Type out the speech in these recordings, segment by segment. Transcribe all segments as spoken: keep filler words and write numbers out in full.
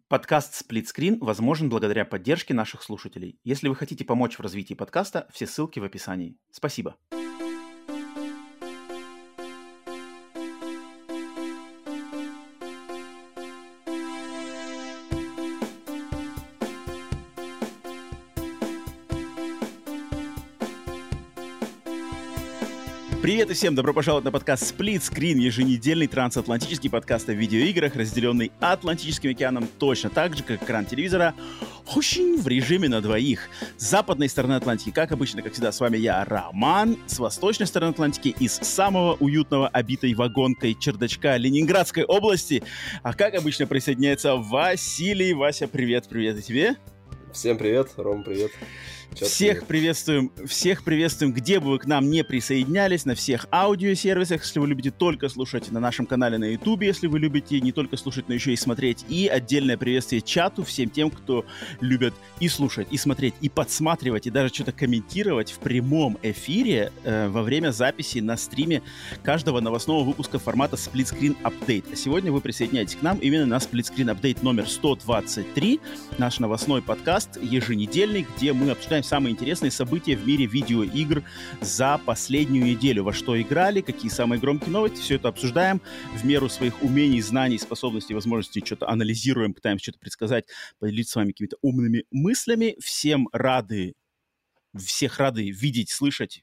Подкаст «Сплитскрин» возможен благодаря поддержке наших слушателей. Если вы хотите помочь в развитии подкаста, все ссылки в описании. Спасибо. Привет и всем добро пожаловать на подкаст Split Screen, еженедельный трансатлантический подкаст о видеоиграх, разделенный Атлантическим океаном точно так же, как экран телевизора, очень в режиме на двоих. С западной стороны Атлантики, как обычно, как всегда, с вами я, Роман, с восточной стороны Атлантики, из самого уютного, обитой вагонкой чердачка Ленинградской области, а как обычно присоединяется Василий. Вася, привет, привет и тебе. Всем привет, Ром, привет. Чат, всех привет. приветствуем, всех приветствуем, где бы вы к нам не присоединялись, на всех аудиосервисах, если вы любите только слушать, на нашем канале на YouTube, если вы любите не только слушать, но еще и смотреть. И отдельное приветствие чату всем тем, кто любит и слушать, и смотреть, и подсматривать, и даже что-то комментировать в прямом эфире э, во время записи на стриме каждого новостного выпуска формата Split Screen Update. А сегодня вы присоединяетесь к нам именно на Split Screen Update номер сто двадцать три, наш новостной подкаст еженедельный, где мы обсуждаем самые интересные события в мире видеоигр за последнюю неделю. Во что играли, какие самые громкие новости. Все это обсуждаем в меру своих умений, знаний, способностей, возможностей. Что-то анализируем, пытаемся что-то предсказать, поделиться с вами какими-то умными мыслями. Всем рады, всех рады видеть, слышать,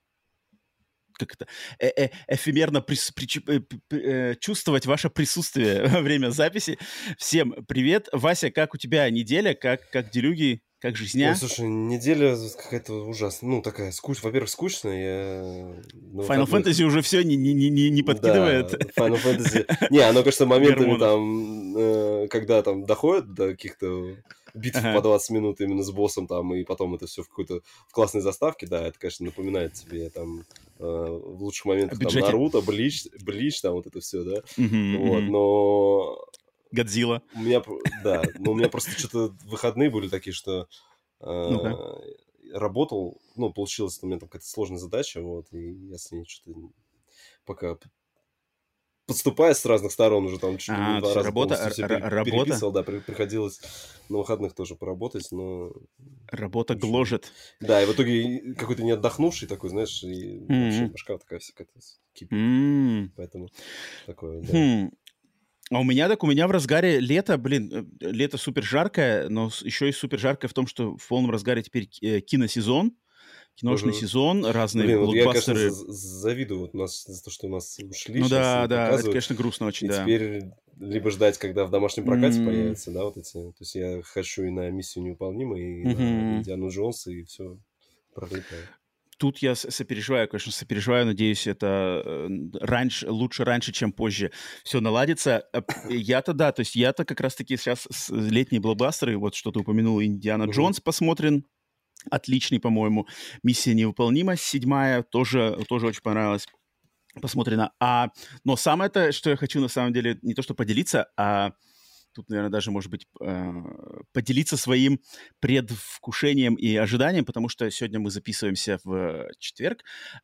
как это, э -э эфемерно прис, при, э, э, чувствовать ваше присутствие во время записи. Всем привет. Вася, как у тебя неделя? Как, как делюги? Как жизня? Ой, слушай, неделя какая-то ужасная. Ну, такая, скуч... во-первых, скучная. Я... Final Fantasy уже все не, не, не, не подкидывает. Да, Final Fantasy... Не, оно, кажется, моментами там, э, когда там доходит до каких-то битв ага. по двадцать минут именно с боссом там, и потом это все в какой-то в классной заставке, да, это, конечно, напоминает тебе там э, в лучших моментах там Наруто, Блич, Блич, там вот это все, да. Mm-hmm, вот, mm-hmm. но... Годзилла. У меня, да, но у меня просто что-то выходные были такие, что э, ну-ка. работал, ну, получилось, у меня там какая-то сложная задача, вот, и я с ней что-то пока подступая с разных сторон уже там чуть ли не два раза работа, полностью все работа. переписывал, да, при, приходилось на выходных тоже поработать, но... Работа общем, гложет. Да, и в итоге какой-то не отдохнувший такой, знаешь, и mm-hmm. вообще башка такая вся какая-то кипит, mm-hmm. поэтому такое, да. Mm-hmm. А у меня так, у меня в разгаре лето, блин, лето супер жаркое, но еще и супер жаркое в том, что в полном разгаре теперь киносезон, киношный uh-huh. сезон, разные блин, блокбастеры. Вот я, конечно, завидую вот нас за то, что у нас ушли. Ну да, да, это, конечно, грустно очень, и да. теперь либо ждать, когда в домашнем прокате mm-hmm. появятся, да, вот эти. То есть я хочу и на «Миссию невыполнимую», и mm-hmm. на «Индиану Джонса», и все пролетаю. Тут я сопереживаю, конечно, сопереживаю, надеюсь, это раньше, лучше раньше, чем позже все наладится. Я-то, да, то есть я-то как раз-таки сейчас летние блокбастеры, вот что ты упомянул, «Индиана Джонс» посмотрен, отличный, по-моему, «Миссия невыполнима», седьмая, тоже, тоже очень понравилась, посмотрена. А, но самое-то, что я хочу, на самом деле, не то что поделиться, а... Тут, наверное, даже, может быть, поделиться своим предвкушением и ожиданием, потому что сегодня мы записываемся в четверг,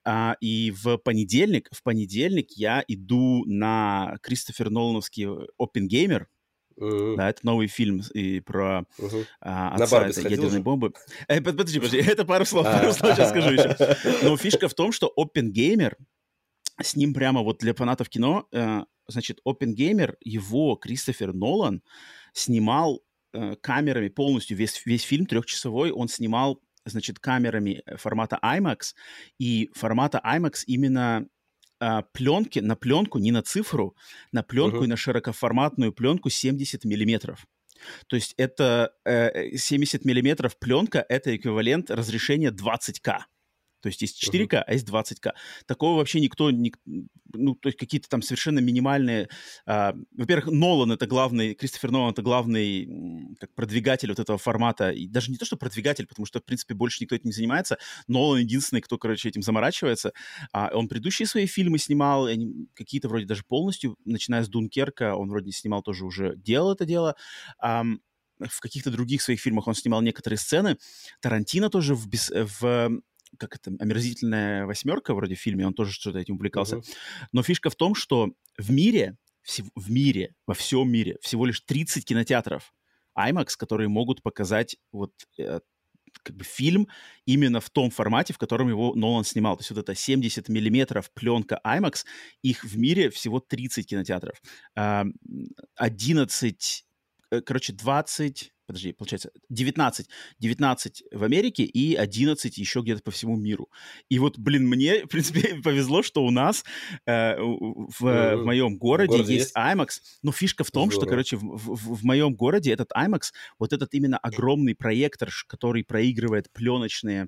и в понедельник, в понедельник я иду на Кристофер Нолановский «Оппенгеймер». Uh-huh. Да, это новый фильм и про uh-huh. а, отца этой ядерной же? бомбы. Э, подожди, подожди, это пару слов, пару слов сейчас скажу еще. Но фишка в том, что «Оппенгеймер», с ним прямо вот для фанатов кино... Значит, «Оппенгеймер», его Кристофер Нолан снимал э, камерами полностью, весь, весь фильм трехчасовой он снимал, значит, камерами формата IMAX, и формата IMAX именно э, пленки, на пленку, не на цифру, на пленку uh-huh. и на широкоформатную пленку семьдесят миллиметров. То есть это э, семьдесят миллиметров пленка, это эквивалент разрешения двадцать ка. То есть есть четыре ка, uh-huh. а есть двадцать ка. Такого вообще никто... Ник, ну, то есть какие-то там совершенно минимальные... А, во-первых, Нолан — это главный... Кристофер Нолан — это главный как продвигатель вот этого формата. И даже не то, что продвигатель, потому что, в принципе, больше никто этим не занимается. Нолан единственный, кто, короче, этим заморачивается. А, он предыдущие свои фильмы снимал, они, какие-то вроде даже полностью, начиная с «Дункерка», он вроде снимал тоже уже, делал это дело. А, в каких-то других своих фильмах он снимал некоторые сцены. Тарантино тоже в... в как это, «Омерзительная восьмерка» вроде в фильме, он тоже что-то этим увлекался. Uh-huh. Но фишка в том, что в мире, в мире, во всем мире, всего лишь тридцать кинотеатров IMAX, которые могут показать вот э, как бы фильм именно в том формате, в котором его Нолан снимал. То есть вот это семьдесят миллиметров пленка IMAX, их в мире всего тридцать кинотеатров. А, одиннадцать, э, короче, двадцать... Подожди, получается, девятнадцать. девятнадцать в Америке и одиннадцать еще где-то по всему миру. И вот, блин, мне, в принципе, повезло, что у нас э, в, mm-hmm. в моем городе, в городе есть, есть IMAX. Но фишка в том, Здорово. что, короче, в, в, в моем городе этот IMAX, вот этот именно огромный проектор, который проигрывает пленочные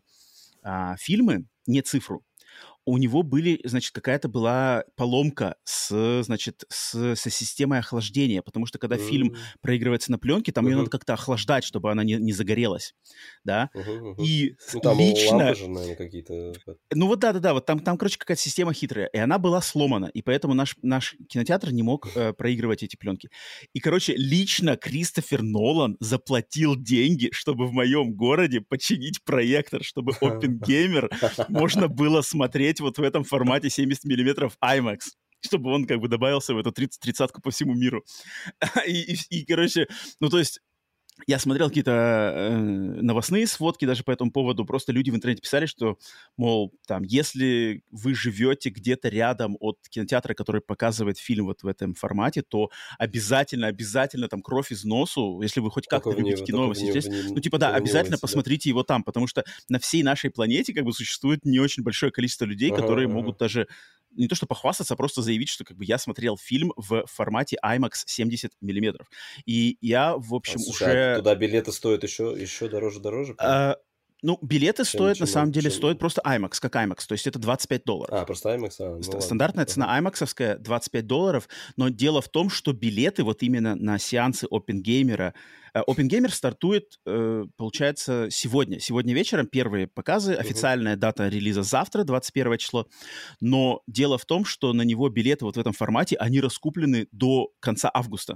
а, фильмы, не цифру, у него были, значит, какая-то была поломка с, значит, с, со системой охлаждения, потому что когда mm-hmm. фильм проигрывается на пленке, там uh-huh. ее надо как-то охлаждать, чтобы она не, не загорелась, да, uh-huh, uh-huh. и ну, там лично... лампы же, наверное, какие-то... Ну вот да-да-да, вот там, там, короче, какая-то система хитрая, и она была сломана, и поэтому наш, наш кинотеатр не мог э, проигрывать эти пленки. И, короче, лично Кристофер Нолан заплатил деньги, чтобы в моем городе починить проектор, чтобы Оппенгеймер можно было смотреть вот в этом формате семьдесят миллиметров IMAX, чтобы он как бы добавился в эту тридцатку по всему миру. и, и, и, короче, ну то есть я смотрел какие-то э, новостные сводки даже по этому поводу, просто люди в интернете писали, что, мол, там, если вы живете где-то рядом от кинотеатра, который показывает фильм вот в этом формате, то обязательно, обязательно там кровь из носу, если вы хоть как-то любите не, кино, не, не, ну, типа, да, обязательно посмотрите да. его там, потому что на всей нашей планете как бы существует не очень большое количество людей, ага, которые ага. могут даже не то что похвастаться, а просто заявить, что как бы я смотрел фильм в формате IMAX семьдесят миллиметров. И я, в общем, а, слушай, уже... А туда билеты стоят еще, еще дороже-дороже? А, ну, билеты чем, стоят, чем, на самом чем, деле, чем... стоят просто IMAX, как IMAX, то есть это двадцать пять долларов. А, просто IMAX? А, ну Стандартная ладно. цена IMAX-овская двадцать пять долларов, но дело в том, что билеты вот именно на сеансы Оппенгеймера... Оппенгеймер стартует, э, получается, сегодня. Сегодня вечером первые показы, официальная uh-huh. дата релиза завтра, двадцать первое число, но дело в том, что на него билеты вот в этом формате, они раскуплены до конца августа.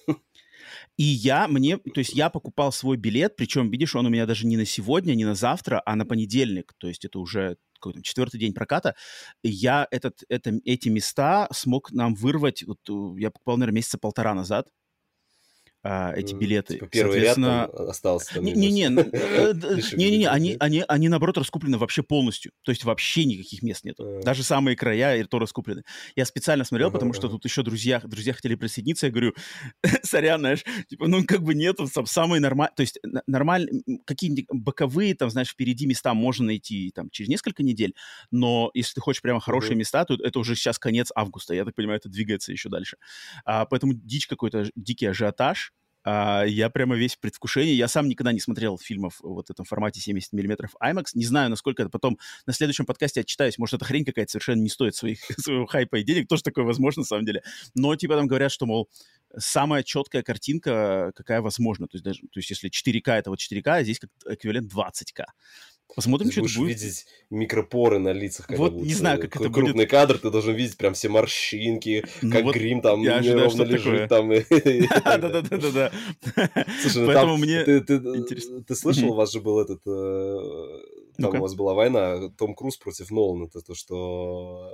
И я, мне, то есть я покупал свой билет, причем, видишь, он у меня даже не на сегодня, не на завтра, а на понедельник, то есть это уже какой-то четвертый день проката. И я этот, это, эти места смог нам вырвать, вот, я покупал, наверное, месяца полтора назад. Эти билеты. Типа первый ряд там остался. Не-не-не, не-не-не, они, они, они, наоборот, раскуплены вообще полностью. То есть вообще никаких мест нету. Uh-huh. Даже самые края и то раскуплены. Я специально смотрел, uh-huh, потому что uh-huh. тут еще друзья, друзья хотели присоединиться. Я говорю, сорян, знаешь, типа, ну как бы нету там самые нормальные... То есть нормальные, какие-нибудь боковые, там, знаешь, впереди места можно найти там через несколько недель, но если ты хочешь прямо хорошие uh-huh. места, то это уже сейчас конец августа. Я так понимаю, это двигается еще дальше. А, поэтому дичь какой-то, дикий ажиотаж. Uh, я прямо весь в предвкушении. Я сам никогда не смотрел фильмов в вот этом формате семьдесят миллиметров IMAX. Не знаю, насколько это потом на следующем подкасте отчитаюсь. Может, эта хрень какая-то совершенно не стоит своих, своего хайпа и денег. Тоже такое возможно, на самом деле. Но типа там говорят, что, мол, самая четкая картинка, какая возможна. То есть, даже, то есть если четыре ка это вот четыре ка, а здесь как эквивалент двадцать ка. Посмотрим, что это будет. Видеть микропоры на лицах. Вот не знаю, как это будет. Крупный кадр, ты должен видеть прям все морщинки, ну как вот грим там неровно лежит. Там. Да-да-да. Слушай, ну там ты слышал, у вас же был этот... Там у вас была война, Том Круз против Нолана. Это то, что...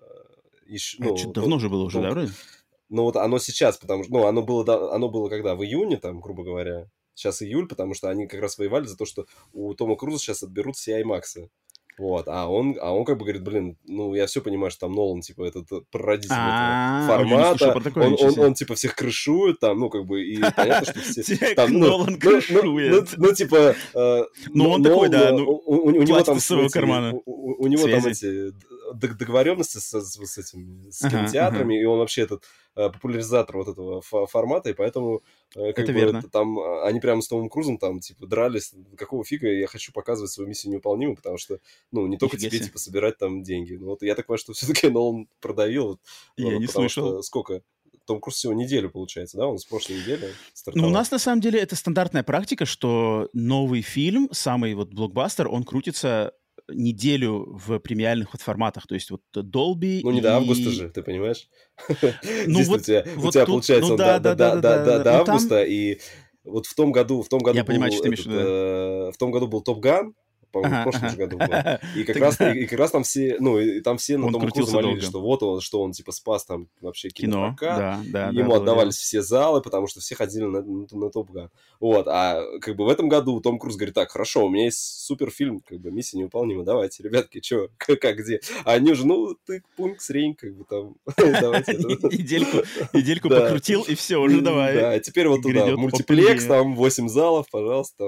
Что-то давно же было уже, да, вроде? Ну вот оно сейчас, потому что... Ну, оно было, оно было когда? В июне, там, грубо говоря. Сейчас июль, потому что они как раз воевали за то, что у Тома Круза сейчас отберут все аймаксы. Вот, а он, а он как бы говорит, блин, ну, я все понимаю, что там Нолан, типа, этот прародитель этого формата, он, он, он, типа, всех крышует, там, ну, как бы, и понятно, что все... Нолан крышует. Ну, типа... Ну, он такой, да, ну, у него там... своего кармана. У него там эти договоренности с этим, с кинотеатрами, и он вообще этот популяризатор вот этого формата, и поэтому... Как это бы, верно. Там, они прямо с Томом Крузом там, типа, дрались. Какого фига я хочу показывать свою миссию невыполнимую, потому что, ну, не только тебе, типа, собирать там деньги. Ну, вот я так понимаю, что все-таки Нолан продавил. Я ну, не потому слышал. Что, сколько? Том Круз всего неделю, получается, да? Он с прошлой недели стартовал. Ну, у нас, на самом деле, это стандартная практика, что новый фильм, самый вот блокбастер, он крутится неделю в премиальных вот форматах, то есть вот Dolby. Ну, не и... до августа же, ты понимаешь? Ну, Здесь вот, у тебя, вот у тебя тут, получается, ну, он да, до, да, до, да, до, да, до ну, августа, там... и вот в том году, в том году Я был, понимаю, что ты этот, имеешь в виду. э, в том году был Топ Ган, по-моему, в прошлом же году было. И как раз, и, и как раз там все, ну, и там все на Тома Круза молились, что вот он, что он, типа, спас там вообще кинопрокат. Да, да, ему да, отдавались да. все залы, потому что все ходили на, на, на Топ Ган. Вот, а как бы в этом году Том Круз говорит, так, хорошо, у меня есть суперфильм, как бы, миссия невыполнима, давайте, ребятки, что, как, где? А они уже, ну, ты пункт срень, как бы, там, давайте. Недельку, недельку покрутил, и все, уже давай. Да, теперь вот туда, мультиплекс, там, восемь залов, пожалуйста.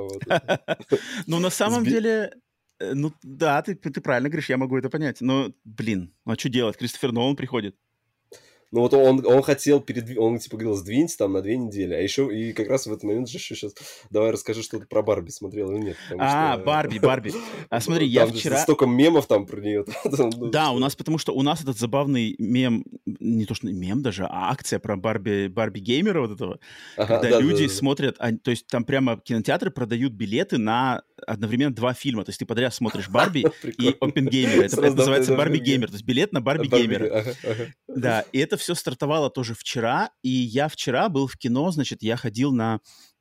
Ну, на самом деле... Ну, да, ты, ты правильно говоришь, я могу это понять. Но, блин, ну а что делать? Кристофер Нолан приходит. Ну, вот он, он хотел, передв... он, типа, говорил, сдвиньте там на две недели. А еще, и как раз в этот момент же еще сейчас, давай расскажи, что ты про Барби смотрел или нет. А, что... Барби, Барби. А смотри, я вчера... столько мемов там про нее. Да, у нас, потому что у нас этот забавный мем, не то что мем даже, а акция про Барби, Барби геймера вот этого, ага, когда да, люди да, да. смотрят, а, то есть там прямо кинотеатры продают билеты на одновременно два фильма, то есть ты подряд смотришь Барби и Оппенгеймера, это, это называется Барби Геймер, то есть билет на Барби Геймера. Да, и это все стартовало тоже вчера, и я вчера был в кино, значит, я ходил на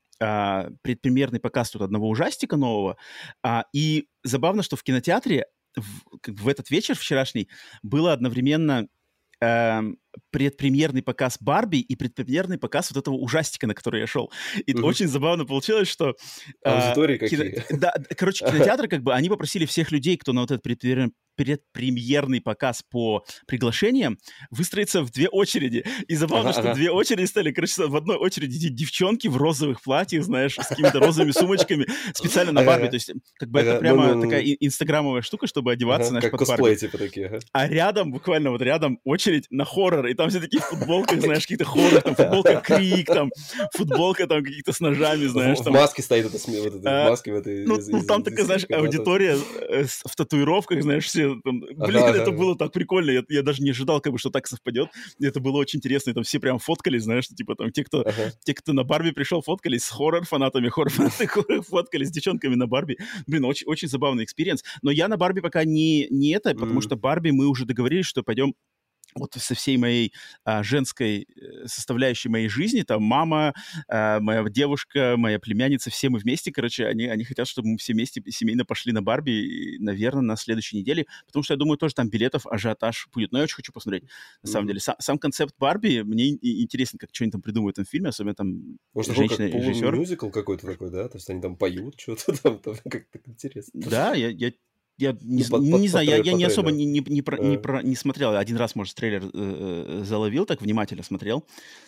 а, предпремьерный показ тут одного ужастика нового, а, и забавно, что в кинотеатре в, как бы в этот вечер вчерашний было одновременно э, предпремьерный показ Барби и предпремьерный показ вот этого ужастика, на который я шел. И mm-hmm. очень забавно получилось, что... Э, Аудитории какие? Кино, да, короче, кинотеатры, как бы, они попросили всех людей, кто на вот этот предпремьерный предпремьерный показ по приглашениям, выстроиться в две очереди. И забавно, ага, что ага. две очереди стали, короче, в одной очереди девчонки в розовых платьях, знаешь, с какими-то розовыми сумочками, специально на Барби. Ага. То есть, как бы ага. это прямо ну, ну, такая ну. инстаграмовая штука, чтобы одеваться, ага, знаешь, как под косплей, Барби. типа такие. Ага. А рядом, буквально вот рядом, очередь на хоррор, и там все такие в футболках, знаешь, какие-то хоррор, там футболка Крик, там футболка там каких-то с ножами, знаешь. В, там. в маске стоит эта смея, вот эта, а, в маске в этой. Ну, из, ну из, там из, такая, из, знаешь, аудитория в татуировках, знаешь, все там, блин, ага, это ага. было так прикольно, я, я даже не ожидал, как бы, что так совпадет. Это было очень интересно, и там все прям фоткались, знаешь, типа там те, кто, ага. те, кто на Барби пришел, фоткались с хоррор-фанатами, хоррор-фанаты фоткались с девчонками на Барби. Блин, очень, очень забавный экспириенс. Но я на Барби пока не, не это, mm. потому что Барби мы уже договорились, что пойдем вот со всей моей а, женской составляющей моей жизни, там мама, а, моя девушка, моя племянница, все мы вместе, короче, они, они хотят, чтобы мы все вместе семейно пошли на Барби, и, наверное, на следующей неделе, потому что я думаю, тоже там билетов ажиотаж будет, но я очень хочу посмотреть, на mm-hmm. самом деле. Сам, сам концепт Барби, мне интересен, как что они там придумывают в этом фильме, особенно там женщина-режиссер. Может, мюзикл какой-то такой, да? То есть они там поют что-то там, там как-то интересно. Да, я... я Я не, ну, под, не, под, не знаю, трейлер, я, я не особо трейлер. не, не, не, про, не, про, не смотрел. Один раз, может, трейлер э, заловил, так внимательно смотрел.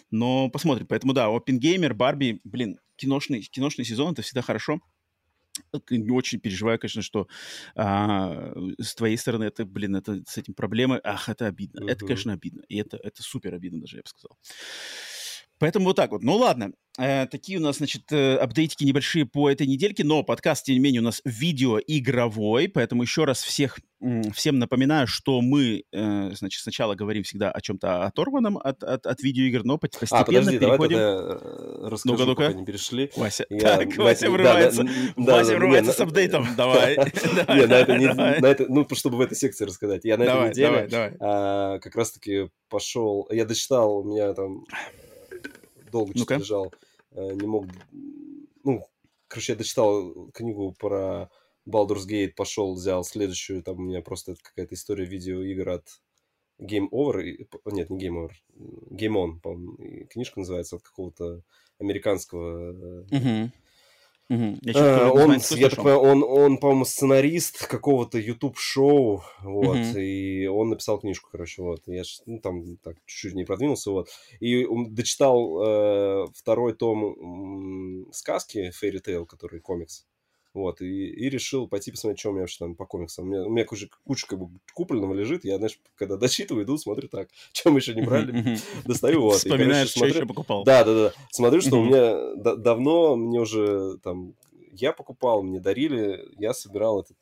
Но посмотрим. Поэтому, да, Оппенгеймер, Барби, блин, киношный, киношный сезон, это всегда хорошо. Очень переживаю, конечно, что а, с твоей стороны это, блин, это с этим проблемы. Ах, это обидно. Uh-huh. Это, конечно, обидно. И это, это супер обидно даже, я бы сказал. Поэтому вот так вот. Ну, ладно. Э, такие у нас, значит, э, апдейтики небольшие по этой недельке, но подкаст, тем не менее, у нас видеоигровой, поэтому еще раз всех, м, всем напоминаю, что мы, э, значит, сначала говорим всегда о чем-то оторванном от, от, от видеоигр, но постепенно а, подожди, переходим... давай тогда расскажу, ну-ка, пока не перешли. Вася, я... так, Вася врывается, Вася врывается с апдейтом, давай. Не, на это, ну, чтобы в этой секции рассказать. Я на этой неделе как раз-таки пошел, я дочитал, у меня там... долго что-то ну-ка. лежал, не мог... Ну, короче, я дочитал книгу про Baldur's Gate, пошел, взял следующую, там у меня просто какая-то история видеоигр от Game Over, нет, не Game Over, Game On, по-моему, книжка называется, от какого-то американского... Uh-huh. Uh-huh. Я, а, он, я так понимаю, он, он, по-моему, сценарист какого-то YouTube-шоу, вот, uh-huh. и он написал книжку, короче, вот, я ну, там так чуть-чуть не продвинулся, вот, и дочитал э, второй том м, сказки Fairy Tail, который комикс, вот, и, и решил пойти посмотреть, что у меня вообще там по комиксам. У меня, у меня куча, куча как бы купленного лежит, я, знаешь, когда дочитываю, иду, смотрю так, что мы еще не брали, достаю, вот. Вспоминаешь, что еще покупал. Да, да, да, смотрю, что у меня да, давно, мне уже там, я покупал, мне дарили, я собирал этот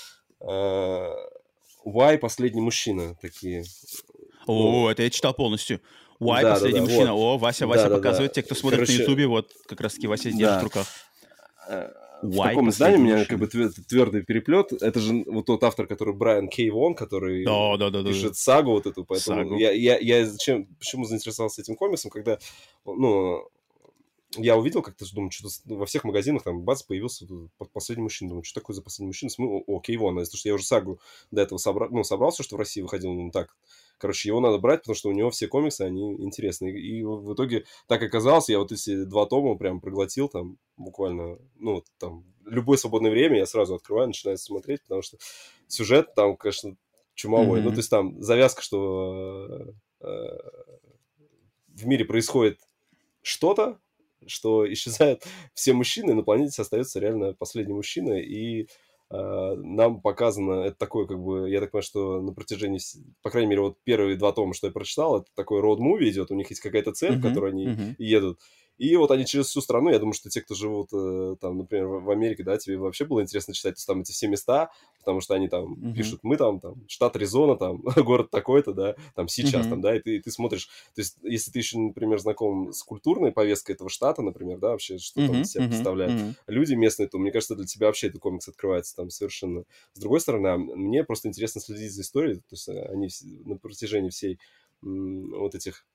Why «Последний мужчина», такие. О, это я читал полностью. Why да, «Последний да, да, мужчина». Вот. О, Вася, Вася да, показывает. Да, да. Те, кто смотрит Короче, на Ютубе, вот как раз-таки Вася держит да. в руках. В Why таком издании у меня как бы твердый переплет. Это же вот тот автор, который Брайан Кей Вон, который да, да, да, пишет да. сагу вот эту. Поэтому сагу. Я, я, я зачем, почему заинтересовался этим комиксом, когда, ну, я увидел как-то, думаю, что-то во всех магазинах там, бац, появился последний мужчина. Думаю, что такое за последний мужчина? Смотрю, о, Кейвон. Потому что я уже сагу до этого собрал, ну, собрался, что в России выходил. Ну, так, короче, его надо брать, потому что у него все комиксы, они интересные. И в итоге так оказалось, я вот эти два тома прям проглотил там буквально, ну, там, любое свободное время я сразу открываю, начинаю смотреть, потому что сюжет там, конечно, чумовой. Mm-hmm. Ну, то есть там завязка, что э, в мире происходит что-то, что исчезают все мужчины, на планете остается реально последний мужчина, и э, нам показано, это такое, как бы, я так понимаю, что на протяжении, по крайней мере, вот первые два тома, что я прочитал, это такой роуд-муви идет, у них есть какая-то цель, uh-huh, в которой они uh-huh. едут. И вот они через всю страну, я думаю, что те, кто живут э, там, например, в Америке, да, тебе вообще было интересно читать, то есть там эти все места, потому что они там uh-huh. пишут, мы там, там, штат Аризона, там, город такой-то, да, там, сейчас, uh-huh. там, да, и ты, и ты смотришь, то есть если ты еще, например, знаком с культурной повесткой этого штата, например, да, вообще, что uh-huh. там из себя uh-huh. представляют uh-huh. люди местные, то, мне кажется, для тебя вообще этот комикс открывается там совершенно. С другой стороны, мне просто интересно следить за историей, то есть они на протяжении всей м, вот этих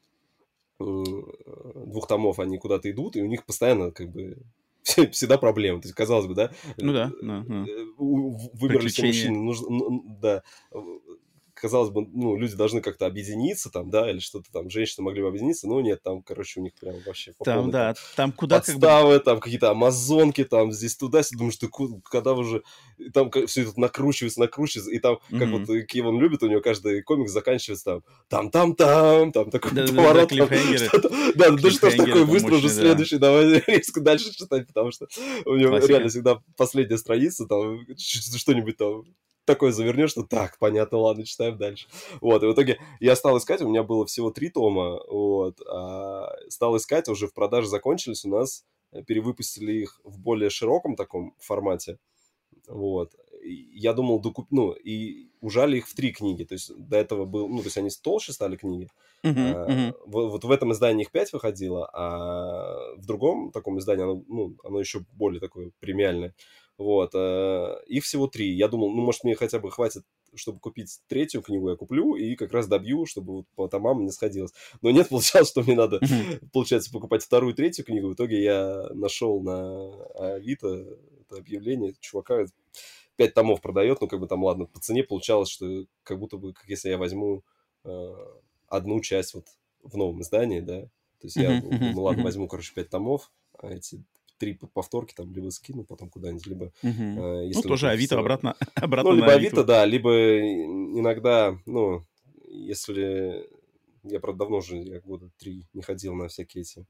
двух томов они куда-то идут, и у них постоянно как бы всегда проблемы. То есть, казалось бы, да, ну да, да, да. вымерли все мужчины, нужно, да, казалось бы, ну, люди должны как-то объединиться там, да, или что-то там, женщины могли бы объединиться, но нет, там, короче, у них прям вообще по там, полной, да, там, там куда подставы, как бы... там какие-то амазонки, там, здесь туда-сюда, думаешь, ты когда уже, там все это накручивается, накручивается, и там, mm-hmm. как вот Кевин любит, у него каждый комикс заканчивается там, там-там-там, там такой да, поворот, да, да, да, что ж такое, быстро уже следующий, давай резко дальше читать, потому что у него реально всегда последняя страница, там, что-нибудь там такое завернешь, что так, понятно, ладно, читаем дальше. Вот, и в итоге я стал искать, у меня было всего три тома, вот, а стал искать, уже в продаже закончились у нас, перевыпустили их в более широком таком формате, вот. Я думал, докуп... ну, и ужали их в три книги, то есть до этого был, ну, то есть они толще стали книги, uh-huh, а, uh-huh. Вот, вот в этом издании их пять выходило, а в другом таком издании оно, ну, оно еще более такое премиальное. Вот, э, их всего три. Я думал, ну, может, мне хотя бы хватит, чтобы купить третью книгу, я куплю и как раз добью, чтобы вот по томам не сходилось. Но нет, получалось, что мне надо, mm-hmm. получается, покупать вторую, третью книгу. В итоге я нашел на Авито это объявление, чувака пять томов продает, ну, как бы там, ладно, по цене получалось, что как будто бы, как если я возьму э, одну часть вот в новом издании, да. То есть я mm-hmm. думаю, ладно, mm-hmm. возьму, короче, пять томов, а эти... три повторки там либо скину потом куда-нибудь, либо... Uh-huh. Э, если ну, тоже Авито, все... обратно, обратно Ну, либо на Авито, да, либо иногда, ну, если... Я, правда, давно уже, я года три не ходил на всякие эти...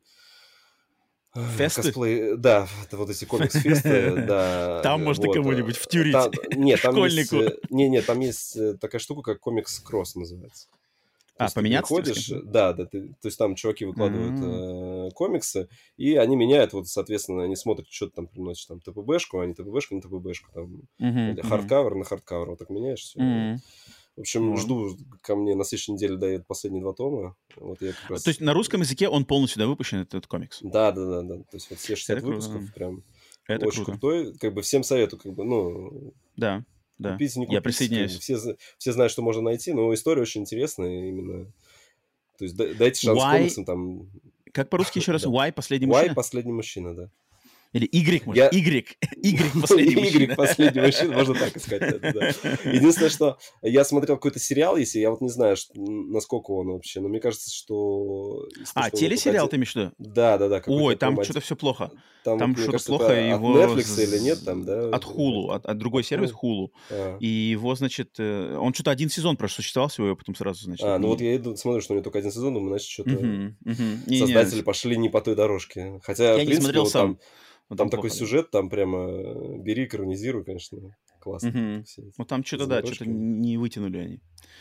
Фесты? Косплей, да, вот эти комикс-фесты, да. Там можно вот. кому-нибудь втюрить, там, нет, там школьнику. Есть, не, не, там есть такая штука, как комикс-кросс называется. То а, есть поменяться? Ты приходишь, да, да, ты, то есть там чуваки выкладывают mm-hmm. э, комиксы, и они меняют, вот, соответственно, они смотрят, что ты там приносишь, там, ТПБшку, а не ТПБшку на ТПБшку, там, mm-hmm. или хардкавер на хардкавер, вот так меняешь все. Mm-hmm. В общем, mm-hmm. жду, ко мне на следующей неделе дают последние два тома. Вот я как раз... То есть на русском языке он полностью, да, выпущен, этот комикс? Да, да, да, да, то есть вот все шестьдесят Это выпусков, круто. прям Это очень круто. крутой, как бы всем советую, как бы, ну... Да. Да. Купить, не купить. Я присоединяюсь. Как бы, все, все знают, что можно найти, но история очень интересная именно. То есть дайте шанс Why... комиксам там. Как по-русски еще раз? да. Why последний Why мужчина? Why последний мужчина, да. Или Y, может, Я... Y. Y последний мужчина. Y последний мужчина, можно так искать. Да, да. Единственное, что я смотрел какой-то сериал, если я вот не знаю, что, насколько он вообще, но мне кажется, что... А, что телесериал ты имеешь в виду? Да, да, да. Ой, там что-то все плохо. Там, там что-то кажется, плохо. Его... От Netflix или нет там, да? От Hulu, от, от другой от сервис Hulu. А. И его, значит, он что-то один сезон просто существовал всего, и потом сразу, значит... А, ну не... вот я иду, смотрю, что у него только один сезон, думаю, значит, что-то uh-huh, uh-huh. создатели не, пошли не по той дорожке. Хотя, я в принципе, вот сам. там... Там, там такой плохо, сюжет, да. Там прямо бери, экранизируй, конечно, классно. Угу. Ну там что-то, да, что-то не вытянули они.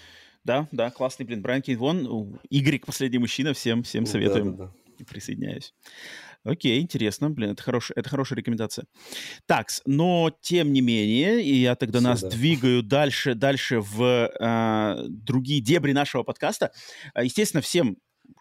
Да, да, классный, блин, Брайан К. Вон, Y, последний мужчина, всем, всем советуем. Да, да, да. Присоединяюсь. Окей, интересно, блин, это, хорош, это хорошая рекомендация. Так, но тем не менее, и я тогда Все, нас да. двигаю дальше, дальше в э, другие дебри нашего подкаста. Естественно, всем...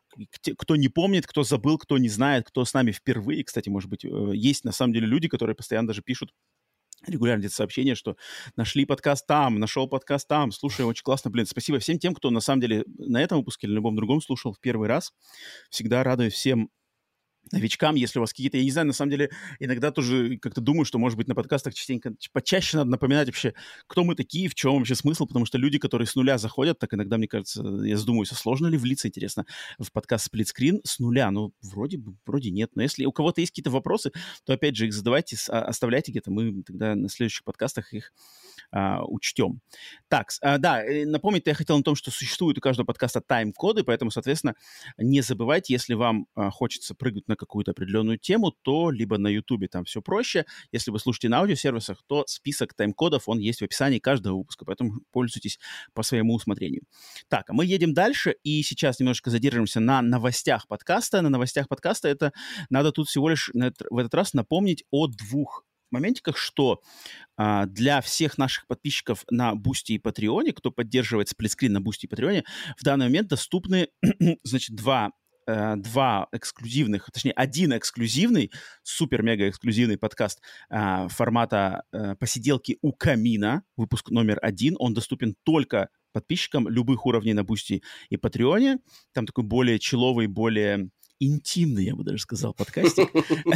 Кто не помнит, кто забыл, кто не знает, кто с нами впервые. Кстати, может быть, есть на самом деле люди, которые постоянно даже пишут регулярно где-то сообщения, что нашли подкаст там, нашел подкаст там, слушай, очень классно, блин. Спасибо всем тем, кто на самом деле на этом выпуске или на любом другом слушал в первый раз. Всегда радуюсь всем новичкам, если у вас какие-то, я не знаю, на самом деле, иногда тоже как-то думаю, что, может быть, на подкастах частенько, почаще надо напоминать вообще, кто мы такие, в чем вообще смысл, потому что люди, которые с нуля заходят, так иногда, мне кажется, я задумываюсь, а сложно ли влиться, интересно, в подкаст «Сплитскрин» с нуля? Ну, вроде бы, вроде нет. Но если у кого-то есть какие-то вопросы, то, опять же, их задавайте, оставляйте где-то, мы тогда на следующих подкастах их а, учтем. Так, а, да, напомнить я хотел о том, что существует у каждого подкаста тайм-коды, поэтому, соответственно, не забывайте, если вам а, хочется прыгать на какую-то определенную тему, то либо на Ютубе там все проще. Если вы слушаете на аудиосервисах, то список тайм-кодов, он есть в описании каждого выпуска, поэтому пользуйтесь по своему усмотрению. Так, а мы едем дальше, и сейчас немножко задержимся на новостях подкаста. На новостях подкаста это надо тут всего лишь в этот раз напомнить о двух моментиках, что а, для всех наших подписчиков на Boosty и Патреоне, кто поддерживает сплитскрин на Boosty и Патреоне, в данный момент доступны, значит, два два эксклюзивных, точнее, один эксклюзивный, супер-мега-эксклюзивный подкаст э, формата э, «Посиделки у камина», выпуск номер один. Он доступен только подписчикам любых уровней на Boosty и Патреоне. Там такой более человый, более интимный, я бы даже сказал, подкастик,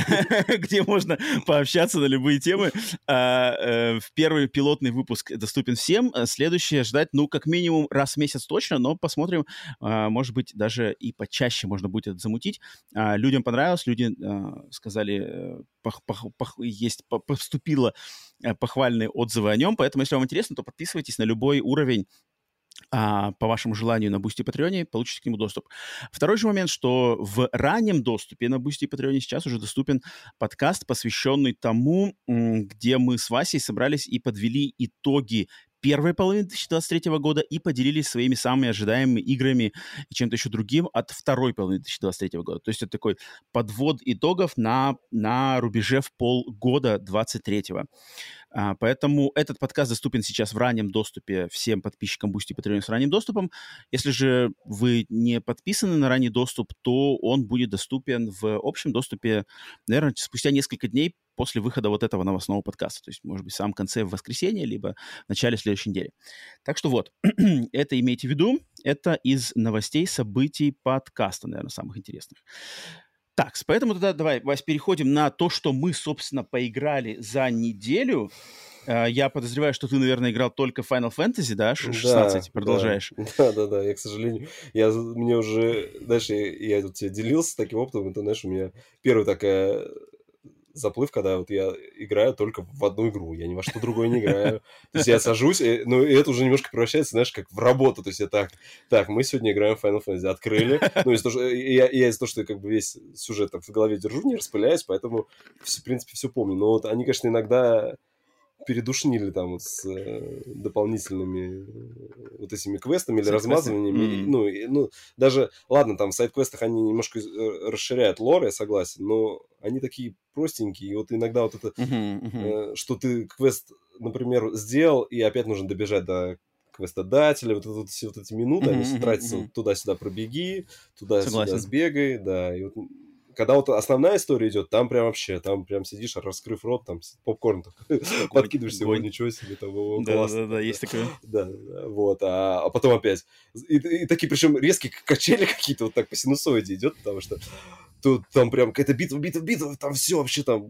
где можно пообщаться на любые темы. В первый пилотный выпуск доступен всем. Следующее ждать, ну, как минимум раз в месяц точно, но посмотрим, может быть, даже и почаще можно будет это замутить. Людям понравилось, люди сказали, есть, поступило похвальные отзывы о нем, поэтому, если вам интересно, то подписывайтесь на любой уровень А, по вашему желанию на Boosty и Патреоне, получите к нему доступ. Второй же момент, что в раннем доступе на Boosty и Патреоне сейчас уже доступен подкаст, посвященный тому, где мы с Васей собрались и подвели итоги первой половины две тысячи двадцать третьего года и поделились своими самыми ожидаемыми играми и чем-то еще другим от второй половины две тысячи двадцать третьего года. То есть это такой подвод итогов на, на рубеже в полгода двадцать третьего. А, поэтому этот подкаст доступен сейчас в раннем доступе всем подписчикам Boosty и Patreon с ранним доступом. Если же вы не подписаны на ранний доступ, то он будет доступен в общем доступе, наверное, спустя несколько дней после выхода вот этого новостного подкаста. То есть, может быть, в самом конце в воскресенье, либо в начале следующей недели. Так что вот, это имейте в виду. Это из новостей, событий подкаста, наверное, самых интересных. Так, поэтому тогда давай, Вась, переходим на то, что мы, собственно, поиграли за неделю. Я подозреваю, что ты, наверное, играл только Final Fantasy, да? шестнадцать, да, продолжаешь. Да-да-да, я, к сожалению, я, мне уже, знаешь, я, я тут тебе делился таким опытом, это, знаешь, у меня первая такая заплыв, когда вот я играю только в одну игру, я ни во что другое не играю. То есть я сажусь, и, ну, и это уже немножко превращается, знаешь, как в работу. То есть я так, так, мы сегодня играем в Final Fantasy, открыли. Ну, из-за того, что, я, я из-за того, что я как бы весь сюжет так в голове держу, не распыляюсь, поэтому, в принципе, все помню. Но вот они, конечно, иногда передушнили там вот с э, дополнительными э, вот этими квестами или размазываниями. Mm-hmm. Ну, и, ну, даже, ладно, там в сайд-квестах они немножко расширяют лор, я согласен, но они такие простенькие. И вот иногда вот это, mm-hmm. Mm-hmm. Э, что ты квест, например, сделал, и опять нужно добежать до квестодателя, вот, вот все вот эти минуты, mm-hmm. они тратятся mm-hmm. вот туда-сюда пробеги, туда-сюда сбегай, да, и вот когда вот основная история идет, там прям вообще, там прям сидишь, раскрыв рот, там попкорн подкидываешься, его, ничего себе, там его классно. Да-да-да, есть такое. Да, вот, а, а потом опять. И, и такие, причем резкие качели какие-то вот так по синусоиде идет, потому что тут там прям какая-то битва, битва, битва, там все вообще там...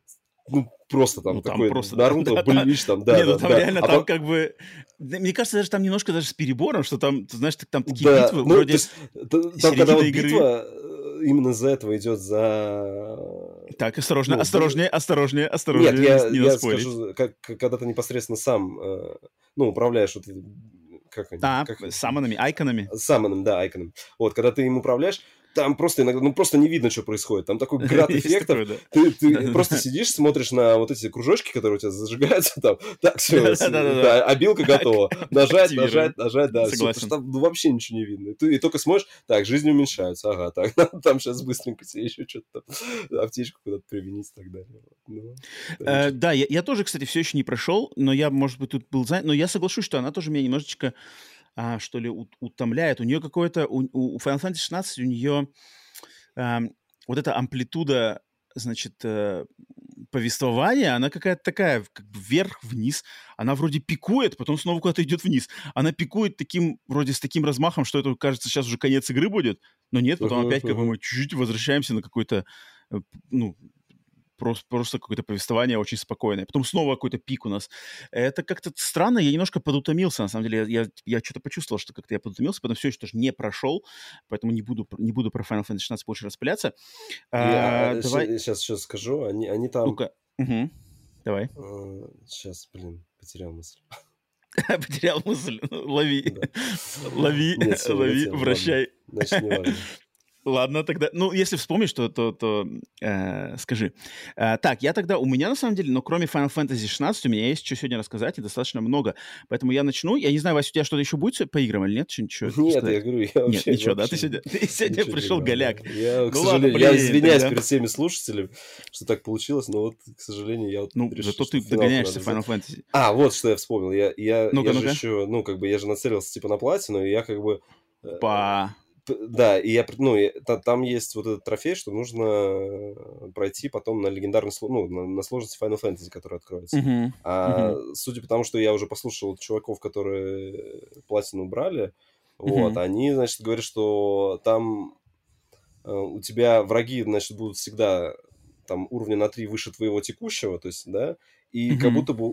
Ну, просто там ну, такой там просто, Наруто, да, Блич там, да, не, да, ну, там да. реально а там по... как бы... Мне кажется, даже там немножко даже с перебором, что там, ты знаешь, там такие да, битвы ну, вроде есть, там, когда вот игры... битва именно из-за этого идет за... Так, осторожно, ну, осторожнее, осторожнее, Нет, осторожнее. я, не я скажу, как, когда ты непосредственно сам, ну, управляешь вот... Как они? А, как... саммонами, айконами. Саммоном, да, айконом. Вот, когда ты им управляешь, там просто иногда, ну, просто не видно, что происходит. Там такой град эффектов. Такое, да. Ты, ты да, просто да. сидишь, смотришь на вот эти кружочки, которые у тебя зажигаются там. Так, все, да, да, да, да. обилка готова. Нажать, нажать, нажать, да. Все, потому что там ну, вообще ничего не видно. Ты и только смотришь, так, жизни уменьшаются. Ага, так, там сейчас быстренько тебе еще что-то там, аптечку куда-то применить и так далее. Ну, э, да, я, я тоже, кстати, все еще не прошел, но я, может быть, тут был занят. Но я соглашусь, что она тоже меня немножечко... А, что ли, утомляет. У нее какое-то... У, у Final Fantasy шестнадцать у нее а, вот эта амплитуда, значит, э, повествования, она какая-то такая, как бы вверх-вниз. Она вроде пикует, потом снова куда-то идет вниз. Она пикует таким, вроде с таким размахом, что это, кажется, сейчас уже конец игры будет. Но нет, потом Uh-huh, опять как бы uh-huh. мы чуть-чуть возвращаемся на какой-то, ну, просто, просто какое-то повествование очень спокойное. Потом снова какой-то пик у нас. Это как-то странно, я немножко подутомился, на самом деле. Я, я, я что-то почувствовал, что как-то я подутомился, потом все еще тоже не прошел, поэтому не буду, не буду про Final Fantasy шестнадцать больше распыляться. Я А, а, давай... сейчас, сейчас скажу, они, они там... Ну-ка. Угу. Давай. А, сейчас, блин, потерял мысль. Потерял мысль. Лови. Да. Лови, Нет, всё, лови, вылетело, вращай. ладно. Значит, не важно. Ладно, тогда, ну, если вспомнишь, то, то, то э, скажи. Э, так, я тогда, у меня на самом деле, ну, кроме Final Fantasy шестнадцать, у меня есть что сегодня рассказать, и достаточно много. Поэтому я начну. Я не знаю, Вася, у тебя что-то еще будет по играм или нет? Что-нибудь Нет, сказать? я говорю, я вообще... Нет, ничего, вообще да? Ты сегодня, ты сегодня пришел играл, голяк. Да. Я, ну, к ладно, сожалению, блин, я извиняюсь тогда... перед всеми слушателями, что так получилось, но вот, к сожалению, я вот Ну, решил, зато ты что догоняешься Final Fantasy. А, вот что я вспомнил. Я, я, ну-ка, я ну-ка. же еще, ну, как бы, я же нацелился, типа, на платину, и я, как бы... Па... Да, и я, ну, я, там есть вот этот трофей, что нужно пройти потом на легендарной, ну, на, на сложности Final Fantasy, которая откроется. Uh-huh. А Uh-huh. судя по тому, что я уже послушал чуваков, которые платину брали, вот, Uh-huh. они, значит, говорят, что там у тебя враги, значит, будут всегда там уровня на три выше твоего текущего, то есть, да, и Uh-huh. как будто бы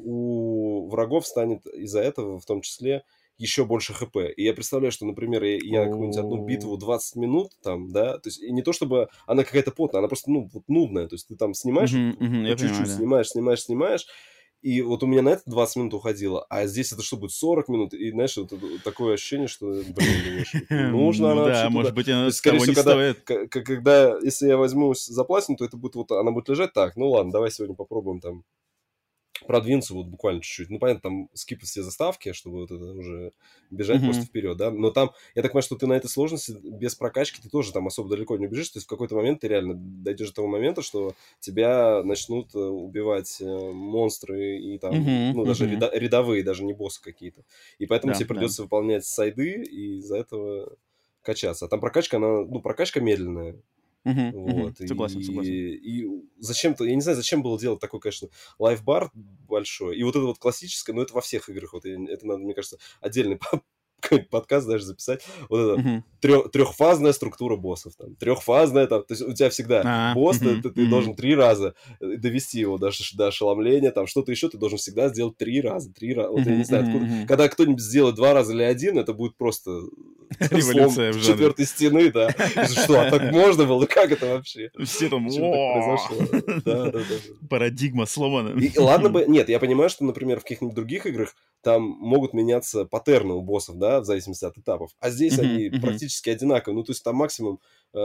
у врагов станет из-за этого, в том числе, еще больше хп. И я представляю, что, например, я, я какую-нибудь одну битву двадцать минут, там, да, то есть и не то чтобы она какая-то потная, она просто, ну, вот нудная, то есть ты там снимаешь, uh-huh, uh-huh, по я чуть-чуть понимаю, да. снимаешь, снимаешь, снимаешь, и вот у меня на это двадцать минут уходило, а здесь это что будет, сорок минут, и, знаешь, вот такое ощущение, что, блин, думаешь, нужно она ну, вообще да, туда? может быть, она то есть, скорее того всего, не когда, стоит. когда, если я возьмусь за платину, то это будет вот, она будет лежать так, ну ладно, давай сегодня попробуем там продвинуться вот буквально чуть-чуть. Ну, понятно, там скипать все заставки, чтобы вот это уже бежать Uh-huh. просто вперед, да. Но там, я так понимаю, что ты на этой сложности без прокачки ты тоже там особо далеко не убежишь. То есть в какой-то момент ты реально дойдешь до того момента, что тебя начнут убивать монстры и там, Uh-huh. ну, даже Uh-huh. ряда- рядовые, даже не боссы какие-то. И поэтому да, тебе придется да. выполнять сайды и из-за этого качаться. А там прокачка, она, ну, прокачка медленная. Uh-huh, Вот. uh-huh. Согласен, и, согласен. и зачем-то, я не знаю, зачем было делать такой, конечно, лайфбар большой. И вот это вот классическое, но это во всех играх. Вот, это надо, мне кажется, отдельный какой-нибудь подкаст даже записать. Вот это Uh-huh. трех, трехфазная структура боссов. Там, трехфазная, там, то есть у тебя всегда А, босс, uh-huh, ты, ты uh-huh. должен три раза довести его до, до ошеломления, там что-то еще ты должен всегда сделать три раза. Три раза. Вот Uh-huh, я не знаю, откуда. uh-huh. Когда кто-нибудь сделает два раза или один, это будет просто... Революция в жанре. Четвертой стены, да. Что, а так можно было? Как это вообще? Все там, Почему так произошло? Да, да, да. Парадигма сломана. И, ладно бы, нет, я понимаю, что, например, в каких-нибудь других играх там могут меняться паттерны у боссов, да, в зависимости от этапов. А здесь они практически одинаковые. Ну, то есть там максимум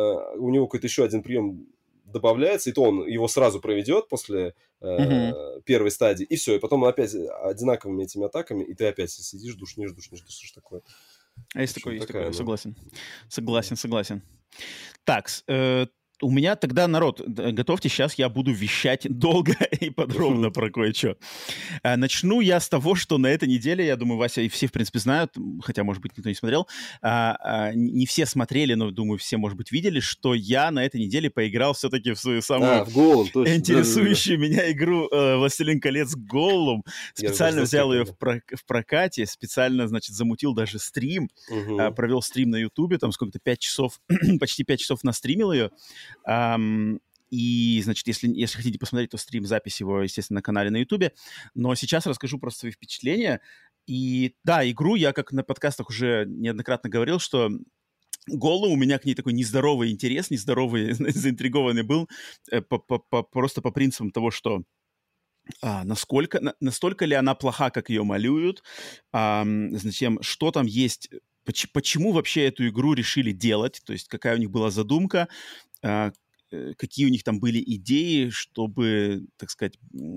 у него какой-то еще один прием добавляется, и то он его сразу проведет после uh-huh. первой стадии, и все, и потом он опять одинаковыми этими атаками, и ты опять сидишь, душнишь, душнишь, что ж такое. А есть такое, есть такое, согласен. Согласен, согласен. Так, э, у меня тогда, народ, готовьте, сейчас я буду вещать долго и подробно про кое-что. А, начну я с того, что на этой неделе, я думаю, Вася и все, в принципе, знают, хотя, может быть, никто не смотрел, а, а, не все смотрели, но, думаю, все, может быть, видели, что я на этой неделе поиграл все-таки в свою самую а, в Голлум, точно. интересующую да, да, да. меня игру э, «Властелин колец» Голлум. Специально взял ее в, про- в прокате, специально, значит, замутил даже стрим, угу. а, провел стрим на Ютубе, там сколько-то пять часов, почти пять часов настримил ее. Um, и, значит, если, если хотите посмотреть, то стрим, запись его, естественно, на канале на Ютубе. Но сейчас расскажу просто свои впечатления. И да, игру я, как на подкастах уже неоднократно говорил, что Голлум у меня к ней такой нездоровый интерес, нездоровый, заинтригованный был, по, по, по, просто по принципам того, что а, насколько, на, настолько ли она плоха, как ее малюют, а, затем, что там есть, поч, почему вообще эту игру решили делать, то есть какая у них была задумка, а, какие у них там были идеи, чтобы, так сказать,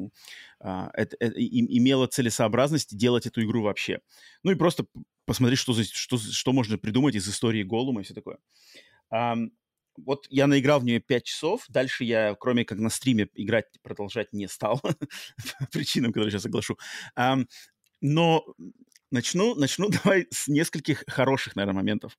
а, это, это, имело целесообразность делать эту игру вообще. Ну и просто посмотреть, что, за, что, что можно придумать из истории Голлума и все такое. А, вот я наиграл в нее пять часов, дальше я, кроме как на стриме, играть продолжать не стал, по причинам, которые сейчас оглашу. А, но начну, начну давай с нескольких хороших, наверное, моментов.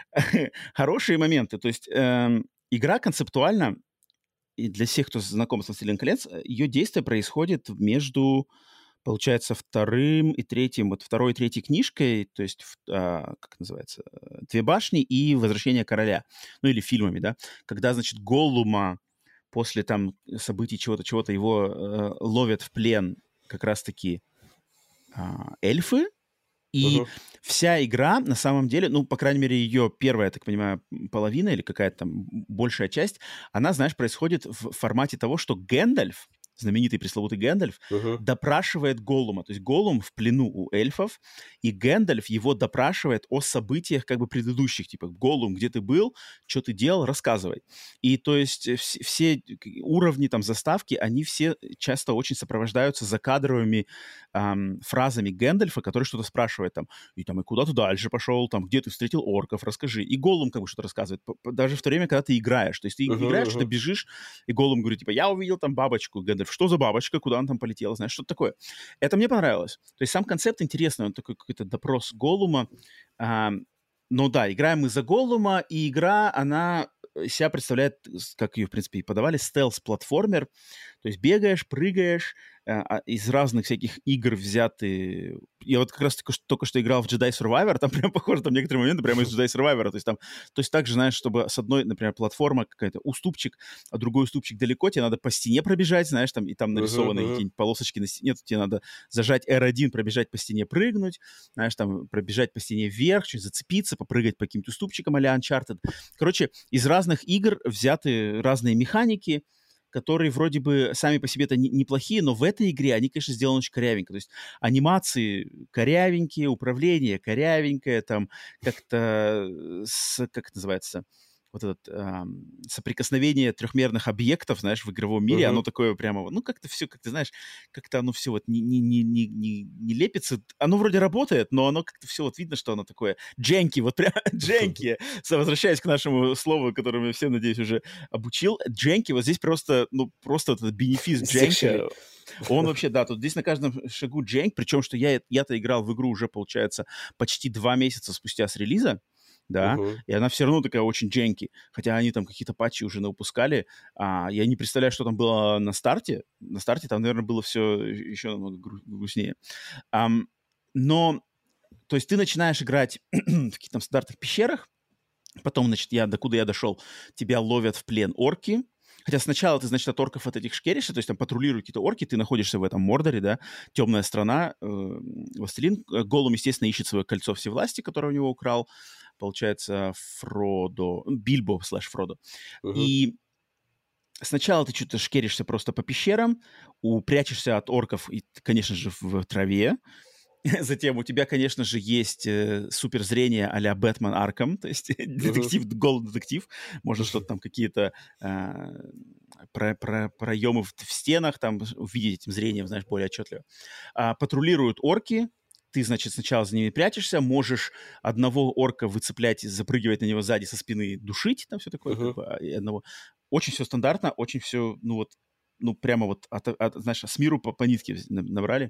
Хорошие моменты, то есть э, игра концептуально, и для всех, кто знаком с «Властелином колец», ее действие происходит между получается, вторым и третьим, вот второй и третьей книжкой, то есть, а, как называется, «Две башни» и «Возвращение короля», ну или фильмами, да, когда, значит, Голлума после там событий чего-то, чего-то его э, ловят в плен как раз-таки а, эльфы, и Uh-huh. вся игра, на самом деле, ну, по крайней мере, ее первая, я так понимаю, половина или какая-то там большая часть, она, знаешь, происходит в формате того, что Гэндальф, знаменитый пресловутый Гэндальф, Uh-huh. допрашивает Голлума. То есть Голлум в плену у эльфов, и Гэндальф его допрашивает о событиях как бы предыдущих. Типа, Голлум, где ты был, что ты делал, рассказывай. И то есть вс- все уровни там заставки, они все часто очень сопровождаются закадровыми ам, фразами Гэндальфа, который что-то спрашивает там, и там, и куда ты дальше пошел, там, где ты встретил орков, расскажи. И Голлум как бы что-то рассказывает, даже в то время, когда ты играешь. То есть ты Uh-huh, играешь, uh-huh. что-то бежишь, и Голлум говорит, типа, я увидел там бабочку, Гэндальф, что за бабочка, куда она там полетела, знаешь, что-то такое. Это мне понравилось. То есть сам концепт интересный, он такой какой-то допрос Голлума. А, ну да, играем мы за Голлума, и игра, она себя представляет, как ее, в принципе, и подавали, стелс-платформер. То есть бегаешь, прыгаешь, а, из разных всяких игр взяты. Я вот как раз только, только что играл в Jedi Survivor, там прям похоже, там некоторые моменты прямо из Jedi Survivor. То есть там, то есть так же, знаешь, чтобы с одной, например, платформа какая-то, уступчик, а другой уступчик далеко, тебе надо по стене пробежать, знаешь, там, и там нарисованы uh-huh, uh-huh. какие-нибудь полосочки на стене, тебе надо зажать эр один, пробежать по стене, прыгнуть, знаешь, там, пробежать по стене вверх, чуть зацепиться, попрыгать по каким-то уступчикам а-ля Uncharted. Короче, из разных игр взяты разные механики, которые вроде бы сами по себе-то не, неплохие, но в этой игре они, конечно, сделаны очень корявенько. То есть анимации корявенькие, управление корявенькое, там как-то, с, как это называется, вот это эм, соприкосновение трехмерных объектов, знаешь, в игровом мире, uh-huh. оно такое прямо, ну, как-то все, как ты знаешь, как-то оно все вот не, не, не, не, не, не лепится. Оно вроде работает, но оно как-то все вот видно, что оно такое дженки, вот прям дженки. Возвращаясь к нашему слову, которое я всем, надеюсь, уже обучил, дженки, вот здесь просто, ну, просто вот этот бенефис дженки. Он вообще, да, тут здесь на каждом шагу дженк, причем, что я, я-то играл в игру уже, получается, почти два месяца спустя с релиза, да, uh-huh. и она все равно такая очень дженки, хотя они там какие-то патчи уже навыпускали, а, я не представляю, что там было на старте, на старте там, наверное, было все еще намного гру- грустнее, um, но, то есть ты начинаешь играть в каких-то там стандартных пещерах, потом, значит, я, докуда я дошел, тебя ловят в плен орки. Хотя сначала ты, значит, от орков от этих шкеришься, то есть там патрулируют какие-то орки, ты находишься в этом Мордоре, да, темная страна, э, властелин. Голлум, естественно, ищет свое кольцо всевласти, которое у него украл, получается, Фродо, Бильбо слэш Фродо. Uh-huh. И сначала ты что-то шкеришься просто по пещерам, упрячешься от орков, и, конечно же, в траве. Затем у тебя, конечно же, есть э, суперзрение а-ля Бэтмен Аркам, то есть детектив, uh-huh. голд-детектив. Можно uh-huh. что-то там, какие-то э, про, про, проемы в, в стенах там увидеть этим зрением, знаешь, более отчетливо. А, патрулируют орки. Ты, значит, сначала за ними прячешься, можешь одного орка выцеплять, запрыгивать на него сзади со спины, душить, там все такое, uh-huh. как бы, и одного. Очень все стандартно, очень все, ну вот, ну, прямо вот, от, от, знаешь, с миру по, по нитке набрали.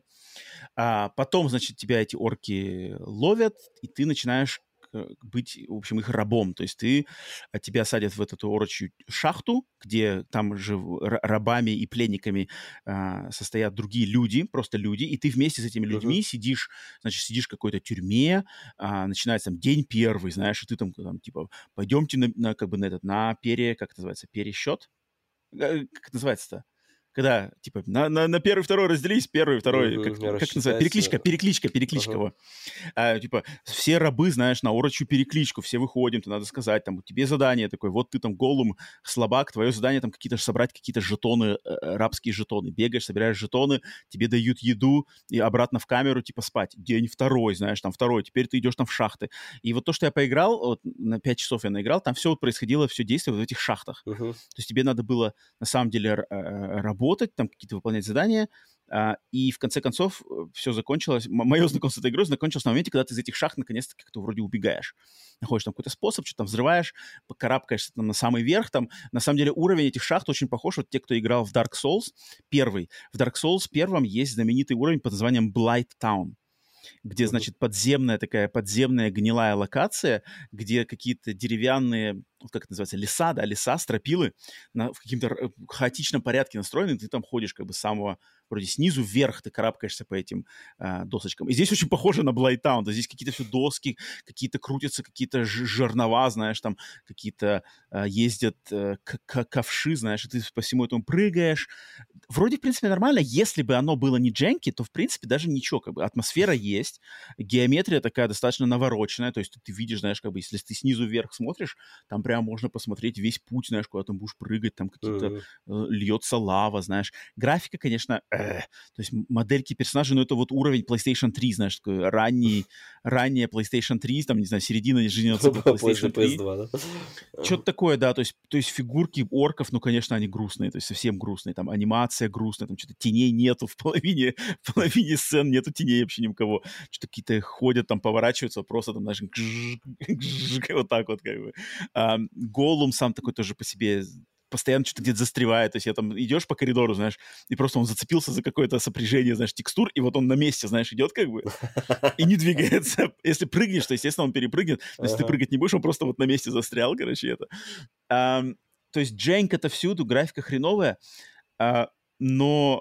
А потом, значит, тебя эти орки ловят, и ты начинаешь быть, в общем, их рабом. То есть ты, тебя садят в эту орочью шахту, где там же рабами и пленниками а, состоят другие люди, просто люди, и ты вместе с этими людьми uh-huh. сидишь, значит, сидишь в какой-то тюрьме, а, начинается там день первый, знаешь, и ты там, там типа, пойдемте на, на, как бы на этот, на пере, как это называется, пересчет? Как это называется-то? Когда, типа, на, на, на первый, второй разделись, первый, второй, как, как это называется, перекличка, перекличка, перекличка, uh-huh. вот. А, типа, все рабы, знаешь, на орочью перекличку, все выходим, то надо сказать, там, тебе задание такое, вот ты там Голлум, слабак, твое задание там какие-то собрать какие-то жетоны, э, рабские жетоны, бегаешь, собираешь жетоны, тебе дают еду, и обратно в камеру, типа, спать. День второй, знаешь, там, второй, теперь ты идешь там в шахты. И вот то, что я поиграл, вот, на пять часов я наиграл, там все вот происходило, все действие вот в этих шахтах. Uh-huh. То есть тебе надо было, на самом деле, работать, там какие-то выполнять задания, а, и в конце концов все закончилось. М- мое знакомство с этой игрой закончилось на моменте, когда ты из этих шахт наконец-то как-то вроде убегаешь. Находишь там какой-то способ, что-то там взрываешь, покарабкаешься там на самый верх. Там, на самом деле уровень этих шахт очень похож. Вот те, кто играл в Dark Souls первый. В Dark Souls первом есть знаменитый уровень под названием Blight Town, где, значит, подземная такая, подземная гнилая локация, где какие-то деревянные как это называется, леса, да, леса, стропилы на, в каком-то хаотичном порядке настроены, ты там ходишь как бы с самого, вроде снизу вверх ты карабкаешься по этим э, досочкам. И здесь очень похоже на Blighttown, да, здесь какие-то все доски, какие-то крутятся, какие-то жернова, знаешь, там какие-то э, ездят э, ковши, знаешь, и ты по всему этому прыгаешь. Вроде, в принципе, нормально, если бы оно было не дженки, то, в принципе, даже ничего, как бы атмосфера есть, геометрия такая достаточно навороченная, то есть ты видишь, знаешь, как бы, если ты снизу вверх смотришь, там прям можно посмотреть весь путь, знаешь, куда там будешь прыгать, там какие-то Mm-hmm. э, льется лава, знаешь. Графика, конечно, э, то есть модельки персонажей, ну, это вот уровень PlayStation три, знаешь, такой ранний, ранняя PlayStation три, там, не знаю, середина жизненного цикла PlayStation три. пи эс два, да? Что-то такое, да, то есть, то есть фигурки орков, ну, конечно, они грустные, то есть совсем грустные, там анимация грустная, там что-то теней нету в половине, в половине сцен, нету теней вообще ни у кого, что-то какие-то ходят, там поворачиваются, просто там, знаешь, вот так вот как бы. А, Голлум сам такой тоже по себе постоянно что-то где-то застревает, то есть я там идешь по коридору, знаешь, и просто он зацепился за какое-то сопряжение, знаешь, текстур, и вот он на месте, знаешь, идет как бы, и не двигается. Если прыгнешь, то, естественно, он перепрыгнет, но если ты прыгать не будешь, он просто вот на месте застрял, короче, это. А, то есть дженк это всюду, графика хреновая, а, но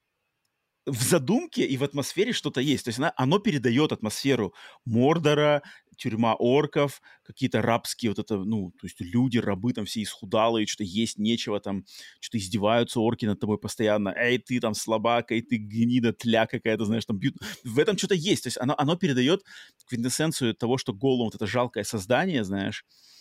в задумке и в атмосфере что-то есть. То есть она, оно передает атмосферу Мордора, тюрьма орков, какие-то рабские вот это, ну, то есть люди, рабы там все исхудалые, что-то есть нечего там, что-то издеваются орки над тобой постоянно. Эй, ты там слабак, эй, ты гнида, тля какая-то, знаешь, там бьют. В этом что-то есть. То есть оно, оно передает квинтэссенцию того, что Голлум, вот это жалкое создание, знаешь,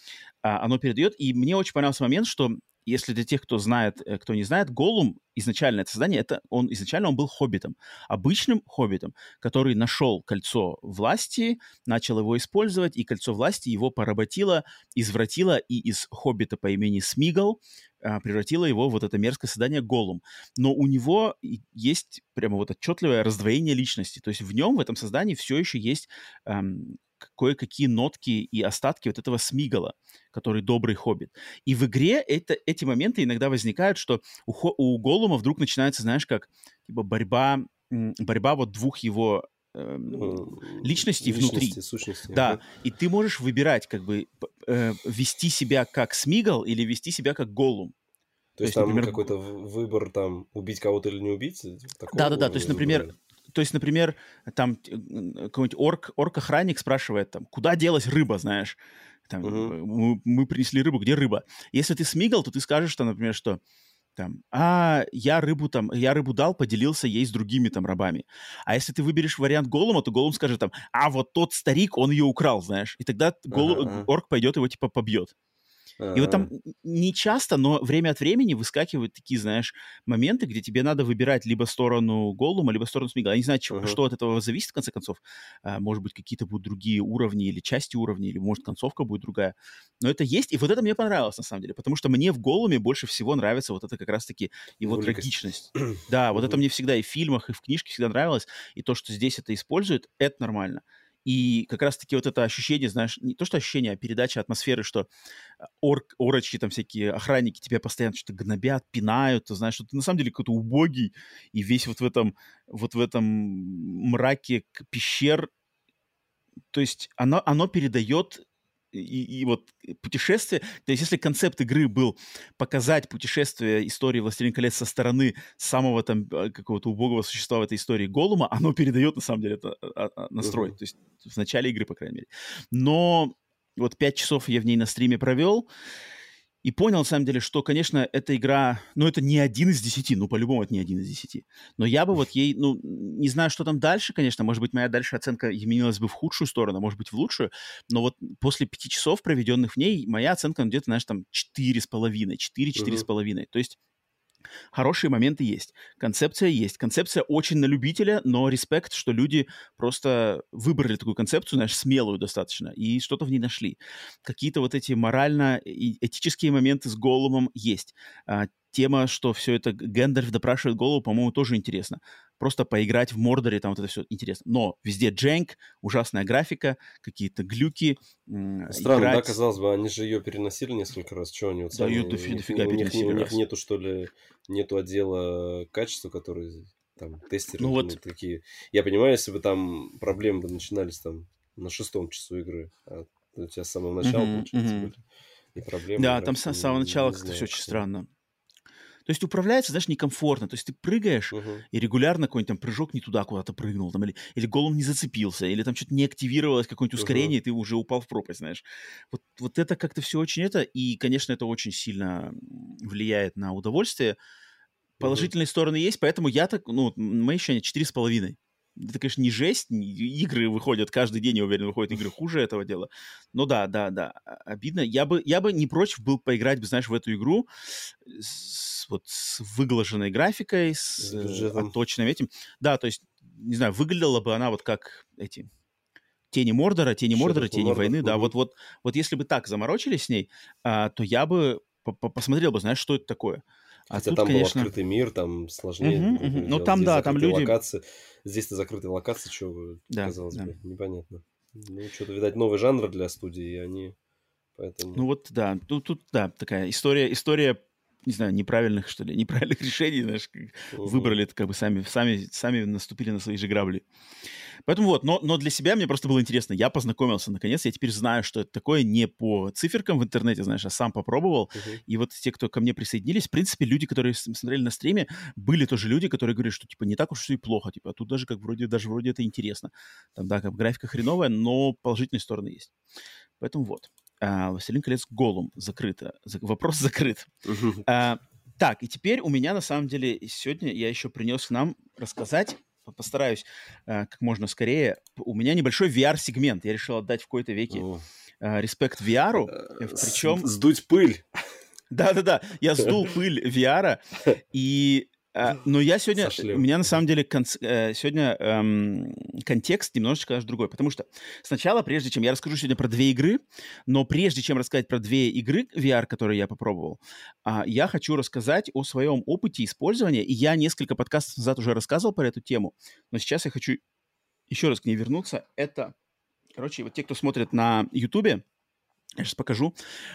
оно передает. И мне очень понравился момент, что если для тех, кто знает, кто не знает, Голлум, изначально это создание, это он изначально он был хоббитом, обычным хоббитом, который нашел кольцо власти, начал его использовать, и кольцо власти его поработило, извратило, и из хоббита по имени Смигал а, превратило его в вот это мерзкое создание Голлум. Но у него есть прямо вот отчетливое раздвоение личности, то есть в нем, в этом создании все еще есть эм, кое-какие нотки и остатки вот этого Смигала, который добрый хоббит. И в игре это, эти моменты иногда возникают, что у, у Голлума вдруг начинается, знаешь, как типа борьба, борьба вот двух его э, личностей, личности внутри. Сущности. Да, Ага. и ты можешь выбирать, как бы, э, вести себя как Смигал или вести себя как Голлум. То, то есть, есть там например, какой-то выбор, там, убить кого-то или не убить? Да-да-да, то есть, например... То есть, например, там какой-нибудь орк, орк-охранник спрашивает, там, куда делась рыба, знаешь? Там, uh-huh. мы, мы принесли рыбу, где рыба? Если ты Смигал, то ты скажешь, что, например, что там, а, я рыбу там, я рыбу дал, поделился ей с другими там рабами. А если ты выберешь вариант Голлума, то Голлум скажет там, а вот тот старик, он ее украл, знаешь? И тогда Голлум, uh-huh. орк пойдет его типа побьет. И вот там не часто, но время от времени выскакивают такие, знаешь, моменты, где тебе надо выбирать либо сторону Голлума, либо сторону Смигала. Я не знаю, uh-huh. что от этого зависит, в конце концов. А, может быть, какие-то будут другие уровни или части уровней, или, может, концовка будет другая. Но это есть, и вот это мне понравилось, на самом деле, потому что мне в Голлуме больше всего нравится вот это как раз-таки его Великость. Трагичность. Да, вот uh-huh. это мне всегда и в фильмах, и в книжке всегда нравилось, и то, что здесь это используют, это нормально. И как раз-таки вот это ощущение, знаешь, не то что ощущение, а передача атмосферы, что орк, орочки, там всякие охранники тебя постоянно что-то гнобят, пинают, ты знаешь, что ты на самом деле какой-то убогий, и весь вот в этом, вот в этом мраке пещер, то есть оно, оно передает и, и вот путешествие, то есть если концепт игры был показать путешествие истории «Властелин колец» со стороны самого там какого-то убогого существа в этой истории Голлума, оно передает на самом деле это настрой, uh-huh. то есть в начале игры, по крайней мере. Но вот пять часов я в ней на стриме провел, и понял, на самом деле, что, конечно, эта игра, ну, это не один из десяти, ну, по-любому это не один из десяти. Но я бы вот ей, ну, не знаю, что там дальше, конечно, может быть, моя дальше оценка изменилась бы в худшую сторону, может быть, в лучшую, но вот после пяти часов, проведенных в ней, моя оценка, ну, где-то, знаешь, там, четыре с половиной, четыре-четыре с половиной. То есть хорошие моменты есть, концепция есть. Концепция очень на любителя, но респект, что люди просто выбрали такую концепцию, знаешь, смелую достаточно, и что-то в ней нашли. Какие-то вот эти морально-этические моменты с Голлумом есть. А, тема, что все это Гэндальф допрашивает Голлума, по-моему, тоже интересно. Просто поиграть в Мордоре, там вот это все интересно. Но везде дженк, ужасная графика, какие-то глюки. Странно, играть... да, казалось бы, они же ее переносили несколько раз. Чего они вот сами... Да, ее дофига, дофига у, них, у у них нету, что ли, нету отдела качества, который там тестеры ну, вот... такие. Я понимаю, если бы там проблемы бы начинались там на шестом часу игры, а у тебя с самого начала, uh-huh, получается, uh-huh. были. и проблемы. Да, и там с самого начала как-то все очень странно. То есть управляется, знаешь, некомфортно. То есть ты прыгаешь, угу. и регулярно какой-нибудь там прыжок не туда куда-то прыгнул, там, или, или голым не зацепился, или там что-то не активировалось, какое-нибудь ускорение, угу. и ты уже упал в пропасть, знаешь. Вот, вот это как-то все очень это, и, конечно, это очень сильно влияет на удовольствие. Положительные угу. стороны есть, поэтому я так, ну, мои ощущения четыре с половиной. Это, конечно, не жесть, игры выходят каждый день, я уверен, выходят игры хуже этого дела. Но да, да, да, обидно. Я бы, я бы не прочь был поиграть, знаешь, в эту игру с, вот, с выглаженной графикой, с, с отточенным этим. Да, то есть, не знаю, выглядела бы она вот как эти... Тени Мордора, Тени Мордора, Тени Мордор, войны, угу. да, вот, вот, вот если бы так заморочились с ней, а, то я бы посмотрел бы, знаешь, что это такое. А Хотя тут, там конечно... был открытый мир, там сложнее. Uh-huh, uh-huh. Ну там, здесь да, там люди... Локации. Здесь-то закрытые локации, что, да, казалось да. бы, непонятно. Ну, что-то, видать, новый жанр для студии, и они поэтому... Ну вот, да, тут, тут да, такая история, история, не знаю, неправильных, что ли, неправильных решений, знаешь, uh-huh. выбрали это как бы сами, сами, сами наступили на свои же грабли. Поэтому вот, но, но для себя мне просто было интересно. Я познакомился, наконец, я теперь знаю, что это такое, не по циферкам в интернете, знаешь, а сам попробовал. Uh-huh. И вот те, кто ко мне присоединились, в принципе, люди, которые смотрели на стриме, были тоже люди, которые говорили, что, типа, не так уж все и плохо, типа, а тут даже как вроде, даже вроде это интересно. Там, да, как графика хреновая, но положительные стороны есть. Поэтому вот. А, «Властелин колец» Голлум закрыто. За... Вопрос закрыт. Uh-huh. А, так, и теперь у меня, на самом деле, сегодня я еще принес нам рассказать, постараюсь э, как можно скорее. У меня небольшой ви ар-сегмент. Я решил отдать в какой-то веке э, респект ви ар. Причем... Сдуть пыль. Да-да-да. Я сдул пыль ви ар. И... Э, но я сегодня... У меня на самом деле кон... э, сегодня эм, контекст немножечко даже другой. Потому что сначала, прежде чем... Я расскажу сегодня про две игры, но прежде чем рассказать про две игры ви ар, которые я попробовал, э, я хочу рассказать о своем опыте использования. И я несколько подкастов назад уже рассказывал про эту тему, но сейчас я хочу еще раз к ней вернуться. Это... Короче, вот те, кто смотрит на Ютубе, я сейчас покажу.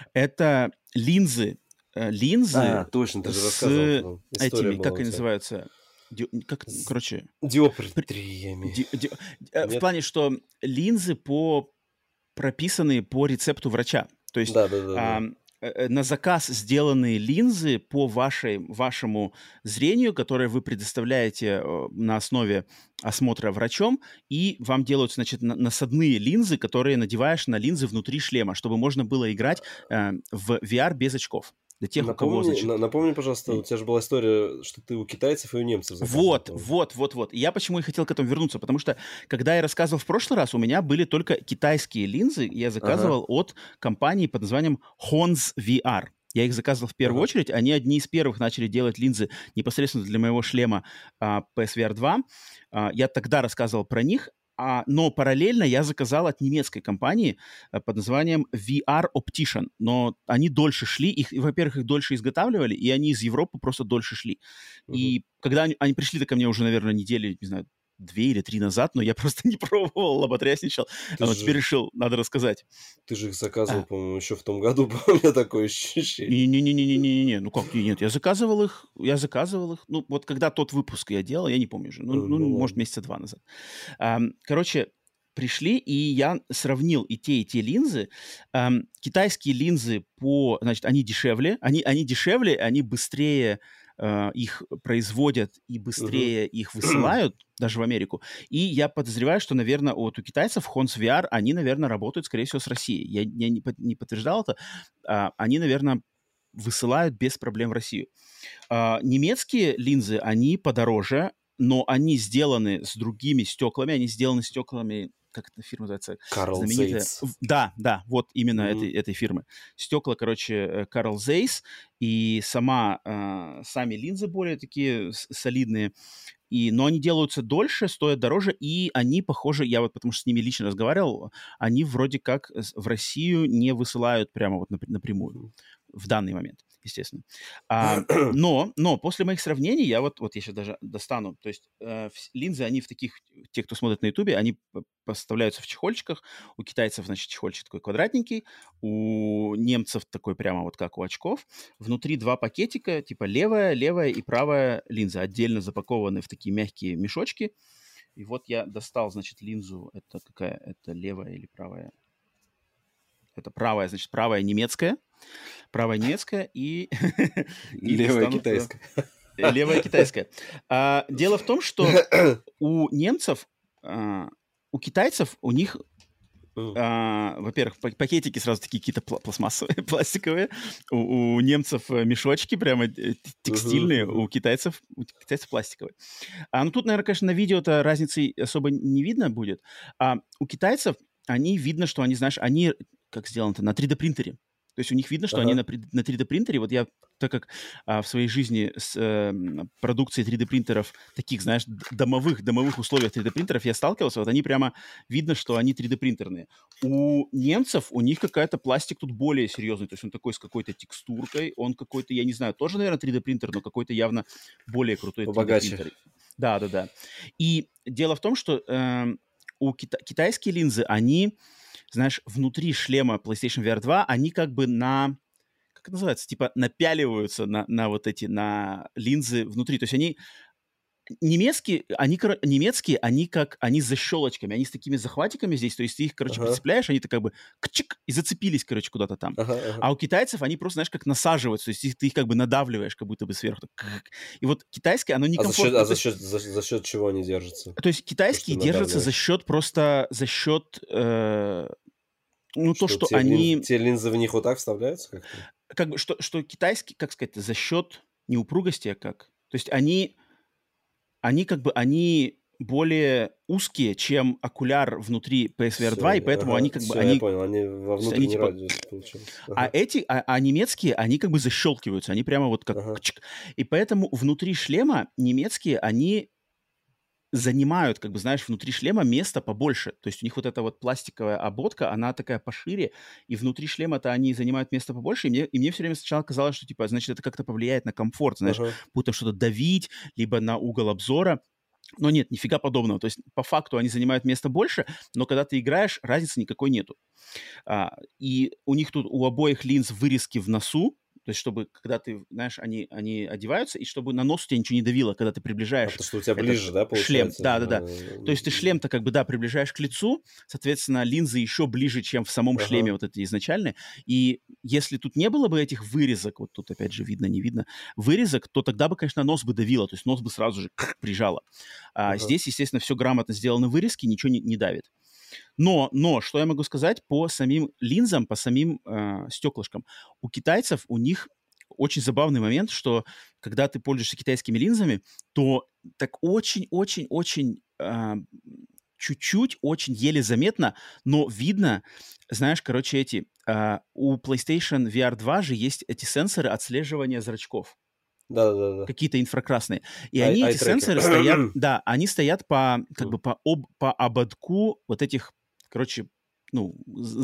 Это линзы. Линзы а, точно, ты же с этими, как они называются? Ди... Как, короче... Диоптриями. Ди... Ди... В плане, что линзы по... прописанные по рецепту врача. То есть да, да, да, а, да. на заказ сделанные линзы по вашей, вашему зрению, которые вы предоставляете на основе осмотра врачом, и вам делают, значит, насадные линзы, которые надеваешь на линзы внутри шлема, чтобы можно было играть э, в ви ар без очков. Для тех, напомни, у кого, значит... Напомни, пожалуйста, у тебя же была история, что ты у китайцев и у немцев заказывал. Вот, вот, вот, вот. И я почему и хотел к этому вернуться, потому что, когда я рассказывал в прошлый раз, у меня были только китайские линзы, я заказывал ага. от компании под названием Honz ви ар. Я их заказывал в первую ага. очередь. Они одни из первых начали делать линзы непосредственно для моего шлема а, пи эс ви ар два. А, я тогда рассказывал про них. А, но параллельно я заказал от немецкой компании а, под названием ви ар Optician. Но они дольше шли. Их, во-первых, их дольше изготавливали, и они из Европы просто дольше шли. Uh-huh. И когда они, они пришли-то ко мне уже, наверное, недели, не знаю, две или три назад, но я просто не пробовал, лоботрясничал. А вот же... теперь решил, надо рассказать. Ты же их заказывал, а. по-моему, еще в том году, у меня такое ощущение. Не-не-не-не-не-не, ну как, нет, я заказывал их, я заказывал их, ну вот когда тот выпуск я делал, я не помню уже, ну, mm, ну, ну может, месяца два назад. А, короче, пришли, и я сравнил и те, и те линзы. Эм, китайские линзы, по, значит, они дешевле, они, они дешевле, они быстрее э, их производят и быстрее uh-huh. их высылают, даже в Америку. И я подозреваю, что, наверное, вот у китайцев Honz ви ар, они, наверное, работают, скорее всего, с Россией. Я, я не, не подтверждал это. А, они, наверное, высылают без проблем в Россию. А, немецкие линзы, они подороже, но они сделаны с другими стеклами, они сделаны стеклами, как эта фирма называется? Карл Zeiss. Да, да, вот именно Mm-hmm. этой, этой фирмы. Стекла, короче, Карл Zeiss, и сама, э, сами линзы более такие солидные. И, но они делаются дольше, стоят дороже, и они, похоже, я вот потому что с ними лично разговаривал, они вроде как в Россию не высылают прямо вот напрямую в данный момент, естественно. А, но, но после моих сравнений, я вот, вот я сейчас даже достану, то есть э, линзы, они в таких, те, кто смотрит на Ютубе, они поставляются в чехольчиках. У китайцев, значит, чехольчик такой квадратненький, у немцев такой прямо вот как у очков. Внутри два пакетика, типа левая, левая и правая линза, отдельно запакованы в такие мягкие мешочки. И вот я достал, значит, линзу, это какая, это левая или правая? Это правая, значит, правая немецкая. правая немецкая и... Левая китайская. Левая китайская. А, дело в том, что у немцев, а, у китайцев, у них, а, во-первых, пакетики сразу такие какие-то пла- пластмассовые, пластиковые. У, у немцев мешочки прямо текстильные, uh-huh, uh-huh. у китайцев, у китайцев пластиковые. А, ну тут, наверное, конечно, на видео-то разницы особо не видно будет. А у китайцев, они видно, что они, знаешь, они, как сделано-то, на три дэ принтере. То есть у них видно, что uh-huh. они на, на три дэ принтере, вот я, так как а, в своей жизни с э, продукцией три дэ принтеров, таких, знаешь, домовых, домовых условиях три дэ принтеров я сталкивался, вот они прямо, видно, что они три дэ принтерные. У немцев, у них какая-то пластик тут более серьезный, то есть он такой с какой-то текстуркой, он какой-то, я не знаю, тоже, наверное, три дэ принтер, но какой-то явно более крутой три дэ принтер. Да, да, да. И дело в том, что э, у кита- китайские линзы, они... знаешь, внутри шлема PlayStation ви ар два, они как бы на, как это называется, типа напяливаются на, на вот эти, на линзы внутри. То есть они немецкие, они, немецкие, они как, они с защелочками, они с такими захватиками здесь, то есть ты их, короче, ага. прицепляешь, они-то как бы кчик, и зацепились, короче, куда-то там. Ага, ага. А у китайцев они просто, знаешь, как насаживаются, то есть их, ты их как бы надавливаешь, как будто бы сверху. И вот китайские, оно некомфортно. А за счет, а за счет, за, за счет чего они держатся? То есть китайские то, держатся за счет просто, за счет... Э, ну, что, то, что те они... Линзы, те линзы в них вот так вставляются как-то? Как бы, что, что китайские, как сказать, за счет не упругости, а как? То есть они, они как бы, они более узкие, чем окуляр внутри пи эс ви ар два, и поэтому ага, они как бы... Все, они, я понял, они во внутренний они, типа, радиус получаются. Ага. А эти, а, а немецкие, они как бы защелкиваются, они прямо вот как... Ага. И поэтому внутри шлема немецкие, они... занимают, как бы, знаешь, внутри шлема место побольше. То есть у них вот эта вот пластиковая ободка, она такая пошире, и внутри шлема-то они занимают место побольше, и мне, и мне все время сначала казалось, что, типа, значит, это как-то повлияет на комфорт, знаешь, uh-huh. будто что-то давить, либо на угол обзора. Но нет, нифига подобного. То есть по факту они занимают место больше, но когда ты играешь, разницы никакой нету. А, и у них тут у обоих линз вырезки в носу, то есть чтобы, когда ты, знаешь, они, они одеваются, и чтобы на нос у тебя ничего не давило, когда ты приближаешь... А потому что у тебя ближе, да, получается? Шлем, да-да-да. То есть ты шлем-то как бы, да, приближаешь к лицу, соответственно, линзы еще ближе, чем в самом ага. шлеме вот эти изначальные. И если тут не было бы этих вырезок, вот тут опять же видно, не видно, вырезок, то тогда бы, конечно, нос бы давило, то есть нос бы сразу же прижало. А ага. здесь, естественно, все грамотно сделаны вырезки, ничего не, не давит. Но, но, что я могу сказать по самим линзам, по самим э, стеклышкам? У китайцев, у них очень забавный момент, что когда ты пользуешься китайскими линзами, то так очень-очень-очень э, чуть-чуть, очень еле заметно, но видно, знаешь, короче, эти... Э, у PlayStation ви ар два же есть эти сенсоры отслеживания зрачков. Да-да-да. Какие-то инфракрасные. И они, эти сенсоры стоят, да, они стоят по, как бы по, об, по ободку вот этих, короче, ну,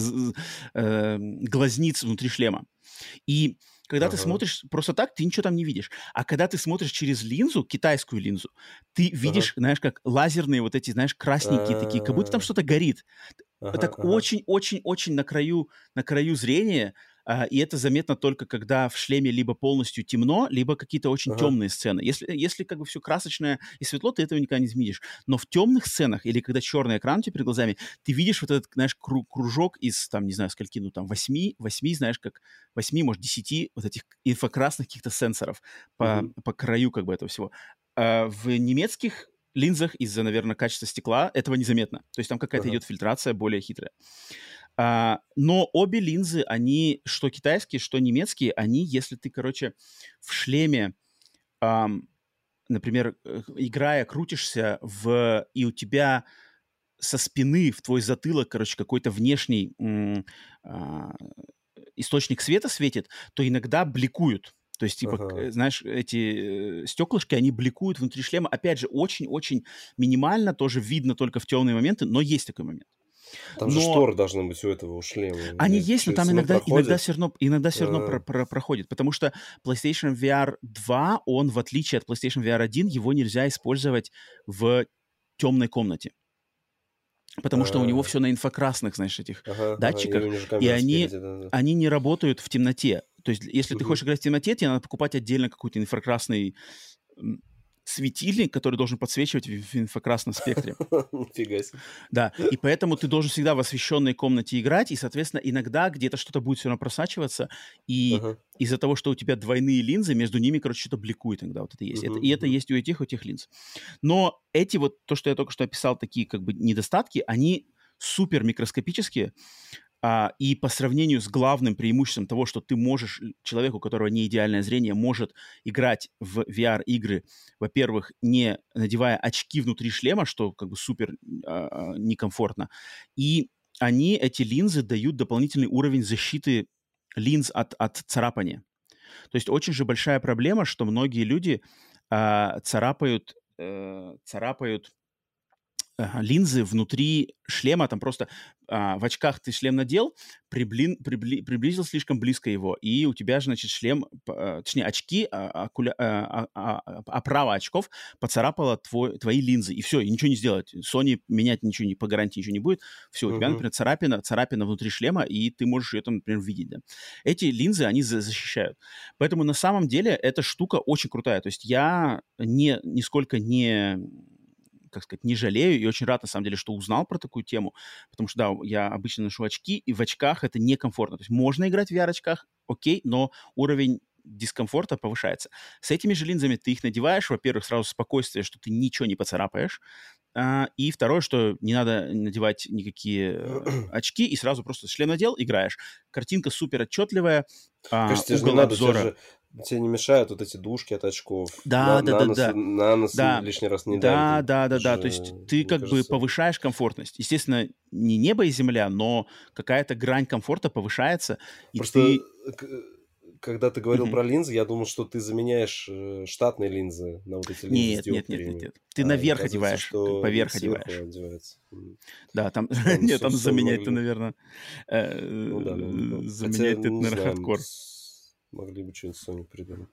э, глазниц внутри шлема. И когда ага. ты смотришь просто так, ты ничего там не видишь. А когда ты смотришь через линзу, китайскую линзу, ты видишь, ага. знаешь, как лазерные вот эти, знаешь, красненькие А-а-а. такие, как будто там что-то горит. Ага, так очень-очень-очень ага. на краю, на краю зрения. Uh, и это заметно только, когда в шлеме либо полностью темно, либо какие-то очень ага. темные сцены. Если, если как бы все красочное и светло, ты этого никогда не видишь. Но в темных сценах, или когда черный экран у тебя перед глазами, ты видишь вот этот, знаешь, кру- кружок из, там, не знаю, скольки, ну, там, восьми, восьми, знаешь, как восьми, может, десяти вот этих инфракрасных каких-то сенсоров по, угу. по краю, как бы, этого всего. Uh, в немецких линзах из-за, наверное, качества стекла этого незаметно. То есть там какая-то ага. идет фильтрация более хитрая. Uh, но обе линзы, они, что китайские, что немецкие, они, если ты, короче, в шлеме, um, например, играя, крутишься, в, и у тебя со спины в твой затылок, короче, какой-то внешний м, uh, источник света светит, то иногда бликуют. То есть, типа, ага. знаешь, эти стеклышки, они бликуют внутри шлема. Опять же, очень-очень минимально, тоже видно только в темные моменты, но есть такой момент. Там но... же шторы должны быть у этого у шлема. Они есть, но там иногда, иногда все равно, иногда все равно про, про, проходит. Потому что PlayStation ви ар два, он, в отличие от PlayStation ви ар один, его нельзя использовать в темной комнате. Потому А-а-а. что у него все на инфракрасных, знаешь, этих ага, датчиках. Ага, и и они, спереди, да, да. они не работают в темноте. То есть если угу. ты хочешь играть в темноте, тебе надо покупать отдельно какой-то инфракрасный светильник, который должен подсвечивать в, в инфракрасном спектре. Нифига себе. Да, и поэтому ты должен всегда в освещенной комнате играть, и, соответственно, иногда где-то что-то будет все равно просачиваться, и Ага. из-за того, что у тебя двойные линзы, между ними, короче, что-то бликует иногда, вот это есть. Мгм, Это, и это мгм. есть у этих, у этих линз. Но эти вот, то, что я только что описал, такие как бы недостатки, они супер микроскопические, а, и по сравнению с главным преимуществом того, что ты можешь, л- человеку, у которого не идеальное зрение, может играть в ви ар-игры, во-первых, не надевая очки внутри шлема, что как бы супер а, а, некомфортно, и они, эти линзы, дают дополнительный уровень защиты линз от, от царапания. То есть очень же большая проблема, что многие люди а, царапают, э, царапают ага, линзы внутри шлема, там просто а, в очках ты шлем надел, приблин, прибли- приблизил слишком близко его, и у тебя же, значит, шлем, п- а, точнее, очки, а, окуля- а, а- а- оправа очков поцарапала твой, твои линзы, и все, и ничего не сделать. Sony менять ничего не, по гарантии ничего не будет. Все, у тебя, Мгм. например, царапина, царапина внутри шлема, и ты можешь ее там, например, видеть, да. Эти линзы, они за- защищают. Поэтому на самом деле эта штука очень крутая. То есть я не, нисколько не как сказать, не жалею и очень рад, на самом деле, что узнал про такую тему, потому что, да, я обычно ношу очки, и в очках это некомфортно. То есть можно играть в ви ар-очках, окей, но уровень дискомфорта повышается. С этими же линзами ты их надеваешь, во-первых, сразу спокойствие, что ты ничего не поцарапаешь, а, и второе, что не надо надевать никакие э, очки, и сразу просто шлем надел, играешь. Картинка супер отчетливая, а, Конечно, тебе же не угол надо, тебе обзора. же тебе не мешают вот эти душки от очков. На, Да, да, на да, нос, да. на нос Да, лишний раз не давит. да, да, да, Это да. То же, есть ты мне как бы кажется, повышаешь комфортность. Естественно, не небо и земля, но какая-то грань комфорта повышается, и просто ты... э, к- когда ты говорил Мгм. про линзы, я думал, что ты заменяешь э, штатные линзы на вот эти линзы с Нет, нет, нет, нет, диоптриями. нет. Ты А наверх оказывается, одеваешь, как что поверх сверху одеваешь. одевается. М. Да, там... Странно, Нет, Со- там Sony заменять-то, могли. наверное... Ну да, надо было. Хотя, Заменять-то, это, не наверное, знаю, хардкор. с- могли бы что-нибудь Sony придумать.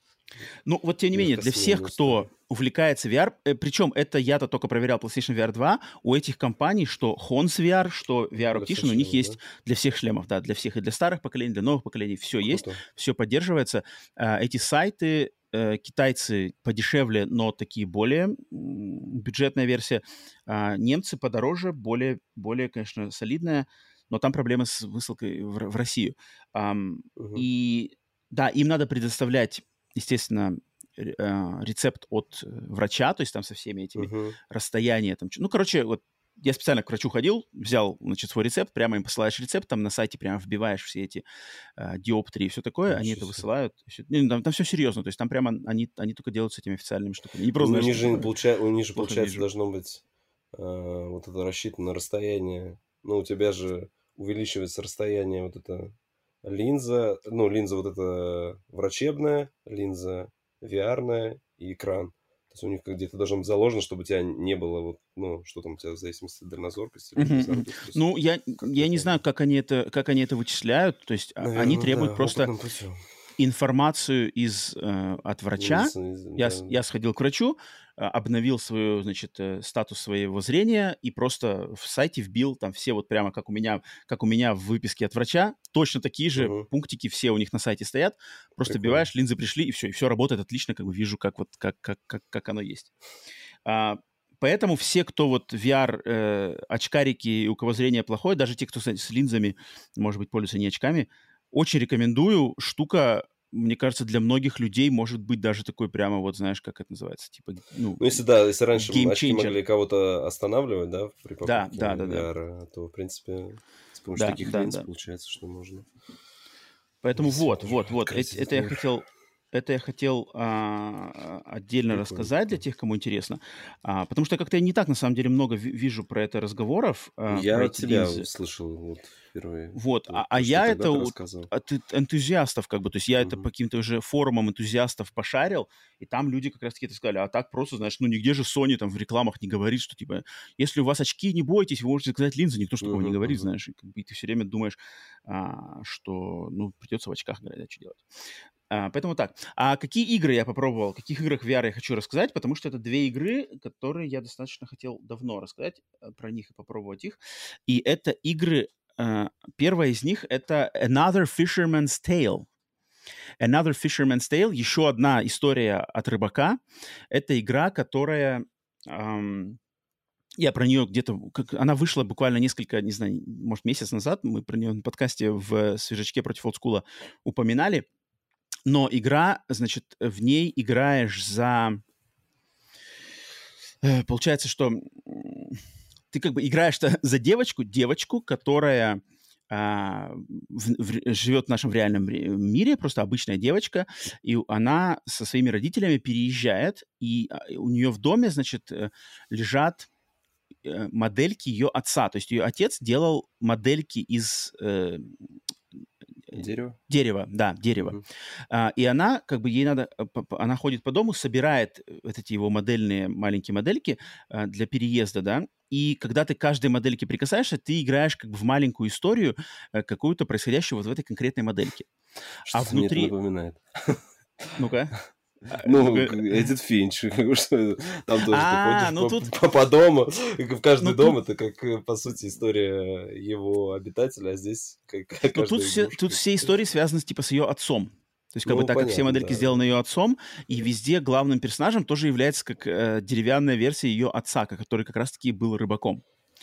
Ну, вот тем не менее, для всех, Легкосменную историю. кто увлекается ви ар, э, причем это я-то только проверял PlayStation ви ар два, у этих компаний, что Hons ви ар, что ви ар Для всех Optician, у них шлемов, да? есть для всех шлемов, да, для всех, и для старых поколений, для новых поколений, все есть, Круто. все поддерживается. А, эти сайты, э, китайцы подешевле, но такие более м, бюджетная версия, а немцы подороже, более, более, конечно, солидная, но там проблемы с высылкой в, Р- в Россию. Ам, Мгм. и да, им надо предоставлять, естественно, ре- а, рецепт от э, врача, то есть там со всеми этими Мгм. расстояния. Там, чё- ну, короче, вот я специально к врачу ходил, взял, значит, свой рецепт, прямо им посылаешь рецепт, там на сайте прямо вбиваешь все эти а, диоптрии и все такое, они Ничего это себе. высылают. Всё- не, там, там все серьезно, то есть там прямо они, они только делают с этими официальными штуками. Не просто, Ну, у знаешь, них же, не типа, получа- у них же, плохо получается, вижу. должно быть э, вот это рассчитано расстояние. Ну, у тебя же увеличивается расстояние вот это линза, ну, линза вот эта врачебная, линза ви ар-ная и экран. То есть у них как где-то должно быть заложено, чтобы у тебя не было вот, ну, что там у тебя в зависимости от дальнозоркости или Мгм, мгм. близорукости. То есть Ну, я, как-то я не это, знаю, как они это, как они это вычисляют, то есть а, они наверное, требуют да, просто опытным путем. информацию из, э, от врача. Медицина, из- Я, да, с- да. я сходил к врачу, а, обновил свою, значит, э, статус своего зрения и просто в сайте вбил там все вот прямо как у меня, как у меня в выписке от врача, точно такие же Мгм. пунктики все у них на сайте стоят. Просто Прикольно. вбиваешь, линзы пришли, и все, и все работает отлично, как бы вижу, как вот, как, как, как, как оно есть. А, Поэтому все, кто вот ви ар, э, очкарики, у кого зрение плохое, даже те, кто с, с линзами, может быть, пользуются не очками, очень рекомендую. Штука, мне кажется, для многих людей может быть даже такой прямо, вот знаешь, как это называется, типа, ну, Ну, если да, если раньше м, очки геймчейнджер. могли кого-то останавливать, да, при Да, покупке да, да, да, ви ар, то, в принципе, с помощью да, таких да, линз да. получается, что можно Поэтому вот, действительно вот, вот, открыть эт- это этот я мир. хотел, это я хотел а, отдельно Прикольно, рассказать для прикольно. тех, кому интересно. А, потому что как-то я не так, на самом деле, много ви- вижу про это разговоров, а, про Я от эти тебя линзы. услышал вот впервые. Вот, Вот а, а то, что я тогда это ты у- рассказывал. от э- энтузиастов, как бы, то есть я это по Мгм. каким-то уже форумам энтузиастов пошарил, и там люди как раз-таки это сказали, а так просто, знаешь, ну нигде же Sony там в рекламах не говорит, что типа, если у вас очки, не бойтесь, вы можете заказать линзы, никто же такого не Мгм, говорит, мгм. знаешь, и, как бы, и ты все время думаешь, а, что, ну, придется в очках играть, а что делать. А, поэтому так. А какие игры я попробовал? О каких играх ви ар я хочу рассказать? Потому что это две игры, которые я достаточно хотел давно рассказать э, про них и попробовать их. И это игры... э, Первая из них — это Another Fisherman's Tale. Another Fisherman's Tale, еще одна история от рыбака. Это игра, которая... Эм, я про нее где-то... Как, она вышла буквально несколько, не знаю, может, месяц назад. Мы про нее на подкасте в «Свежачке против олдскула» упоминали. Но игра, значит, в ней играешь за... Получается, что ты как бы играешь-то за девочку, девочку, которая... Uh, в, в, живет в нашем реальном мире, просто обычная девочка, и она со своими родителями переезжает, и у нее в доме, значит, лежат модельки ее отца. То есть ее отец делал модельки из... Uh, Дерево? Дерево, да, дерево. Uh-huh. Uh, и она, как бы, ей надо... Она ходит по дому, собирает вот эти его модельные маленькие модельки uh, для переезда, да, и когда ты к каждой модельке прикасаешься, ты играешь как бы в маленькую историю uh, какую-то происходящую вот в этой конкретной модельке. Что а внутри... мне это напоминает? Ну-ка. Ну, Эдит Финч, там тоже ты ходишь по дому, в каждый дом это как, по сути, история его обитателя, а здесь каждая игрушка. Тут все истории связаны типа с ее отцом. То есть, как ну, бы, так понятно, как все модельки да. сделаны ее отцом, и везде главным персонажем тоже является как э, деревянная версия ее отца, который как раз-таки был рыбаком.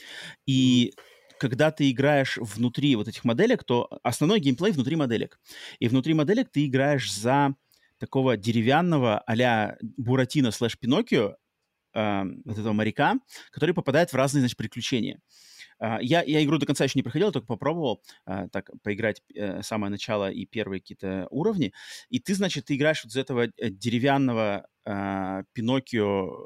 И когда ты играешь внутри вот этих моделек, то основной геймплей внутри моделек. И внутри моделек ты играешь за такого деревянного а-ля Буратино слэш Пиноккио, э, вот этого моряка, который попадает в разные, значит, приключения. Uh, я, я игру до конца еще не проходил, только попробовал uh, так поиграть uh, самое начало и первые какие-то уровни. И ты, значит, ты играешь вот из этого деревянного uh, Пиноккио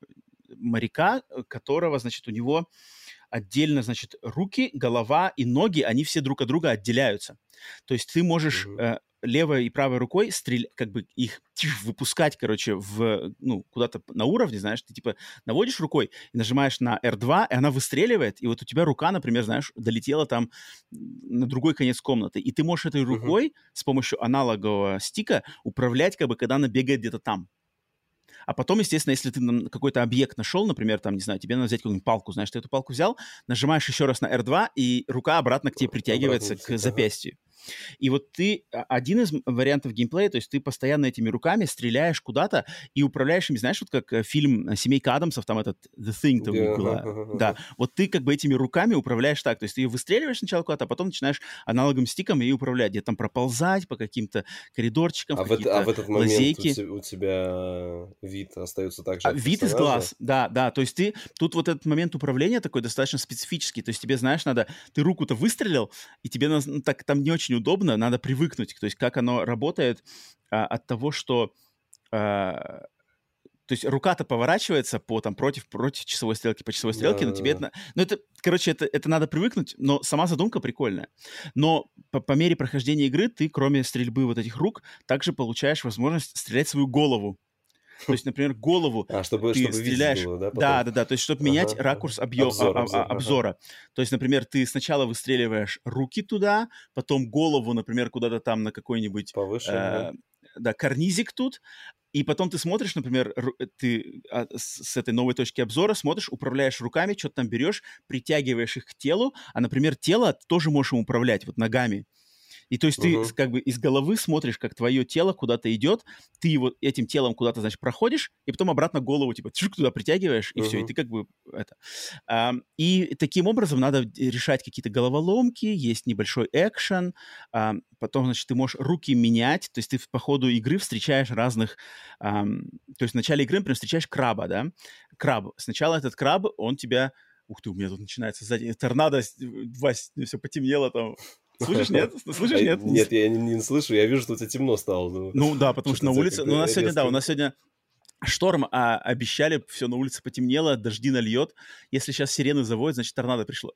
моряка, которого, значит, у него отдельно, значит, руки, голова и ноги, они все друг от друга отделяются. То есть ты можешь... Uh, левой и правой рукой стрелять, как бы их тьф, выпускать, короче, в, ну, куда-то на уровне, знаешь, ты типа наводишь рукой и нажимаешь на эр два, и она выстреливает, и вот у тебя рука, например, знаешь, долетела там на другой конец комнаты, и ты можешь этой рукой uh-huh. с помощью аналогового стика управлять, как бы, когда она бегает где-то там. А потом, естественно, если ты какой-то объект нашел, например, там, не знаю, тебе надо взять какую-нибудь палку, знаешь, ты эту палку взял, нажимаешь еще раз на эр два, и рука обратно к тебе притягивается обратно, к запястью. И вот ты, один из вариантов геймплея, то есть ты постоянно этими руками стреляешь куда-то и управляешь ими, знаешь, вот как фильм «Семейка Адамсов», там этот «The Thing» там yeah, была. Uh-huh, uh-huh. Да, вот ты как бы этими руками управляешь так, то есть ты ее выстреливаешь сначала куда-то, а потом начинаешь аналоговым стиком ее управлять, где-то там проползать по каким-то коридорчикам, а в какие-то а в этот лазейки. момент у тебя вид остается так же а, Вид из глаз, да, да, то есть ты, тут вот этот момент управления такой достаточно специфический, то есть тебе, знаешь, надо, ты руку-то выстрелил, и тебе ну, так, там не очень удобно, надо привыкнуть, то есть как оно работает а, от того, что а, то есть рука-то поворачивается по там против против часовой стрелки, по часовой стрелке, да, но тебе да. это, ну это, короче, это это надо привыкнуть, но сама задумка прикольная. Но по, по мере прохождения игры ты, кроме стрельбы вот этих рук, также получаешь возможность стрелять свою голову. То есть, например, голову а, чтобы, ты чтобы стреляешь... Было, да, да, да, да, то есть, чтобы ага, менять ракурс объем, обзор, а, обзор, обзора. Ага. То есть, например, ты сначала выстреливаешь руки туда, потом голову, например, куда-то там на какой-нибудь... Повыше, э, да. да, карнизик тут, и потом ты смотришь, например, ты с этой новой точки обзора смотришь, управляешь руками, что-то там берешь, притягиваешь их к телу, а, например, тело ты тоже можешь им управлять вот ногами. И то есть uh-huh. ты как бы из головы смотришь, как твое тело куда-то идет, ты его этим телом куда-то, значит, проходишь, и потом обратно голову, типа, чук, туда притягиваешь, и uh-huh. все, и ты как бы это... А, и таким образом надо решать какие-то головоломки, есть небольшой экшен, а, потом, значит, ты можешь руки менять, то есть ты по ходу игры встречаешь разных... А, то есть в начале игры, например, встречаешь краба, да? Краб. Сначала этот краб, он тебя... Ух ты, у меня тут начинается сзади торнадо, Вась, все потемнело там... Слышишь, нет? Слышишь, нет? Нет, я не, не слышу, я вижу, что у тебя темно стало. Ну, ну да, потому что, что на улице... Ну, у нас резко... сегодня, да, у нас сегодня шторм, а обещали, все, на улице потемнело, дожди нальет. Если сейчас сирены заводят, значит, торнадо пришло.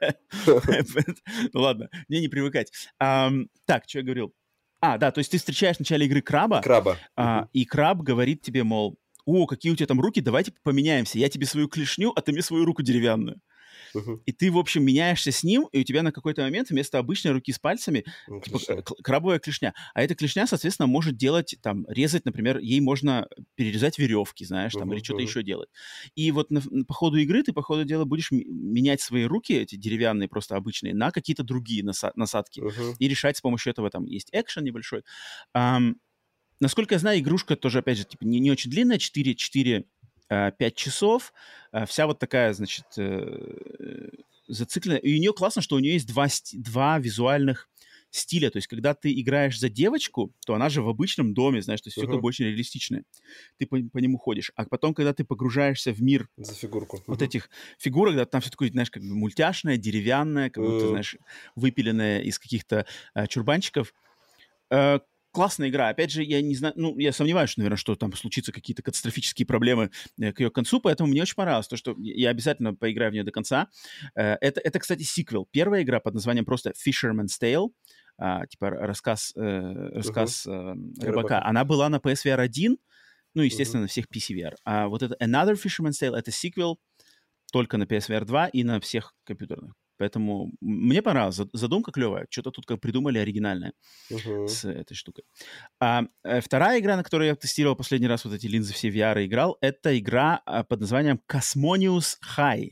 Ну ладно, мне не привыкать. Так, что я говорил? А, да, то есть ты встречаешь в начале игры краба. Краба. И краб говорит тебе, мол, о, какие у тебя там руки, давайте поменяемся. Я тебе свою клешню, а ты мне свою руку деревянную. Мгм. И ты, в общем, меняешься с ним, и у тебя на какой-то момент вместо обычной руки с пальцами Ну, типа клешня. э, к- крабовая клешня. А эта клешня, соответственно, может делать, там, резать, например, ей можно перерезать веревки, знаешь, там, или Мгм, что-то мгм. еще делать. И вот на- на- по ходу игры ты, по ходу дела, будешь м- менять свои руки, эти деревянные, просто обычные, на какие-то другие наса- насадки. Мгм. И решать с помощью этого, там, есть экшен небольшой. Ам, насколько я знаю, игрушка тоже, опять же, типа, не, не очень длинная, четыре четыре пять часов. А, вся вот такая, значит, э, зацикленная. И у нее классно, что у нее есть два, сти- два визуальных стиля. То есть, когда ты играешь за девочку, то она же в обычном доме, знаешь, то есть все как Мгм. бы очень реалистичное. Ты по, по нему ходишь. А потом, когда ты погружаешься в мир За фигурку. вот Мгм. этих фигурок, да, там все такое, знаешь, как бы мультяшное, деревянное, как будто, М, знаешь, выпиленное из каких-то э, чурбанчиков. Э, классная игра. Опять же, я не знаю, ну, я сомневаюсь, что, наверное, что там случится какие-то катастрофические проблемы э, к ее концу, поэтому мне очень понравилось то, что я обязательно поиграю в нее до конца. Э, это, это, кстати, сиквел. Первая игра под названием просто Fisherman's Tale, а, типа р- рассказ, э, мгм. рассказ э, рыбака. Рыбака. Она была на пи эс ви ар один, ну, Мгм. естественно, на всех пи си ви ар. А вот это Another Fisherman's Tale — это сиквел только на пи эс ви ар два и на всех компьютерных. Поэтому м- мне понравилось. Зад- Задумка клевая. Что-то тут как придумали оригинальное Мгм. с этой штукой. А, э, вторая игра, на которой я тестировал последний раз вот эти линзы все ви ар и играл, это игра а, под названием Cosmonius High.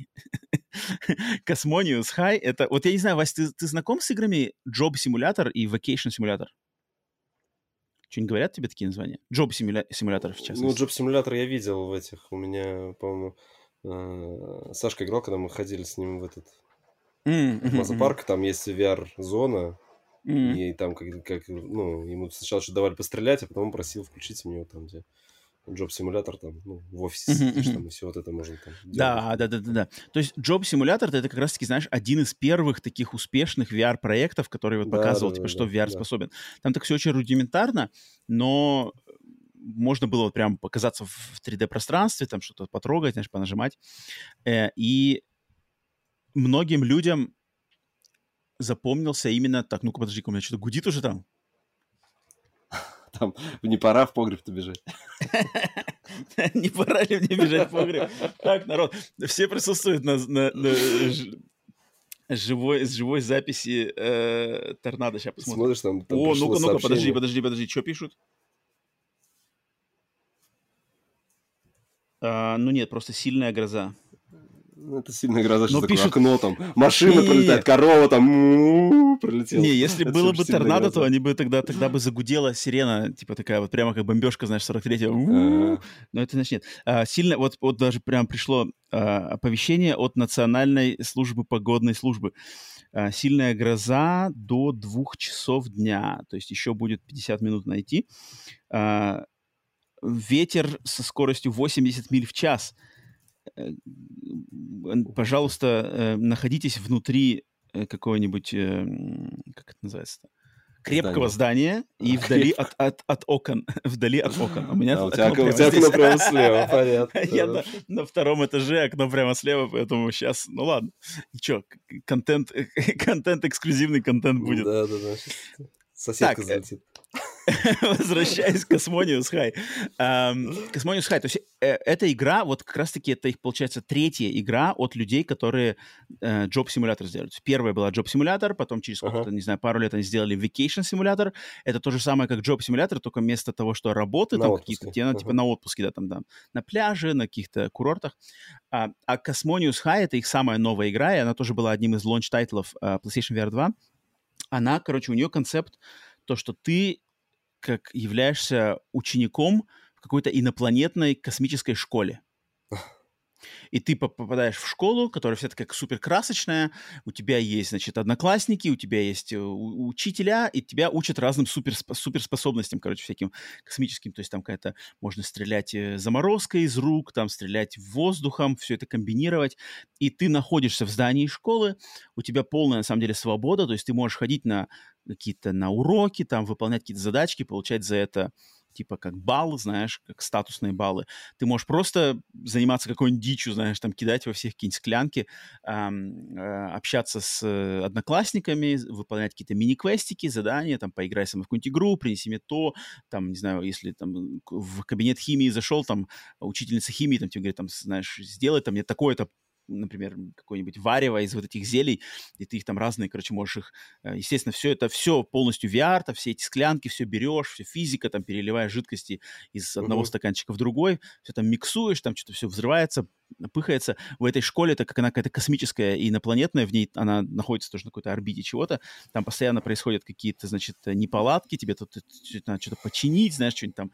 Cosmonius High — это... Вот я не знаю, Вась, ты, ты знаком с играми Job Simulator и Vacation Simulator? Что-нибудь говорят тебе такие названия? Job Simulator, в Ну, частности. Job Simulator я видел в этих. У меня, по-моему, э, Сашка играл, когда мы ходили с ним в этот М, в мгм, мгм. Маза-парк. Там есть ви ар-зона, М. и там как, как, ну, ему сначала что давали пострелять, а потом просил включить мне там, где Job Simulator, там, ну, в офисе Мгм, сидишь, мгм. там, и все вот это можно там дергать. Да, Там, да, да, да, там. да. То есть Job Simulator — это как раз-таки, знаешь, один из первых таких успешных ви ар-проектов, который вот Да, да, показывал, да, типа, что да, ви ар да. способен. Там так все очень рудиментарно, но можно было вот прям показаться в три дэ-пространстве, там что-то потрогать, знаешь, понажимать. Э, и многим людям запомнился именно... Так, ну-ка, подожди-ка, у меня что-то гудит уже там. Там не пора в погреб-то бежать. Не пора ли мне бежать в погреб? Так, народ, все присутствуют на, на- на ж- живой, с живой записи э, торнадо. Сейчас посмотрим. Смотришь, там, там О, пришло ну-ка, ну-ка, подожди, сообщение. подожди, подожди, что пишут? А, ну нет, просто сильная гроза. Ну, это сильная гроза, что Но такое пишут... окно там, машина Не-не-не, пролетает, корова там му-у-у, пролетела. не, если Это все было же бы сильная торнадо, то гроза. они бы тогда, тогда бы загудела сирена, типа такая вот прямо как бомбежка, знаешь, сорок третьего. У-у-у. Ага. Но это значит нет. А, сильно, вот, вот даже прям пришло а, оповещение от Национальной службы погодной службы. А, сильная гроза до двух часов дня, то есть еще будет пятьдесят минут найти. А, ветер со скоростью восемьдесят миль в час. Э, м, Ух ты. Пожалуйста, э, находитесь внутри э, какого-нибудь, э, м, как это называется-то? Крепкого Здание. здания и А, вдали крепко. от, от, от окон. Вдали от окон. У меня А, тут у тебя, окно ок- у прямо тебя здесь. окно прямо слева, понятно. Я на, Хорошо. на втором этаже, окно прямо слева, поэтому сейчас, ну ладно. И что, контент, контент, эксклюзивный контент будет. Да-да-да, сейчас соседка Так, э, залетит. возвращаясь к Cosmonius High. Ам, Cosmonius High, то есть э, эта игра, вот как раз-таки это их, получается, третья игра от людей, которые э, Job Simulator сделали. То есть первая была Job Simulator, потом через Ага. сколько-то, не знаю, пару лет они сделали Vacation Simulator. Это то же самое, как Job Simulator, только вместо того, что работы На там какие-то, отпуске. те, ну, типа Ага. на отпуске, да, там, да, на пляже, на каких-то курортах. А, а Cosmonius High — это их самая новая игра, и она тоже была одним из лонч-тайтлов э, PlayStation ви ар два. Она, короче, у нее концепт, то, что ты как являешься учеником в какой-то инопланетной космической школе. И ты поп- попадаешь в школу, которая вся такая супер красочная, у тебя есть, значит, одноклассники, у тебя есть э, у- учителя, и тебя учат разным супер, суперспособностям, короче, всяким космическим. То есть там какая-то, можно стрелять э, заморозкой из рук, там стрелять воздухом, все это комбинировать. И ты находишься в здании школы, у тебя полная, на самом деле, свобода, то есть ты можешь ходить на какие-то на уроки, там выполнять какие-то задачки, получать за это типа как баллы, знаешь, как статусные баллы. Ты можешь просто заниматься какой-нибудь дичью, знаешь, там кидать во всех какие-нибудь склянки, эм, э, общаться с э, одноклассниками, выполнять какие-то мини-квестики, задания, там, поиграй со мной в какую-нибудь игру, принеси мне то, там, не знаю, если там к- в кабинет химии зашел, там, учительница химии, там, тебе говорит, там, знаешь, сделай там мне такое-то например, какое-нибудь варево из вот этих зелий, и ты их там разные, короче, можешь их... Естественно, все это, все полностью ви ар, все эти склянки, все берешь, все физика, там, переливаешь жидкости из одного uh-huh. стаканчика в другой, все там миксуешь, там что-то все взрывается, пыхается. В этой школе, так как она какая-то космическая и инопланетная, в ней она находится тоже на какой-то орбите чего-то, там постоянно происходят какие-то, значит, неполадки, тебе тут надо что-то починить, знаешь, что-нибудь там,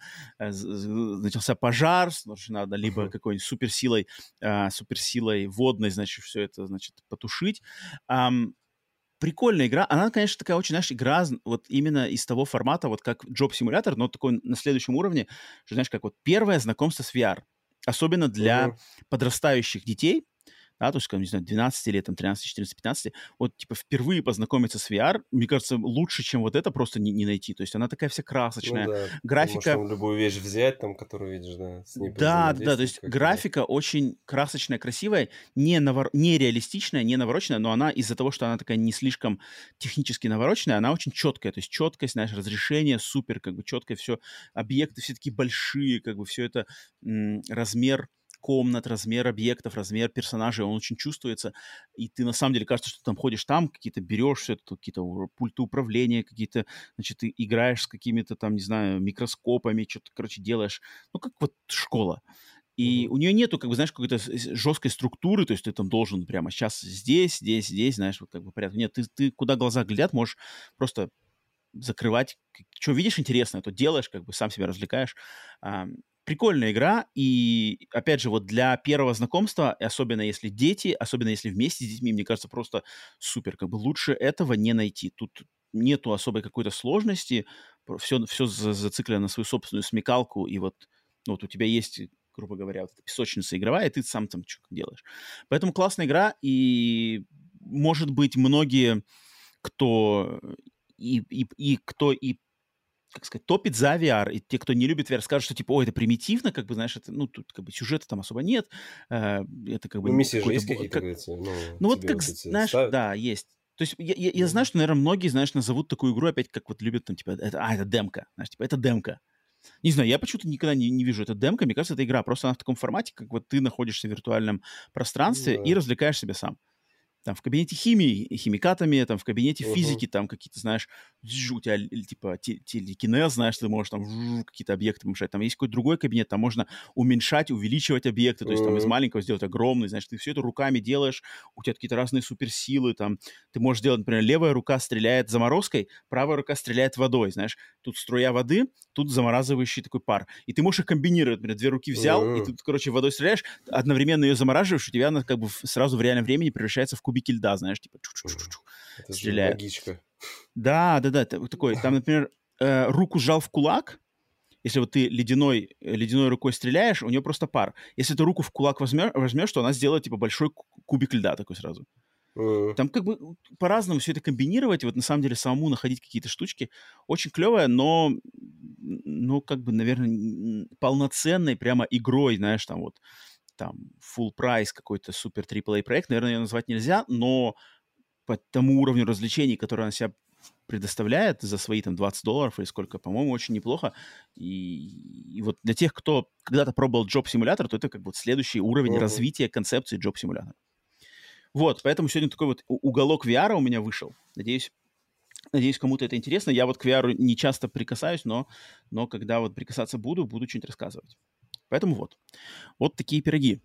начался пожар, надо либо uh-huh. какой-нибудь суперсилой, а, суперсилой водной, значит, все это, значит, потушить. Um, Прикольная игра. Она, конечно, такая очень, знаешь, игра вот именно из того формата, вот как Job Simulator, но такой на следующем уровне, что, знаешь, как вот первое знакомство с ви ар. Особенно для uh-huh. подрастающих детей, да, то есть, как, не знаю, двенадцать лет, там, тринадцать, четырнадцать, пятнадцать, вот, типа, впервые познакомиться с ви ар, мне кажется, лучше, чем вот это просто не, не найти. То есть она такая вся красочная. Ну, да. Графика... Можешь любую вещь взять, там, которую видишь, да, с ней Да, да, то есть графика да. очень красочная, красивая, не, навор... не реалистичная, не навороченная, но она из-за того, что она такая не слишком технически навороченная, она очень четкая, то есть четкость, знаешь, разрешение супер, как бы четкое все, объекты все такие большие, как бы все это м- размер комнат, размер объектов, размер персонажей, он очень чувствуется, и ты на самом деле кажется, что ты там ходишь там, какие-то берешь все это, какие-то пульты управления, какие-то, значит, ты играешь с какими-то там, не знаю, микроскопами, что-то, короче, делаешь, ну, как вот школа. И uh-huh. у нее нету, как бы, знаешь, какой-то жесткой структуры, то есть ты там должен прямо сейчас здесь, здесь, здесь, знаешь, вот как бы порядок. Нет, ты, ты куда глаза глядят, можешь просто закрывать, что видишь интересное, то делаешь, как бы сам себя развлекаешь. Прикольная игра, и, опять же, вот для первого знакомства, особенно если дети, особенно если вместе с детьми, мне кажется, просто супер, как бы лучше этого не найти. Тут нету особой какой-то сложности, все, все зациклено на свою собственную смекалку, и вот, ну, вот у тебя есть, грубо говоря, вот эта песочница игровая, и ты сам там что делаешь. Поэтому классная игра, и, может быть, многие, кто и, и, и кто и как сказать, топит за ви ар, и те, кто не любит ви ар, скажут, что, типа, ой, это примитивно, как бы, знаешь, это, ну, тут, как бы, сюжета там особо нет, э, это, как бы... Ну, миссии же есть какие-то, как... ну, ну, вот, как, вот знаешь, ставят? Да, есть. То есть я, я, я знаю, что, наверное, многие, знаешь, назовут такую игру опять, как вот любят, там, типа, это, а, это демка, знаешь, типа, это демка. Не знаю, я почему-то никогда не, не вижу это демка, мне кажется, это игра, просто она в таком формате, как вот ты находишься в виртуальном пространстве ну, да. и развлекаешь себя сам. Там в кабинете химии, химикатами, там в кабинете uh-huh. физики, там какие-то, знаешь, у тебя типа телекинез, знаешь, ты можешь там какие-то объекты помешать. Там есть какой-то другой кабинет, там можно уменьшать, увеличивать объекты, то есть uh-huh. там из маленького сделать огромный, знаешь, ты все это руками делаешь, у тебя какие-то разные суперсилы, там ты можешь делать, например, левая рука стреляет заморозкой, правая рука стреляет водой, знаешь, тут струя воды, тут замораживающий такой пар. И ты можешь их комбинировать, например, две руки взял, uh-huh. и ты, короче, водой стреляешь, одновременно ее замораживаешь, у тебя она как бы сразу в реальном времени превращается в кубики льда, знаешь, типа это стреляет. Же магичка. Да, да, да, такой, там, например, э, руку сжал в кулак, если вот ты ледяной, ледяной рукой стреляешь, у нее просто пар. Если ты руку в кулак возьмешь, возьмешь то она сделает, типа, большой кубик льда такой сразу. Uh-huh. Там как бы по-разному все это комбинировать, вот на самом деле самому находить какие-то штучки. Очень клевое, но, ну, как бы, наверное, полноценной прямо игрой, знаешь, там вот, там, full price какой-то супер трипл эй проект, наверное, ее назвать нельзя, но по тому уровню развлечений, который она себя предоставляет за свои там двадцать долларов или сколько, по-моему, очень неплохо. И, и вот для тех, кто когда-то пробовал Job Simulator, то это как бы вот следующий уровень uh-huh. развития концепции Job Simulator. Вот, поэтому сегодня такой вот уголок ви ар у меня вышел. Надеюсь, надеюсь, кому-то это интересно. Я вот к ви ар не часто прикасаюсь, но, но когда вот прикасаться буду, буду что-нибудь рассказывать. Поэтому вот. Вот такие пироги.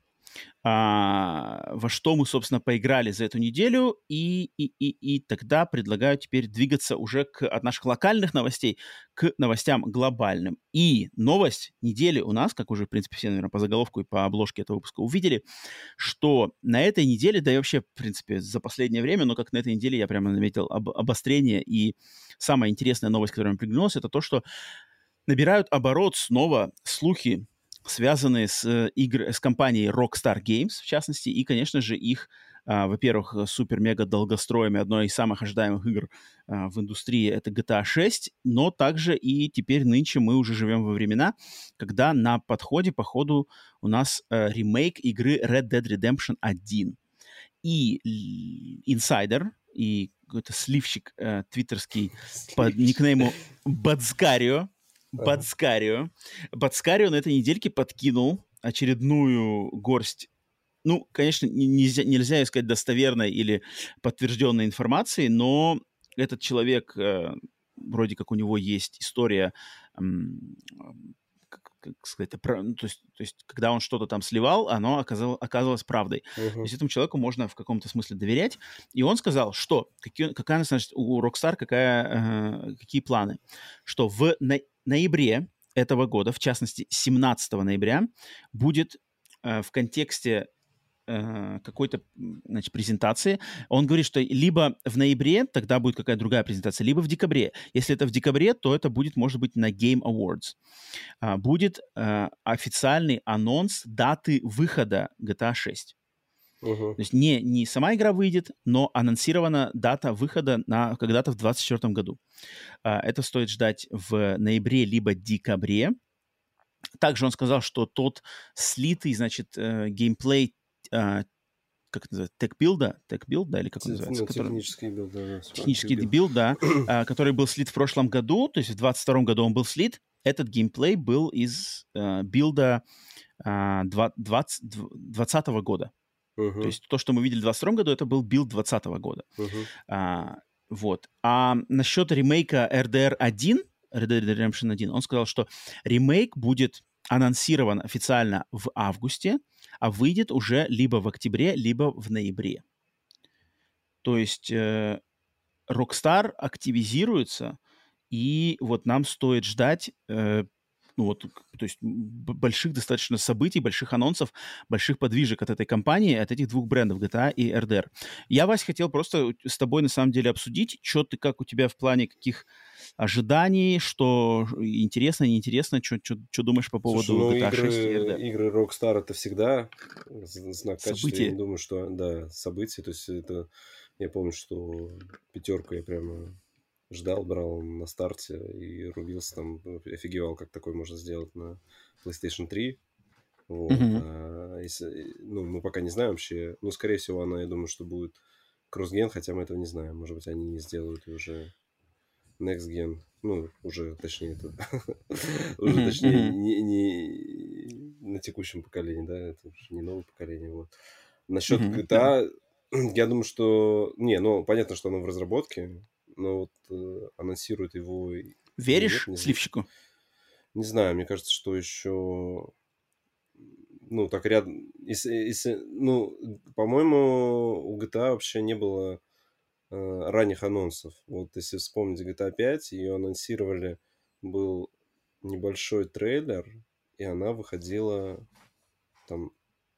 А, во что мы, собственно, поиграли за эту неделю, и, и, и, и тогда предлагаю теперь двигаться уже к, от наших локальных новостей к новостям глобальным. И новость недели у нас, как уже, в принципе, все, наверное, по заголовку и по обложке этого выпуска увидели, что на этой неделе, да и вообще, в принципе, за последнее время, но как на этой неделе я прямо заметил об, обострение, и самая интересная новость, которая мне приглянулась, это то, что набирают оборот снова слухи, связанные с, э, игр, с компанией Rockstar Games, в частности, и, конечно же, их, а, во-первых, супер-мега-долгостроями, одной из самых ожидаемых игр а, в индустрии, это джи ти эй шесть, но также и теперь нынче мы уже живем во времена, когда на подходе, по ходу, у нас а, ремейк игры Red Dead Redemption один. И инсайдер, и какой-то сливщик э, твиттерский под никнеймом Бацкарио, Бацкарио. Бацкарио на этой недельке подкинул очередную горсть ну, конечно, нельзя, нельзя искать достоверной или подтвержденной информации, но этот человек, э, вроде как у него есть история, эм, как, как сказать, про, ну, то, есть, то есть, когда он что-то там сливал, оно оказало, оказалось правдой. Uh-huh. То есть этому человеку можно в каком-то смысле доверять. И он сказал, что какие, какая, значит, у Rockstar какая, э, какие планы. Что в на, ноябре этого года, в частности, семнадцатого ноября, будет э, в контексте какой-то, значит, презентации. Он говорит, что либо в ноябре, тогда будет какая-то другая презентация, либо в декабре. Если это в декабре, то это будет, может быть, на Game Awards. А, будет а, официальный анонс даты выхода джи ти эй шесть. Uh-huh. То есть не, не сама игра выйдет, но анонсирована дата выхода на, когда-то в двадцать четвёртом году. А, это стоит ждать в ноябре либо декабре. Также он сказал, что тот слитый, значит, э, геймплей Uh, как это называется, тек-билда, тек-билд, да, или как он называется? Ну, который... Технический билд, да. Технический билд, да, uh, который был слит в прошлом году, то есть в двадцать втором году он был слит. Этот геймплей был из uh, билда uh, двадцатого года. Uh-huh. То есть то, что мы видели в двадцать втором году, это был билд двадцатого года. Uh-huh. Uh, вот. А насчет ремейка эр ди ар один, Red Dead Redemption один, он сказал, что ремейк будет анонсирован официально в августе, а выйдет уже либо в октябре, либо в ноябре. То есть э, Rockstar активизируется, и вот нам стоит ждать э, ну вот, то есть больших достаточно событий, больших анонсов, больших подвижек от этой компании, от этих двух брендов, джи ти эй и эр ди ар. Я, Вась, хотел просто с тобой на самом деле обсудить, что ты, как у тебя в плане каких ожиданий, что интересно, неинтересно, что думаешь по поводу Слушай, ну, джи ти эй игры, шесть и эр ди ар? Игры Rockstar это всегда знак качества. События. Я не думаю, что, да, события. То есть это, я помню, что пятерку я прямо ждал, брал на старте и рубился там, офигевал, как такое можно сделать на PlayStation три. Вот. Mm-hmm. А если, ну, мы пока не знаем вообще. Ну, скорее всего, она, я думаю, что будет кросс-ген, хотя мы этого не знаем. Может быть, они не сделают уже next gen. Ну, уже, точнее, это... уже, точнее, не на текущем поколении, да, это уже не новое поколение. Вот. Насчет джи ти эй, я думаю, что... Не, ну, понятно, что оно в разработке, но вот э, анонсирует его... Веришь нет, не сливщику? Не знаю, мне кажется, что еще... Ну, так рядом... Если, если, ну, по-моему, у джи ти эй вообще не было э, ранних анонсов. Вот если вспомнить джи ти эй пять, ее анонсировали, был небольшой трейлер, и она выходила там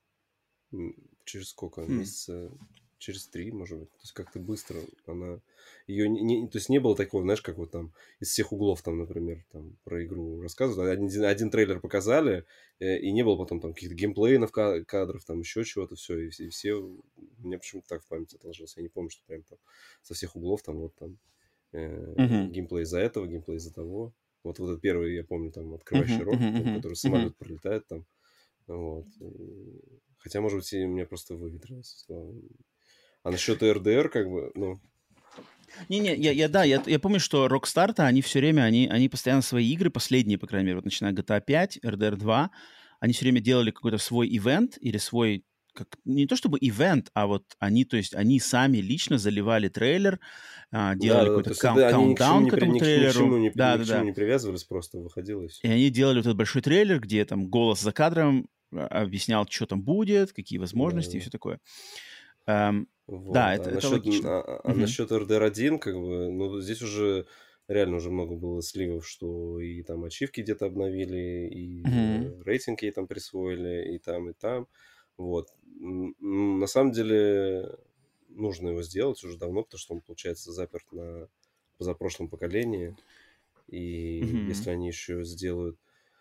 через сколько? Hmm. Месяца... Через три, может быть. То есть как-то быстро она... Ее не... То есть не было такого, знаешь, как вот там из всех углов, там, например, там про игру рассказывают. Один, один трейлер показали, и не было потом там каких-то геймплейных кадров, там еще чего-то, все. И, и все... У меня почему-то так в памяти отложилось. Я не помню, что прям там со всех углов там вот там э, uh-huh. геймплей из-за этого, геймплей из-за того. Вот, вот этот первый, я помню, там открывающий uh-huh, рот, uh-huh, там, который самолет uh-huh. пролетает там. Вот. И... Хотя, может быть, и у меня просто выветрилось. А насчет эр ди ар, как бы, ну... Не-не, я, я, да, я, я помню, что Rockstar-то, они все время, они, они постоянно свои игры, последние, по крайней мере, вот начиная джи ти эй пять, эр ди ар два, они все время делали какой-то свой ивент или свой, как, не то чтобы ивент, а вот они, то есть они сами лично заливали трейлер, а, делали да, какой-то каун- это, каунтдаун к, к этому ни, трейлеру. Ни к чему не, да, ни да, к чему да. не привязывались, просто выходило и все. И они делали вот этот большой трейлер, где там голос за кадром объяснял, что там будет, какие возможности да, и все такое. Um, вот. Да, а это, насчет, это логично. А, а uh-huh. насчет эр ди ар один, как бы, ну, здесь уже реально уже много было сливов, что и там ачивки где-то обновили, и uh-huh. рейтинг ей там присвоили, и там, и там. Вот. На самом деле нужно его сделать уже давно, потому что он, получается, заперт на позапрошлом поколении. И uh-huh. если они еще сделают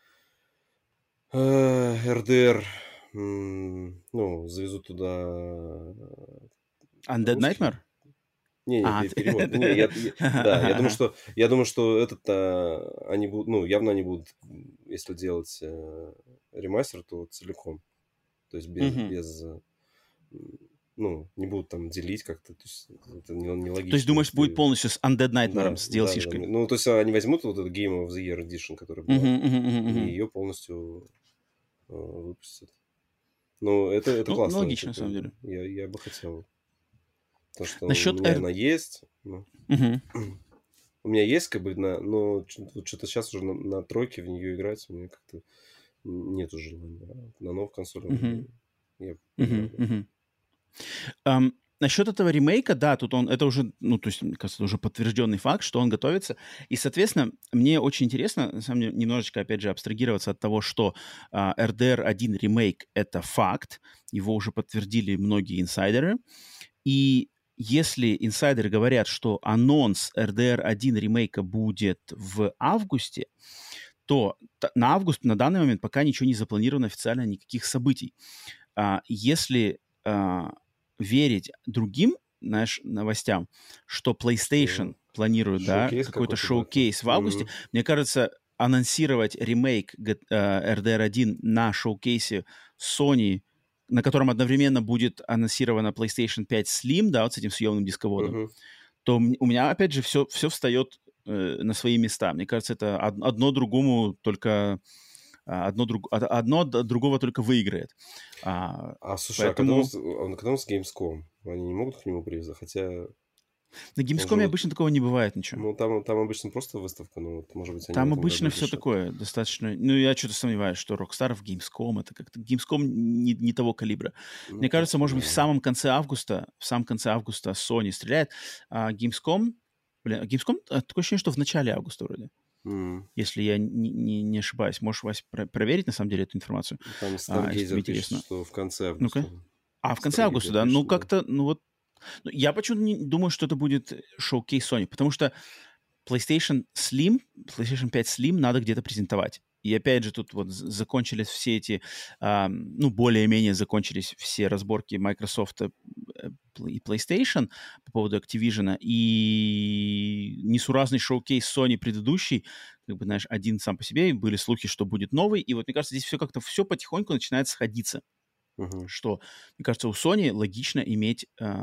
э, эр ди ар, ну, завезут туда... Undead Nightmare? Не, не, а, перевод. Ты... Не, я, я, да, я думаю, что я думаю, что этот а, они будут, ну, явно они будут, если делать а, ремастер, то целиком. То есть без, uh-huh. без ну, не будут там делить как-то. То есть это не, не логично. То есть думаешь, будет полностью с Undead Nightmare, да, с ди эл си-шкой? Да, да. Ну, то есть они возьмут вот этот Game of the Year Edition, который был, uh-huh, uh-huh, uh-huh. и ее полностью uh, выпустят. Ну, это, это Ну, классно. логично, это, на самом деле. Я, я бы хотел. Потому что Насчет у меня R... она есть. Ну, угу. у меня есть, как бы, на, но что-то сейчас уже на, на тройке в нее играть у меня как-то нету желания. На новых консолях Угу. я Угу. поиграл. Угу. Um, насчет этого ремейка, да, тут он, это уже, ну, то есть, мне кажется, уже подтвержденный факт, что он готовится. И, соответственно, мне очень интересно, на самом деле, немножечко, опять же, абстрагироваться от того, что uh, эр ди ар один ремейк — это факт, его уже подтвердили многие инсайдеры. И если инсайдеры говорят, что анонс эр ди ар один ремейка будет в августе, то на август на данный момент пока ничего не запланировано официально, никаких событий. Uh, если uh, верить другим, знаешь, новостям, что PlayStation mm. планирует, да, какой-то шоу-кейс в августе, mm-hmm. мне кажется, анонсировать ремейк uh, эр ди ар один на шоу-кейсе Sony, на котором одновременно будет анонсирована PlayStation пять Slim, да, вот с этим съемным дисководом, mm-hmm. то у меня, опять же, все, все встает э, на свои места. Мне кажется, это одно другому только... Одно, друг, одно от другого только выиграет. А, а слушай, поэтому... а когда он, когда он с Gamescom? Они не могут к нему приезжать? Хотя... На Gamescom обычно такого не бывает ничего. Ну, там, там обычно просто выставка, ну, вот, может быть, они там обычно все решат. Такое достаточно... Ну, я что-то сомневаюсь, что Rockstar в Gamescom, это как-то... Gamescom не, не того калибра. Ну, Мне кажется, может быть, в самом конце августа, в самом конце августа Sony стреляет, а Gamescom... Блин, Gamescom, такое ощущение, что в начале августа вроде. Mm. Если я не, не, не ошибаюсь. Можешь, Вась, про- проверить, на самом деле, эту информацию? Там Stargazer а, пишет, что в конце августа. Ну-ка. А, в конце Stargazer августа, да? Пишет, ну, как-то, ну, вот... Ну, я почему-то не думаю, что это будет шоу-кейс Sony, потому что PlayStation Slim, PlayStation пять Slim надо где-то презентовать. И опять же, тут вот закончились все эти, э, ну, более-менее закончились все разборки Microsoft и PlayStation по поводу Activision, и несуразный шоу-кейс Sony предыдущий, как бы, знаешь, один сам по себе, были слухи, что будет новый, и вот, мне кажется, здесь все как-то, все потихоньку начинает сходиться. Uh-huh. Что, мне кажется, у Sony логично иметь э,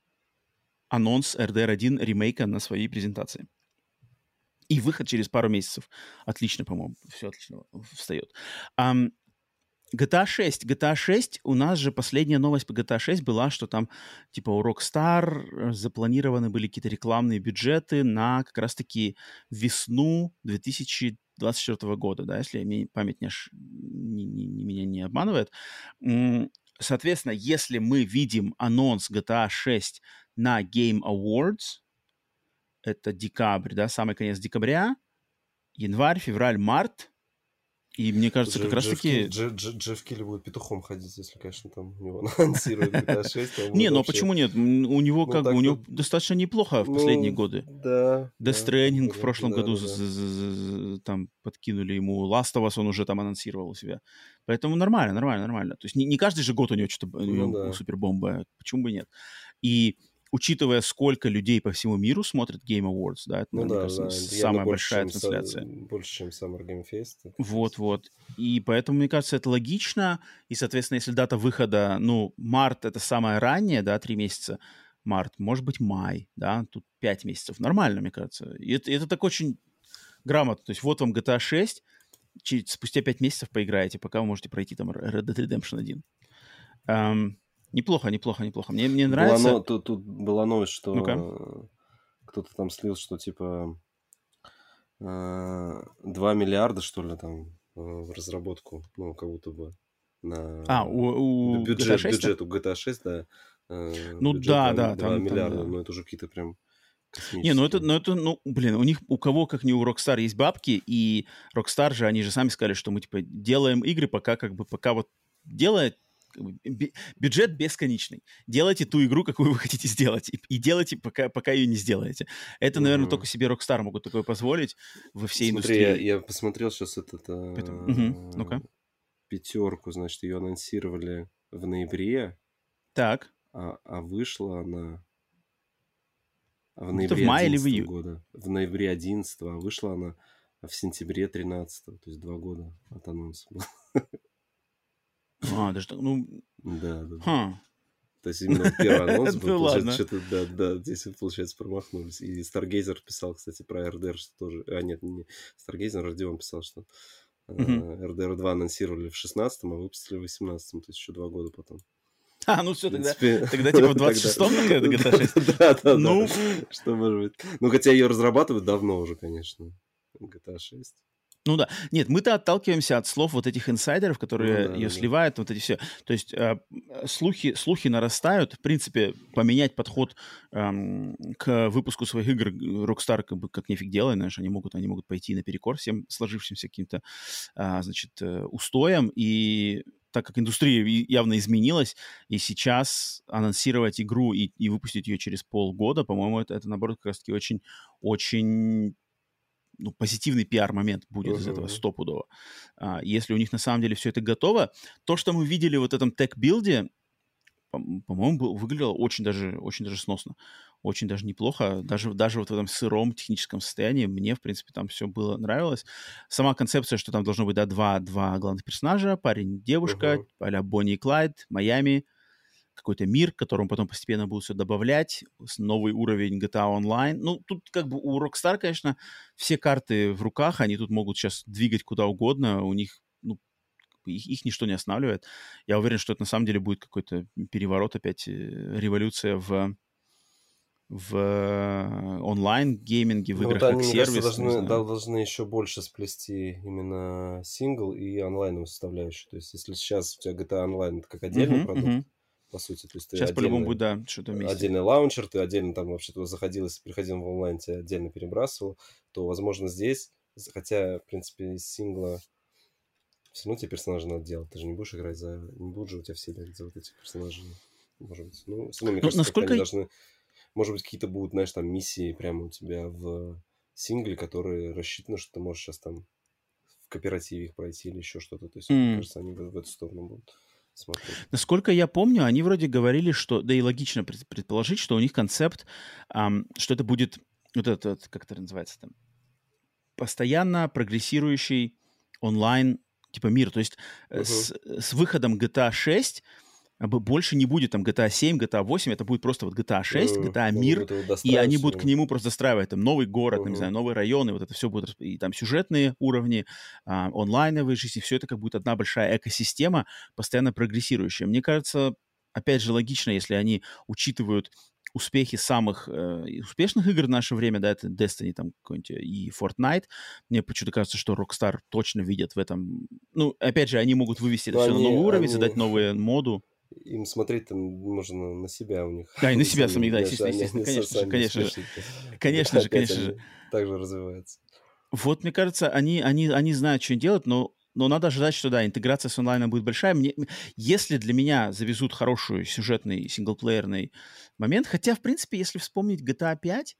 анонс эр ди ар один ремейка на своей презентации. И выход через пару месяцев. Отлично, по-моему, все отлично встает. Um, джи ти эй шесть. джи ти эй шесть, у нас же последняя новость по джи ти эй шесть была, что там типа у Rockstar запланированы были какие-то рекламные бюджеты на как раз-таки весну две тысячи двадцать четвёртого года, да, если память не, не, не, не, меня не обманывает. Соответственно, если мы видим анонс джи ти эй шесть на Game Awards, это декабрь, да, самый конец декабря, январь, февраль, март. И мне кажется, Дж, как раз-таки... Джефф Килли будет петухом ходить, если, конечно, там у него анонсируют джи ти эй шесть. Не, ну почему нет? У него как бы, у него достаточно неплохо в последние годы. Да. Death Stranding в прошлом году там подкинули ему. Last of Us он уже там анонсировал у себя. Поэтому нормально, нормально, нормально. То есть не каждый же год у него что-то супербомба. Почему бы нет? И... Учитывая, сколько людей по всему миру смотрят Game Awards, да, это, ну, мне да, кажется, да. самая большая больше, трансляция. Чем, больше, чем Summer Game Fest. Вот-вот. И поэтому, мне кажется, это логично. И, соответственно, если дата выхода, ну, март — это самое раннее, да, три месяца. Март, может быть, май, да, тут пять месяцев. Нормально, мне кажется. И это, это так очень грамотно. То есть вот вам джи ти эй шесть, через, спустя пять месяцев поиграете, пока вы можете пройти там Red Dead Redemption один. Um, Неплохо, неплохо, неплохо. Мне, мне нравится... Была, тут, тут была новость, что ну-ка. Кто-то там слил, что типа два миллиарда, что ли, там в разработку, ну, как будто бы на... А, у, у бюджет, джи ти эй шесть? Бюджет у джи ти эй шесть, да. Ну бюджет да, да. два миллиарда, там, да. Но это уже какие-то прям... Не, ну это, ну это, ну, блин, у них, у кого, как не у Rockstar, есть бабки, и Rockstar же, они же сами сказали, что мы, типа, делаем игры, пока, как бы, пока вот делает, бюджет бесконечный. Делайте ту игру, какую вы хотите сделать, и, и делайте, пока, пока ее не сделаете. Это, наверное, mm-hmm. только себе Rockstar могут такое позволить во всей Смотри, индустрии. Я, я посмотрел сейчас этот, угу. Ну-ка. пятерку, значит, ее анонсировали в ноябре. Так. А, а вышла она в Это ноябре в мае или в июне года. В ноябре одиннадцатого, а вышла она в сентябре тринадцатого, то есть два года от анонса. А, даже так, ну... Да, да. Ха. То есть именно первый анонс был, получается, что-то, да, да, здесь, получается, промахнулись. И Stargazer писал, кстати, про эр ди ар, что тоже... А, нет, не Stargazer, Родион писал, что Мгм. эр ди ар два анонсировали в шестнадцатом, а выпустили в восемнадцатом, то есть еще два года потом. А, ну В все, тогда, принципе, тогда типа в двадцать тогда... шестом только это джи ти эй шесть. Да-да-да, Ну, что может быть. Ну, хотя ее разрабатывают давно уже, конечно, джи ти эй шесть. ну да. Нет, мы-то отталкиваемся от слов вот этих инсайдеров, Ну которые ее да-да-да. сливают, вот эти все. То есть э, слухи, слухи нарастают. В принципе, поменять подход эм, к выпуску своих игр Rockstar как бы как нифиг делай, знаешь, они могут, они могут пойти наперекор всем сложившимся каким-то, а, значит, э, устоям. И так как индустрия и- явно изменилась, и сейчас анонсировать игру и, и выпустить ее через полгода, по-моему, это, это наоборот, как раз-таки очень, очень ну, позитивный пиар-момент будет из этого Мгм. стопудово. А, если у них на самом деле все это готово, то, что мы видели в вот этом тег-билде, по- по-моему, был- выглядело очень даже, очень даже сносно. Очень даже неплохо. Даже, даже вот в этом сыром техническом состоянии мне, в принципе, там все было нравилось. Сама концепция, что там должно быть, да, два, два главных персонажа, парень, девушка, Мгм. а-ля Бонни и Клайд, Майами, какой-то мир, к которому потом постепенно будут все добавлять, с- новый уровень джи ти эй Online. Ну, тут как бы у Rockstar, конечно, все карты в руках, они тут могут сейчас двигать куда угодно, у них, ну, как бы их, их ничто не останавливает. Я уверен, что это на самом деле будет какой-то переворот опять, э, революция в, в э, онлайн-гейминге, в Ну вот играх как они, мне кажется, сервис, не должны, да, знаю. должны еще больше сплести именно сингл и онлайновую составляющую. То есть, если сейчас у тебя джи ти эй Online это как отдельный Мгм, продукт, мгм. по сути, то есть ты Сейчас по-любому будет, отдельно, да, что-то вместе. отдельный лаунчер, ты отдельно там вообще туда заходил, если переходил в онлайн, тебя отдельно перебрасывал, то, возможно, здесь, з- хотя, в принципе, из сингла все равно тебе персонажа надо делать. Ты же не будешь играть за... Не будут же у тебя все играть за вот этих персонажей. Может быть. Ну, все равно, мне Ну, кажется, как-то насколько... они должны... Может быть, какие-то будут, знаешь, там миссии прямо у тебя в сингле, которые рассчитаны, что ты можешь сейчас там в кооперативе их пройти или еще что-то. То есть, вот, мне м, кажется, они в, в эту сторону будут смотреть. Насколько я помню, они вроде говорили, что, да и логично пред- предположить, что у них концепт, ам, что это будет вот этот, как это называется там, постоянно прогрессирующий онлайн типа мир. То есть э, Угу. с, с выходом джи ти эй шесть а, б- больше не будет там джи ти эй семь, джи ти эй восемь, это будет просто вот джи ти эй шесть, джи ти эй Они мир, будут его и достраивать они все будут к время. нему просто достраивать там новый город, ну, не знаю, Угу. новые районы, вот это все будет, расп- и там сюжетные уровни, а, онлайновые жизни, все это как будет одна большая экосистема, постоянно прогрессирующая. Мне кажется, опять же, логично, если они учитывают успехи самых э, и успешных игр в наше время, да, это Destiny там какой-нибудь э, и Fortnite. Мне почему-то кажется, что Rockstar точно видят в этом. Ну, опять же, они могут вывести это Но все на они, новый уровень, они, задать новую моду. им смотреть-то можно на себя у них. Да, и на Они себя сами, самих, да, знаешь, естественно, они, естественно, они са- конечно же, сами конечно же, успешники. В конечно джи ти эй же, пять конечно же. они также развиваются. Вот, мне кажется, они, они, они знают, что делать, но, но надо ожидать, что, да, интеграция с онлайном будет большая. Мне, если для меня завезут хороший сюжетный синглплеерный момент, хотя, в принципе, если вспомнить джи ти эй пять,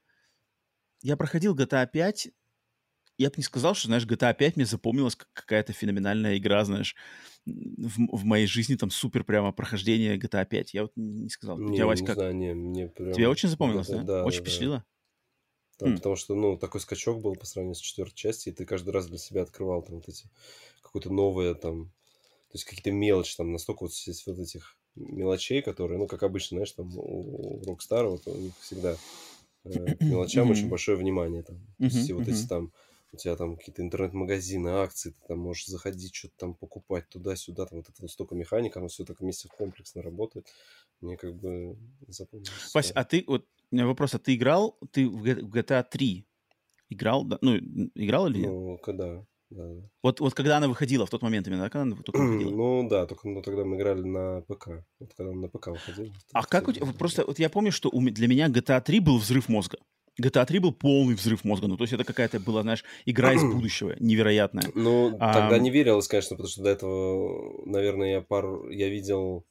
я проходил джи ти эй пять, я бы не сказал, что, знаешь, джи ти эй пять мне запомнилась как какая-то феноменальная игра, знаешь, в, в моей жизни там супер прямо прохождение джи ти эй пять. Я вот не не сказал. У тебя, Не, Вась, не как? знаю, не, мне Тебе прям... очень запомнилось, Да, да? да, Очень да, да. впечатлило? Там, Хм. потому что, ну, такой скачок был по сравнению с четвертой частью, и ты каждый раз для себя открывал там вот эти какое-то новое там, то есть какие-то мелочи там, настолько вот есть вот этих мелочей, которые, ну, как обычно, знаешь, там у Rockstar вот у них всегда э, к мелочам очень Мгм. большое внимание там. То есть Мгм. все вот эти Мгм. там, у тебя там какие-то интернет-магазины, акции, ты там можешь заходить, что-то там покупать туда-сюда, там вот это вот столько механик, оно все так вместе комплексно работает. Мне как бы запомнилось Вась, здорово. а ты, вот, у меня вопрос, а ты играл, ты в Г- в джи ти эй три играл, да? Ну, н- играл или нет? Ну, когда, да, да. Вот, вот когда она выходила, в тот момент именно, да, когда она только выходила? Ну да, только ну, тогда мы играли на ПК. Вот когда он на ПК выходил, А в те как у тебя, годы вот играли. просто, вот я помню, что у ме- для меня джи ти эй три был взрыв мозга. джи ти эй три был полный взрыв мозга, ну, то есть это какая-то была, знаешь, игра из будущего, невероятная. Ну, тогда Ам, не верилось, конечно, потому что до этого, наверное, я пару... Я видел...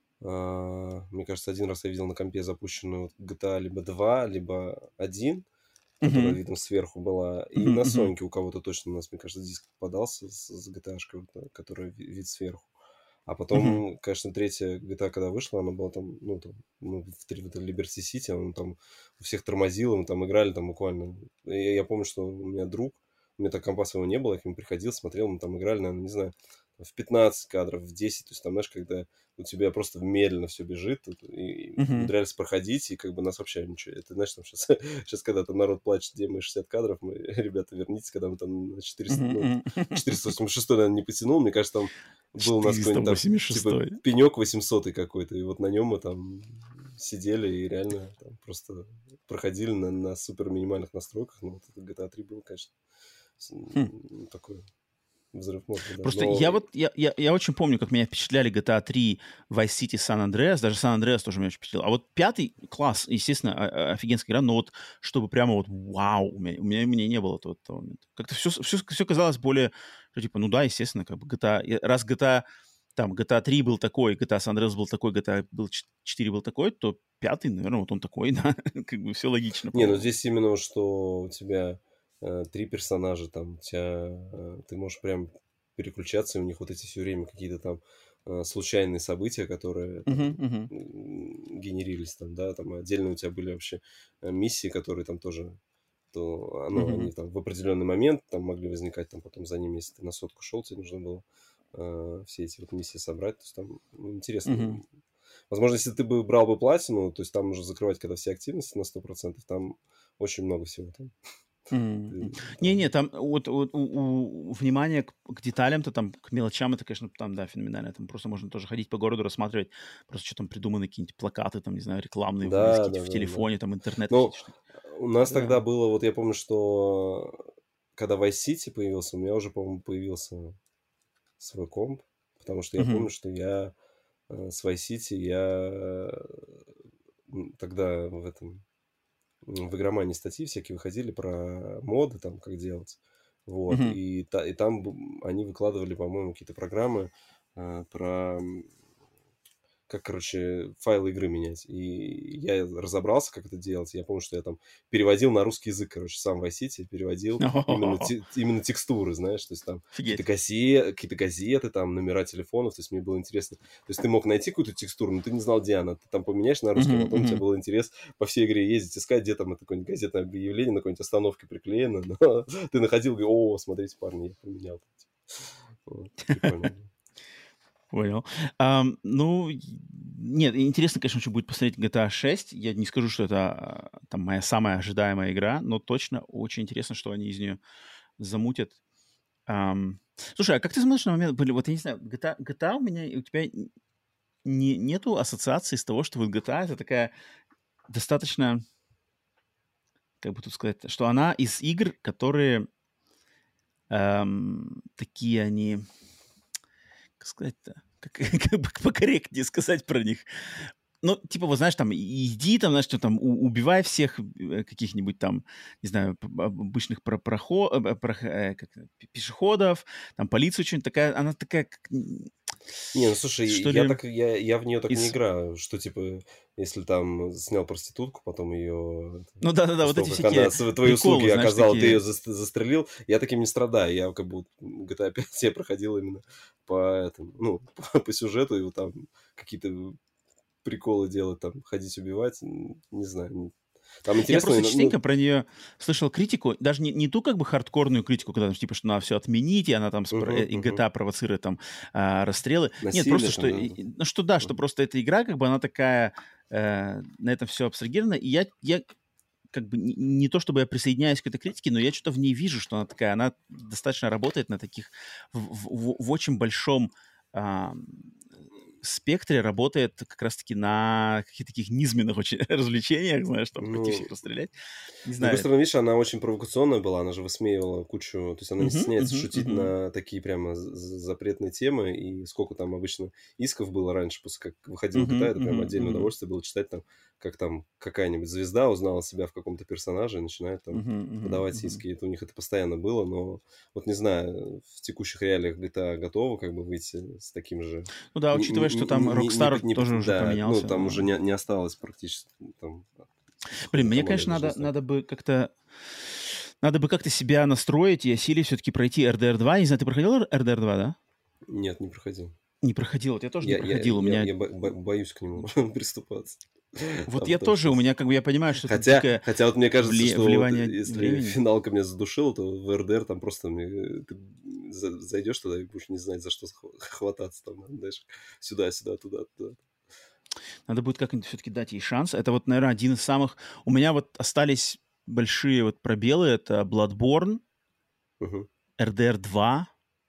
а, мне кажется, один раз я видел на компе запущенную вот джи ти эй либо два, либо один, которая мгм, видом сверху была. И мгм, на мгм, Соньке у кого-то точно у нас, мне кажется, диск попадался с, с джи ти эй-шкой, вот, которая ви- вид сверху. А мгм. потом, конечно, третья джи ти эй, когда вышла, она была там, ну, там, мы в, три- в этой Liberty City, он там у всех тормозил, мы там играли там буквально. И я, я помню, что у меня друг, у меня так компа своего не было, я к нему приходил, смотрел, мы там играли, наверное, не знаю, в пятнадцать кадров, в десять, то есть там, знаешь, когда у тебя просто медленно все бежит, и Мгм. умудрялись проходить, и как бы нас вообще ничего, это, знаешь, там сейчас, сейчас когда там народ плачет, где мы шестьдесят кадров, мы, ребята, вернитесь, когда мы там на четыреста, Мгм, ну, мгм. четыреста восемьдесят шесть, наверное, не потянул, мне кажется, там был у нас какой-нибудь там, типа, четыреста восемьдесят шесть. пенек восемьсот какой-то, и вот на нем мы там сидели и реально там просто проходили на, на супер минимальных настройках, ну, вот это джи ти эй три был, конечно, с- Хм. м, такой взрыв мозга, да, Просто но... я вот, я, я, я очень помню, как меня впечатляли джи ти эй три, Vice City, San Andreas, даже San Andreas тоже меня очень впечатлил. А вот пятый класс, естественно, о- о- офигенская игра, но вот чтобы прямо вот вау, у меня, у меня, у меня не было того, того момента. Как-то все, все, все казалось более, что типа, ну да, естественно, как бы джи ти эй, раз джи ти эй, там, джи ти эй три был такой, джи ти эй San Andreas был такой, джи ти эй был четыре был такой, то пятый, наверное, вот он такой, да, как бы все логично, Не, ну по-моему. здесь именно, что у тебя э, три персонажа, там, у тебя, э, ты можешь прям переключаться, и у них вот эти все время какие-то там э, случайные события, которые там Мгм, мгм, м, генерились там, да, там отдельно у тебя были вообще э, миссии, которые там тоже, то, ну, они мгм, там в определенный момент там могли возникать, там потом за ними, если ты на сотку шел, тебе нужно было э, все эти вот миссии собрать, то есть там ну, интересно. мгм. Возможно, если ты бы брал бы платину, то есть там уже закрывать, когда все активности на сто процентов, там очень много всего там. Мгм, м. Ты Не-не, там... там вот вот у у внимание к к деталям-то там, к мелочам, это, конечно, там, да, феноменально. Там просто можно тоже ходить по городу, рассматривать, просто что там придуманы, какие-нибудь плакаты, там, не знаю, рекламные Да, вывески да, в да, да. телефоне, там, интернет, Ну, какие-то штуки. у нас Это тогда было, вот я помню, что когда Vice City появился, у меня уже, по-моему, появился свой комп, потому что я помню, Мгм. что я э, с Vice City, я м, тогда в этом м, в игромании статьи всякие выходили про моды, там, как делать. Вот, Мгм. и, та, и там б- они выкладывали, по-моему, какие-то программы э, про м, как, короче, файлы игры менять. И я разобрался, как это делать. Я помню, что я там переводил на русский язык, короче, сам Vice City, переводил именно, те- именно текстуры, знаешь, то есть там какие-то Офигеть. газеты, какие-то газеты, там номера телефонов, то есть мне было интересно. То есть ты мог найти какую-то текстуру, но ты не знал, где она. Ты там поменяешь на русский, а Мгм, потом у тебя мгм. был интерес по всей игре ездить, искать, где там это какое-нибудь газетное объявление на какой-нибудь остановке приклеено. Но ты находил, говорю, о, смотрите, парни, я поменял. Вот, прикольно было. Понял. Ам, ну, й нет, интересно, конечно, очень будет посмотреть джи ти эй шесть. Я не скажу, что это, а, там моя самая ожидаемая игра, но точно очень интересно, что они из нее замутят. Ам, слушай, а как ты смотришь на момент, были, вот я не знаю, джи ти эй, джи ти эй у меня, и у тебя н- не, нету ассоциации с того, что вот джи ти эй это такая достаточно, как бы тут сказать, что она из игр, которые ам, такие они, как сказать-то, как, как бы покорректнее сказать про них. Ну, типа, вот знаешь, там, и- иди там, знаешь, что там, у- убивай всех э, каких-нибудь там, не знаю, п- об- обычных про прохо- э, прох- э, как это, пе- пешеходов, там, полицию что-нибудь такая, она такая, как, м, Не, ну слушай, что я ли, так я, я в нее так не из... играю, что типа, если там снял проститутку, потом ее Ну, да-да-да, вот после эти того, как она всякие св- твои услуги приколы, знаешь, оказала, ты ее такие. застрелил, я таким не страдаю. Я как бы вот джи ти эй пять я проходил именно по этому, ну, по, по сюжету, и вот там какие-то приколы делать, там, ходить убивать, м, не знаю. Там Я интересно, просто частенько ну, про нее слышал критику, даже не, не ту как бы хардкорную критику, когда там типа, что надо все отменить, и она там, спро- э, мгм, и мгм. джи ти эй провоцирует там а, расстрелы. Нет, Насилие просто что, там, и- да. и- ну, что да, что Мгм. просто эта игра, как бы она такая, э, на этом все абстрагирована, и я, я как бы не, не то чтобы я присоединяюсь к этой критике, но я что-то в ней вижу, что она такая, она достаточно работает на таких, в, в- в- в очень большом а, спектре, работает как раз-таки на каких-то таких низменных очень развлечениях, знаешь, там пойти Ну, всех расстрелять. Не с другой знаю. стороны, видишь, она очень провокационная была, она же высмеивала кучу, то есть она не Мгм, стесняется мгм, шутить мгм, на такие прямо з- з- запретные темы, и сколько там обычно исков было раньше, после как выходил джи ти эй, мгм, это прям мгм, отдельное мгм, удовольствие было читать там, как там какая-нибудь звезда узнала себя в каком-то персонаже и начинает там мгм, мгм, подавать мгм. иски, это у них это постоянно было, но вот не знаю, в текущих реалиях джи ти эй готова как бы выйти с таким же, Ну да, не, учитывая, что не, там не, не, Rockstar не- не- тоже уже да, ну поменялся. там уже Ну. не, не осталось практически там Блин, исходной мне, команды, я конечно, даже не надо, знаю. надо бы как-то надо бы как-то себя настроить и осилить все-таки пройти эр ди ар два. Не знаю, ты проходил эр ди ар два, да? Нет, не проходил. Не проходил. Вот я тоже не Я, я, проходил. У я, меня я бо- бо- боюсь к нему приступаться. вот Там, я потому тоже, что... у меня как бы я понимаю, что это Хотя, дикое хотя вот мне кажется, вле- что вот вливание если времени. финалка меня задушила, то в эр ди ар там просто мне- ты зайдешь туда и будешь не знать, за что хвататься там, знаешь, сюда, сюда, туда, туда. Надо будет как-нибудь все-таки дать ей шанс. Это вот, наверное, один из самых... У меня вот остались большие вот пробелы. Это Bloodborne, uh-huh. эр дэ эр два.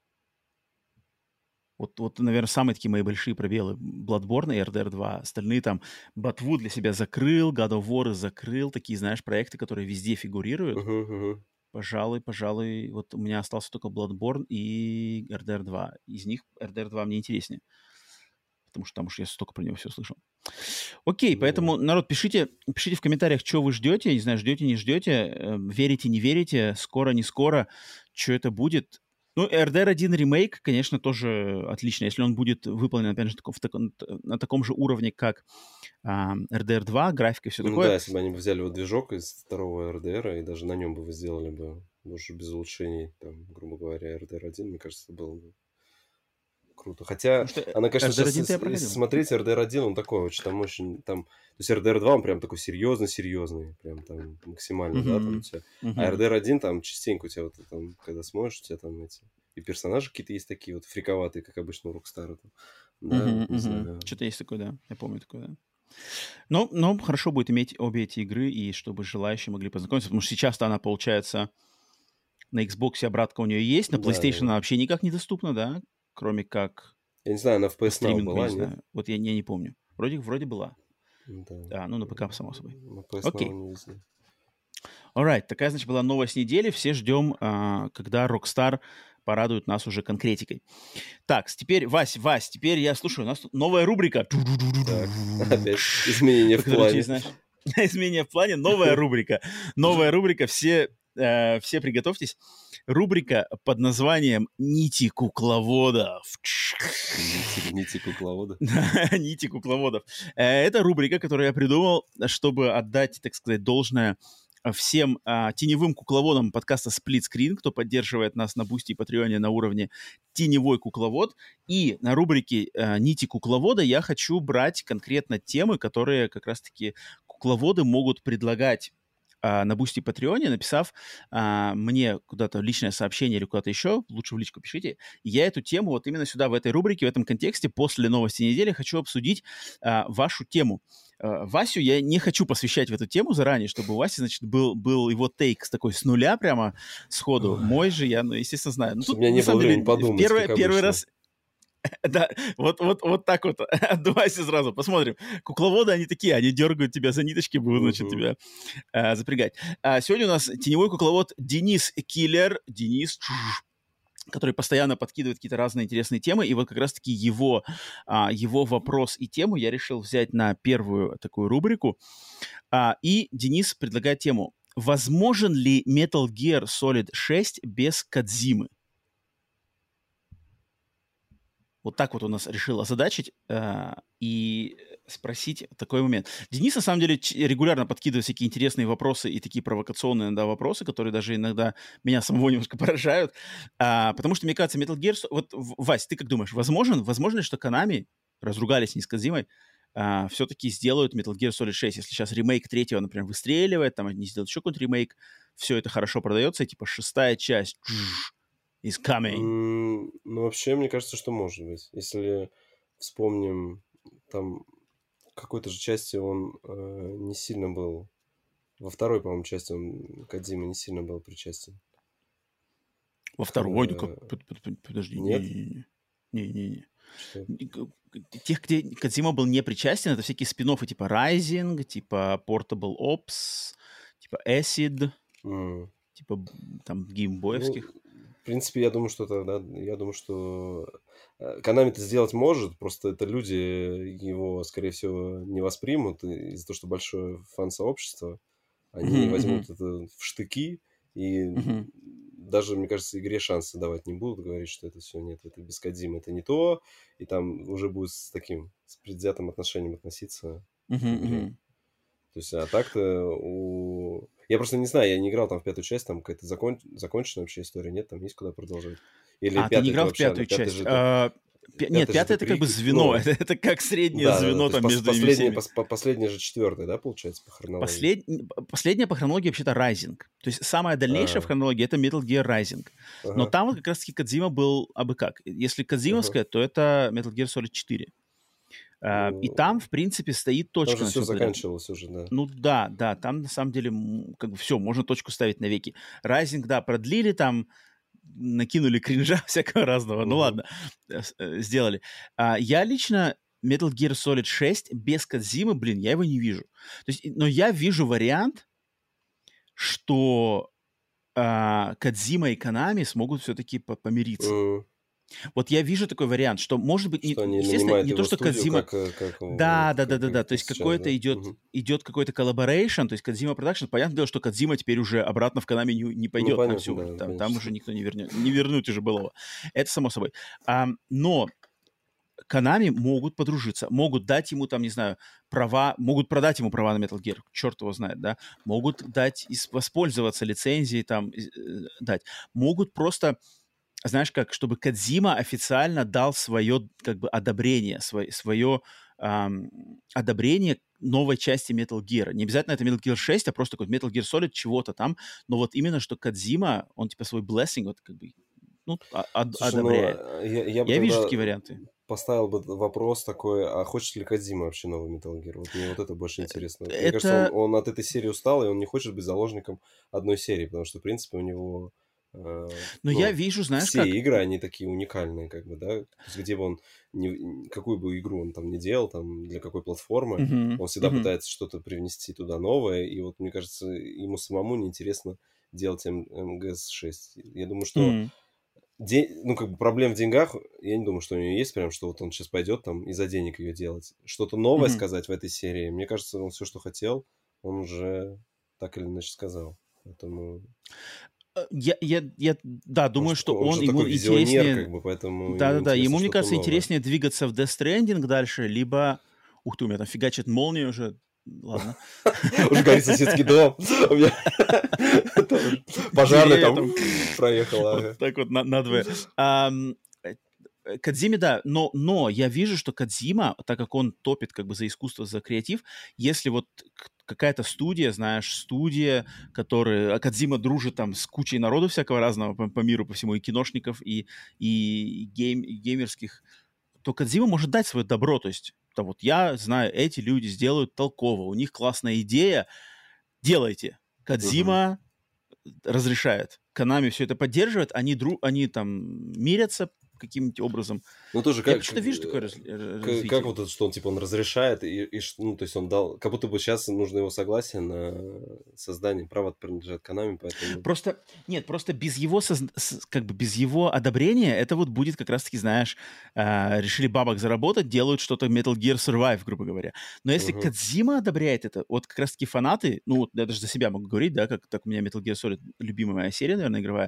Вот, вот, наверное, самые такие мои большие пробелы. Bloodborne и эр дэ эр два. Остальные там Ботву для себя закрыл, God of War закрыл. Такие, знаешь, проекты, которые везде фигурируют. Uh-huh, uh-huh. Пожалуй, пожалуй, вот у меня остался только Bloodborne и эр дэ эр два. Из них эр дэ эр два мне интереснее. Потому что там уж я столько про него все слышал. Окей, mm-hmm. поэтому, народ, пишите, пишите в комментариях, что вы ждете. Не знаю, ждете, не ждете. Э, верите, не верите. Скоро, не скоро. Что это будет. Ну, эр дэ эр один ремейк, конечно, тоже отлично. Если он будет выполнен, опять же, в таком, на таком же уровне, как а, эр дэ эр два, графика и все ну, такое. Да, если бы они взяли вот движок из второго эр дэ эр, и даже на нем бы вы сделали бы, уже без улучшений, там, грубо говоря, эр дэ эр один, мне кажется, это было бы круто. Хотя, она, конечно, сейчас, если смотреть, эр дэ эр один, он такой очень, там очень, там, то есть эр дэ эр два, он прям такой серьезный-серьезный, прям там максимально, mm-hmm. да, там у тебя. Mm-hmm. А эр дэ эр один, там, частенько у тебя вот, там, когда смотришь, у тебя там эти, и персонажи какие-то есть такие вот фриковатые, как обычно у Rockstar. Да, mm-hmm. не mm-hmm. знаю. Что-то есть такое, да, я помню такое, да. Но, но хорошо будет иметь обе эти игры, и чтобы желающие могли познакомиться, потому что сейчас-то она, получается, на Xbox обратка у нее есть, на PlayStation да, да. она вообще никак не доступна, да? Кроме как... Я не знаю, она в пи эс Now была, не знаю. Вот я, я не помню. Вроде, вроде была. Да. да, ну на ПК, само собой. На пи эс Now не везде. Alright, такая, значит, была новость недели. Все ждем, а, когда Rockstar порадует нас уже конкретикой. Так, теперь, Вась, Вась, теперь я слушаю, у нас тут новая рубрика. Так, опять изменения в плане. Изменения в плане, новая рубрика. Новая рубрика, все... Uh, все приготовьтесь. Рубрика под названием «Нити кукловодов». Нити, нити кукловодов? Нити кукловодов. Uh, это рубрика, которую я придумал, чтобы отдать, так сказать, должное всем uh, теневым кукловодам подкаста Split Screen, кто поддерживает нас на Бусти и Патреоне на уровне теневой кукловод. И на рубрике uh, «Нити кукловода» я хочу брать конкретно темы, которые как раз-таки кукловоды могут предлагать на Бусти и Патреоне, написав а, мне куда-то личное сообщение или куда-то еще, лучше в личку пишите, и я эту тему вот именно сюда, в этой рубрике, в этом контексте, после новости недели хочу обсудить а, вашу тему. А, Васю я не хочу посвящать в эту тему заранее, чтобы у Васи, значит, был, был его тейк с такой с нуля прямо сходу. Мой же я, ну, естественно, знаю. Ну, тут, у меня не было времени подумать, первый, первый раз... Да, вот, вот, вот так вот отдувайся сразу, посмотрим. Кукловоды, они такие, они дергают тебя за ниточки, будут, значит, uh-huh. тебя а, запрягать. А сегодня у нас теневой кукловод Денис Киллер, Денис, который постоянно подкидывает какие-то разные интересные темы, и вот как раз-таки его, а, его вопрос и тему я решил взять на первую такую рубрику. А, и Денис предлагает тему: возможен ли Metal Gear Solid шесть без Кодзимы? Вот так вот у нас решил озадачить э, и спросить такой момент. Денис, на самом деле, регулярно подкидывает всякие интересные вопросы и такие провокационные иногда вопросы, которые даже иногда меня самого немножко поражают. А, потому что, мне кажется, Metal Gear... Вот, Вась, ты как думаешь, возможен, возможно ли, что Konami разругались не с Кодзимой, а, все-таки сделают Metal Gear Solid шесть? Если сейчас ремейк третьего, например, выстреливает, там они сделают еще какой-то ремейк, все это хорошо продается, и типа шестая часть... is coming. Mm, ну, вообще, мне кажется, что может быть. Если вспомним, там, какой-то же части он э, не сильно был... Во второй, по-моему, части он, Кодзима, не сильно был причастен. Во второй? Ну, как? Подожди. Нет? Не-не-не. Тех, где Кодзима был не причастен, это всякие спин-оффы типа Rising, типа Portable Ops, типа Acid, mm. типа там геймбоевских. Ну, в принципе, я думаю, что это, да, я думаю, что Konami это сделать может, просто это люди его, скорее всего, не воспримут из-за того, что большое фан-сообщество, они mm-hmm. возьмут это в штыки и mm-hmm. даже, мне кажется, игре шансы давать не будут, говорить, что это все нет, это без Кодзимы, это не то, и там уже будет с таким, с предвзятым отношением относиться mm-hmm. к игре. То есть, а так-то у... Я просто не знаю, я не играл там в пятую часть, там какая-то закон... законченная вообще история, нет? Там есть куда продолжать? Или а, ты не играл в пятую часть? Же, а, Нет, это пятое — это как бы звено, ну, это, это как среднее да, звено да, да. там между последнее, ними по, последнее же четвертое, да, получается, по хронологии? Послед... Последняя по хронологии вообще-то Rising. То есть самая дальнейшая А-а-а. в хронологии — это Metal Gear Rising. Ага. Но там вот как раз-таки Кодзима был абы как. Если кодзимовская, ага. то это Metal Gear Solid четыре. Uh, ну, и там, в принципе, стоит точка. Там же все заканчивалось уже, да. Ну да, да, там на самом деле как бы все, можно точку ставить навеки. Rising, да, продлили там, накинули кринжа всякого разного, uh-huh. ну ладно, сделали. Uh, я лично Metal Gear Solid шесть без Кодзимы, блин, я его не вижу. То есть, но я вижу вариант, что uh, Кодзима и Конами смогут все-таки помириться. Uh-huh. Вот я вижу такой вариант, что может быть, что не, естественно, не то, что Кодзима... Как, как, да, как, да, да, как, да, да, то есть какой-то да? идет, угу. идет какой-то коллаборейшн, то есть Кодзима Продакшн, понятное дело, что Кодзима теперь уже обратно в Конами не, не пойдет, ну, там, все, да, там, там уже никто не вернет, не вернут уже былого. Это само собой. А, но Конами могут подружиться, могут дать ему там, не знаю, права, могут продать ему права на Metal Gear, черт его знает, да, могут дать, воспользоваться лицензией, там, дать, могут просто... Знаешь как, чтобы Кодзима официально дал свое как бы одобрение, свое, свое эм, одобрение новой части Metal Gear. Не обязательно это Metal Gear шесть, а просто какой-то Metal Gear Solid чего-то там, но вот именно что Кодзима, он типа свой blessing вот как бы ну, од- Слушай, одобряет. Ну, я я, я вижу такие варианты. Поставил бы вопрос такой, а хочет ли Кодзима вообще новый Metal Gear? Вот мне вот это больше интересно. Это... Мне кажется, он, он от этой серии устал, и он не хочет быть заложником одной серии, потому что, в принципе, у него... Но ну, я вижу, знаешь, все как... игры, они такие уникальные, как бы, да, то есть где бы он, не, какую бы игру он там не делал, там, для какой платформы, uh-huh. он всегда uh-huh. пытается что-то привнести туда новое, и вот, мне кажется, ему самому неинтересно делать эм джи эс шесть. Я думаю, что uh-huh. день, ну, как бы проблем в деньгах, я не думаю, что у него есть прям, что вот он сейчас пойдет там из-за денег ее делать. Что-то новое uh-huh. сказать в этой серии, мне кажется, он все, что хотел, он уже так или иначе сказал. Поэтому... Я, я, я, да, думаю, Может, что он, он, он ему интереснее... как бы, поэтому Да-да-да, ему, мне кажется, новое. интереснее двигаться в Death Stranding дальше, либо... Ух ты, у меня там фигачит молния уже. Ладно. Уже горит соседский дом. Пожарный там проехал. Так вот, надвое. Кодзиме, да, но, но я вижу, что Кодзима, так как он топит как бы за искусство, за креатив, если вот какая-то студия, знаешь, студия, которая... А Кодзима дружит там с кучей народу всякого разного по, по миру, по всему, и киношников, и, и, гейм, и геймерских, то Кодзима может дать свое добро, то есть там вот я знаю, эти люди сделают толково, у них классная идея, делайте. Кодзима uh-huh. разрешает. Конами все это поддерживает, они, дру... они там мирятся каким-нибудь образом. Ну, тоже я как, что-то вижу такое раз... как, как вот это, что он, типа, он разрешает, и, и, ну, то есть он дал... Как будто бы сейчас нужно его согласие на создание. Право принадлежит Konami, поэтому... Просто... Нет, просто без его, соз... как бы без его одобрения это вот будет как раз-таки, знаешь, э, решили бабок заработать, делают что-то Metal Gear Survive, грубо говоря. Но если uh-huh. Кодзима одобряет это, вот как раз-таки фанаты, ну, вот я даже за себя могу говорить, да, как так у меня Metal Gear Solid любимая моя серия, наверное, игровая,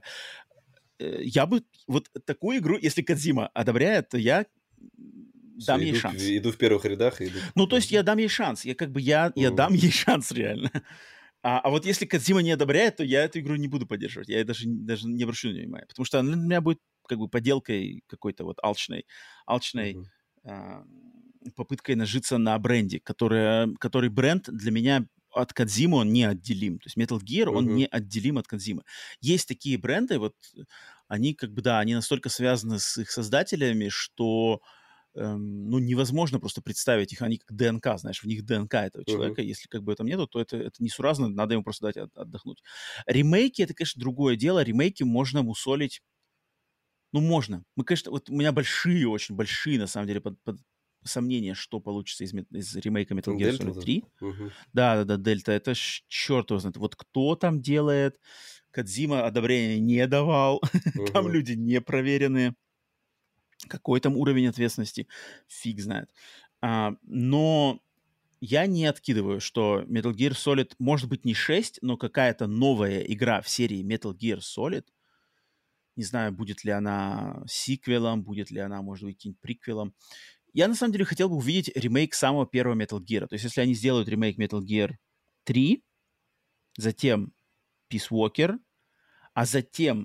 я бы вот такую игру, если Кодзима одобряет, то я Все, дам иду, ей шанс. Иду в первых рядах. Иду... Ну, то есть я дам ей шанс. Я как бы, я, я mm. дам ей шанс реально. А, а вот если Кодзима не одобряет, то я эту игру не буду поддерживать. Я даже, даже не обращу на нее внимания. Потому что она для меня будет как бы поделкой какой-то вот алчной, алчной mm-hmm. а, попыткой нажиться на бренде, которая, который бренд для меня от Кодзимы он неотделим. То есть Metal Gear, он uh-huh. неотделим от Кодзимы. Есть такие бренды, вот они как бы, да, они настолько связаны с их создателями, что эм, ну, невозможно просто представить их. Они как ДНК, знаешь, в них ДНК этого человека. Uh-huh. Если как бы этого нету, то это, это несуразно, надо ему просто дать от, отдохнуть. Ремейки — это, конечно, другое дело. Ремейки можно мусолить. Ну, можно. Мы, конечно, вот у меня большие, очень большие, на самом деле, под, под сомнения, что получится из, из ремейка Metal Gear Solid три. Uh-huh. Да, да, да, Дельта, это ж, черт его знает. Вот кто там делает? Кодзима одобрения не давал. Uh-huh. Там люди не проверенные. Какой там уровень ответственности? Фиг знает. А, но я не откидываю, что Metal Gear Solid может быть не шесть, но какая-то новая игра в серии Metal Gear Solid. Не знаю, будет ли она сиквелом, будет ли она, может быть, каким-нибудь приквелом. Я, на самом деле, хотел бы увидеть ремейк самого первого Metal Gear. То есть, если они сделают ремейк Metal Gear три, затем Peace Walker, а затем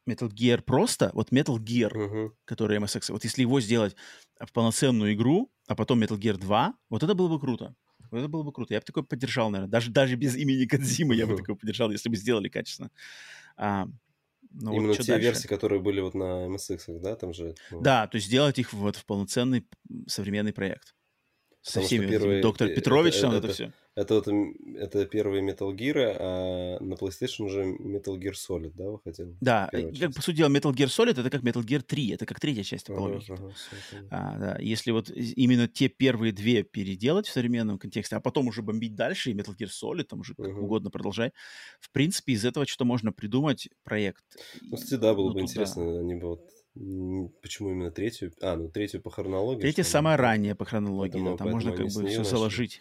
Metal Gear просто, вот Metal Gear, uh-huh. который эм эс икс, вот если его сделать в полноценную игру, а потом Metal Gear два, вот это было бы круто. Вот это было бы круто. Я бы такое поддержал, наверное. Даже, даже без имени Кодзимы uh-huh. я бы такое поддержал, если бы сделали качественно. А, ну, Именно вот те дальше? версии, которые были вот на эм эс икс, да, там же? Ну... Да, то есть сделать их вот в полноценный современный проект. Со Потому всеми что первый, доктор Петрович, это, там это, это все. Это, это, это первые Metal Gear, а на PlayStation уже Metal Gear Solid, да, выходил? Да, как, по сути дела, Metal Gear Solid это как Metal Gear три, это как третья часть по логике. Ага, ага, все, а, да. Если вот именно те первые две переделать в современном контексте, а потом уже бомбить дальше, и Metal Gear Solid, там уже как uh-huh. угодно продолжай, в принципе, из этого что-то можно придумать, проект. Ну, кстати, да, было ну, бы туда... интересно, они бы вот... Почему именно третью? А, ну третью по хронологии. Третья самая да? ранняя по хронологии, поэтому, да, там можно как бы все начали. заложить.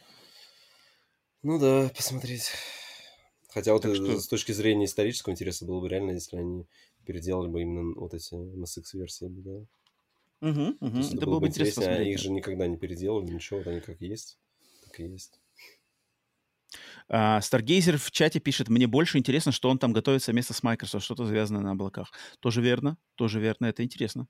Ну да, посмотреть. Хотя вот что... с точки зрения исторического интереса было бы реально, если они переделали бы именно вот эти эм эс икс-версии, да. Угу, угу. То есть это, это было бы интересно, интереснее, а их же никогда не переделали, ничего, вот они как есть, так и есть. Старгейзер uh, в чате пишет, мне больше интересно, что он там готовит совместно с Microsoft, что-то завязанное на облаках. Тоже верно, тоже верно, это интересно.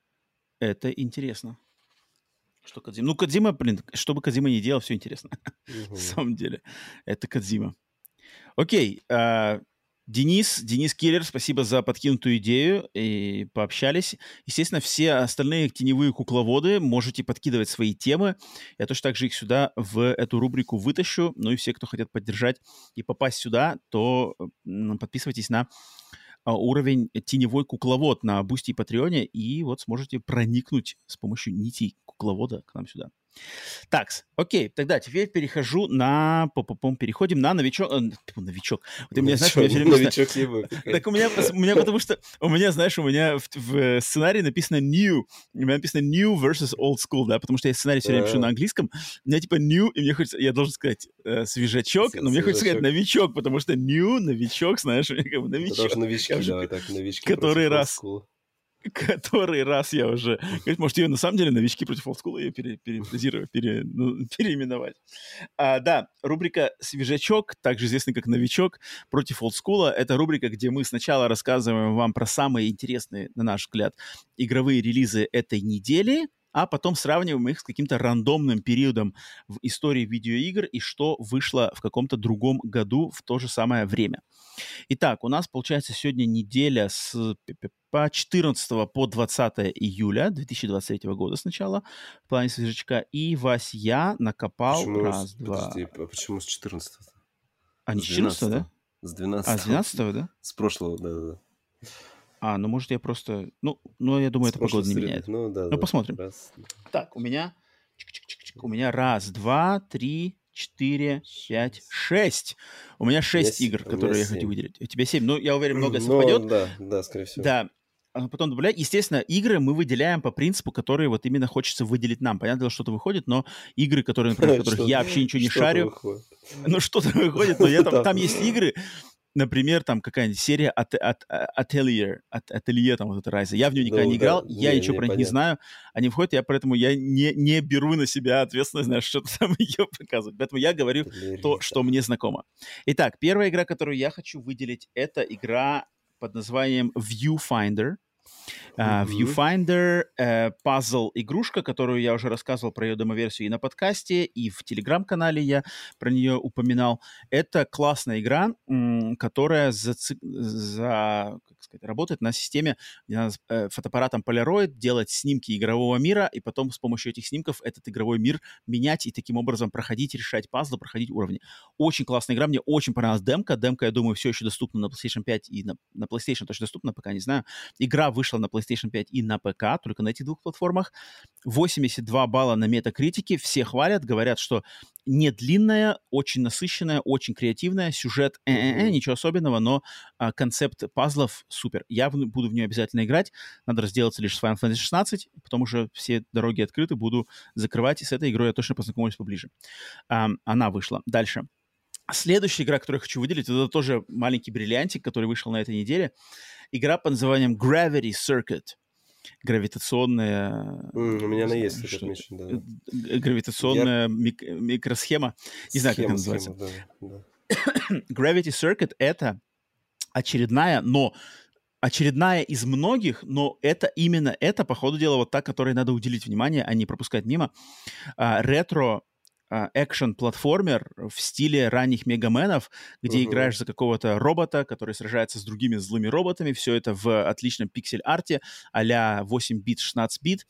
Это интересно. Что Кодзима? Ну, Кодзима, блин, что бы Кодзима ни делал, все интересно. Uh-huh. На самом деле. Это Кодзима. Окей. Uh, Денис, Денис Киллер, спасибо за подкинутую идею. И пообщались. Естественно, все остальные теневые кукловоды можете подкидывать свои темы. Я точно так же их сюда в эту рубрику вытащу. Ну и все, кто хотят поддержать и попасть сюда, то подписывайтесь на уровень теневой кукловод на Бусти и Патреоне, и вот сможете проникнуть с помощью нитей кукловода к нам сюда. Так, окей, тогда теперь перехожу на... По-по-пом, переходим на новичок... Э, новичок. Вот у меня, знаешь, у меня все время... Новичок не будет. Так у меня, у меня, потому что... У меня, знаешь, у меня в, в сценарии написано new. У меня написано new versus old school, да, потому что я сценарий все время пишу на английском. У меня типа new, и мне хочется... Я должен сказать э, свежачок, но мне хочется сказать новичок, потому что new, новичок, знаешь, как бы новичок. Потому что новички, уже, давай так, новички который раз... Который раз я уже... Может, ее на самом деле новички против олдскула ее перефразировать, пере, ну, переименовать. А, да, рубрика «Свежачок», также известный как «Новичок» против олдскула. Это рубрика, где мы сначала рассказываем вам про самые интересные, на наш взгляд, игровые релизы этой недели, а потом сравниваем их с каким-то рандомным периодом в истории видеоигр и что вышло в каком-то другом году в то же самое время. Итак, у нас, получается, сегодня неделя с четырнадцатого по двадцатое июля две тысячи двадцать третьего года сначала в плане свежачка. И, Вась, я накопал почему раз, с... два... Подожди, а почему с четырнадцатого? А, не с четырнадцатого, да? С двенадцатого. А, с двенадцатого, да? С прошлого, да-да-да. А, ну, может, я просто... Ну, ну я думаю, с это погода не меняет. Ну, да, ну да. посмотрим. Раз. Так, у меня... У меня раз, два, три... четыре, пять, шесть. У меня шесть меня игр, с... которые я семь. хочу выделить. У тебя семь. Ну, я уверен, многое совпадет. Ну, да, да, скорее всего. Да. А потом добавлять. Естественно, игры мы выделяем по принципу, которые вот именно хочется выделить нам. Понятно, что-то выходит, но игры, которые, например, в которых я вообще ничего не шарю. Ну, что-то выходит, но я там, там есть игры, например, там какая-нибудь серия от, от, Atelier, от Atelier, там вот эта Райза. Я в нее никогда ну, не играл, да. я не, ничего не, про них понятно. не знаю. Они входят, я поэтому я не, не беру на себя ответственность, знаешь, что-то там ее показывать. Поэтому я говорю Atelier. то, что мне знакомо. Итак, первая игра, которую я хочу выделить, это игра под названием Viewfinder. Uh, Viewfinder, uh, пазл-игрушка, которую я уже рассказывал про ее демо-версию и на подкасте, и в Телеграм-канале я про нее упоминал. Это классная игра, м- которая за, за, как сказать, работает на системе, где надо э, фотоаппаратом Polaroid делать снимки игрового мира, и потом с помощью этих снимков этот игровой мир менять и таким образом проходить, решать пазлы, проходить уровни. Очень классная игра, мне очень понравилась демка. Демка, я думаю, все еще доступна на PlayStation пять и на, на PlayStation точно доступна, пока не знаю. Игра вышла на PlayStation пять и на ПК, только на этих двух платформах. восемьдесят два балла на метакритике. Все хвалят, говорят, что не длинная, очень насыщенная, очень креативная. Сюжет э-э-э, ничего особенного, но а, концепт пазлов супер. Я в, буду в нее обязательно играть. Надо разделаться лишь с Final Fantasy шестнадцать, потом уже все дороги открыты, буду закрывать. И с этой игрой я точно познакомлюсь поближе. А, она вышла. Дальше. Следующая игра, которую я хочу выделить, это тоже маленький бриллиантик, который вышел на этой неделе. Игра под названием Gravity Circuit. Гравитационная... Mm, у меня она есть, что, отмечен, да. Гравитационная я... мик- микросхема. Не знаю, как она называется. Да, да. Gravity Circuit — это очередная, но очередная из многих, но это именно это, по ходу дела, вот та, которой надо уделить внимание, а не пропускать мимо. А, ретро экшен-платформер в стиле ранних Мегаменов, где uh-huh. играешь за какого-то робота, который сражается с другими злыми роботами. Все это в отличном пиксель-арте а-ля восемь бит, шестнадцать бит.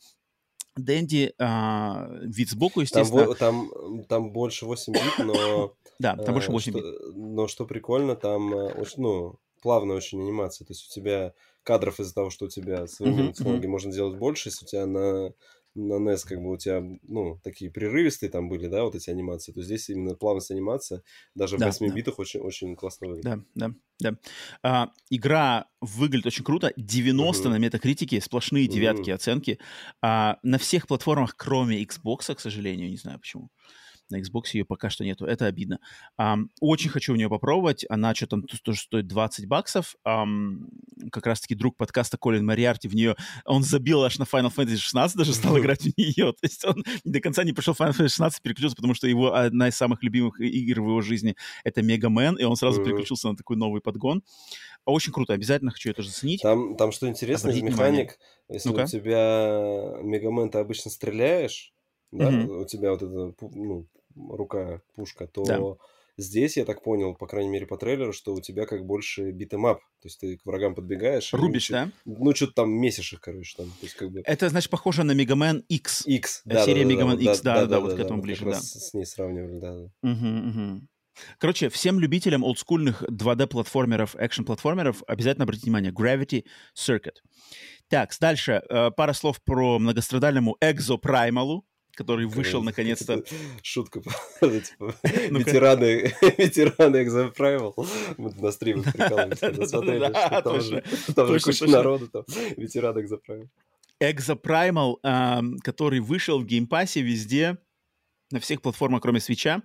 Дэнди, а, вид сбоку, естественно. Там, там, там больше восемь бит, но... Да, там больше восемь бит. Что, но что прикольно, там очень, ну, плавная очень анимация. То есть у тебя кадров из-за того, что у тебя современные uh-huh, технологии uh-huh. можно делать больше, если у тебя на... на эн и эс как бы у тебя, ну, такие прерывистые там были, да, вот эти анимации, то здесь именно плавность анимация, даже да, в восьми да. битах очень, очень классно выглядит. Да, да, да. А, игра выглядит очень круто, девяносто uh-huh. на метакритике, сплошные девятки uh-huh. оценки. А, на всех платформах, кроме Xbox, к сожалению, не знаю почему. На Xbox ее пока что нету, это обидно. Um, очень хочу в нее попробовать, она что-то тоже стоит двадцать баксов. Um, как раз-таки друг подкаста Колин Мариарти в нее, он забил аж на Final Fantasy шестнадцать, даже стал играть в нее. То есть он до конца не прошел Final Fantasy шестнадцать, переключился, потому что его одна из самых любимых игр в его жизни — это Mega Man, и он сразу uh-huh. переключился на такой новый подгон. Очень круто, обязательно хочу ее тоже заценить. Там, там что интересно из механик, внимание. Если Ну-ка. у тебя Mega Man ты обычно стреляешь, да, uh-huh. у тебя вот эта, ну, рука, пушка, то да. здесь, я так понял, по крайней мере по трейлеру, что у тебя как больше битэмап, то есть ты к врагам подбегаешь. Рубишь, да? Ну, что-то там месишь их, короче, там. То есть, как бы... Это, значит, похоже на Mega Man X. X, да. Серия да, Mega Man да, X, да, да, да, да, да, вот да, к этому да, ближе, как да. Раз с ней сравнивали, да. да. Угу, угу. Короче, всем любителям олдскульных два дэ-платформеров, экшн-платформеров обязательно обратите внимание. Gravity Circuit. Так, дальше. Пара слов про многострадальному Exoprimal, который вышел как, наконец-то. Шутка. Типа, ветераны, ветераны Exoprimal. Мы на стримах прикалываемся. Смотрели, что там же, там же куча народу. Там. Ветераны Exoprimal. Exoprimal, э, который вышел в геймпассе везде, на всех платформах, кроме Switch'а.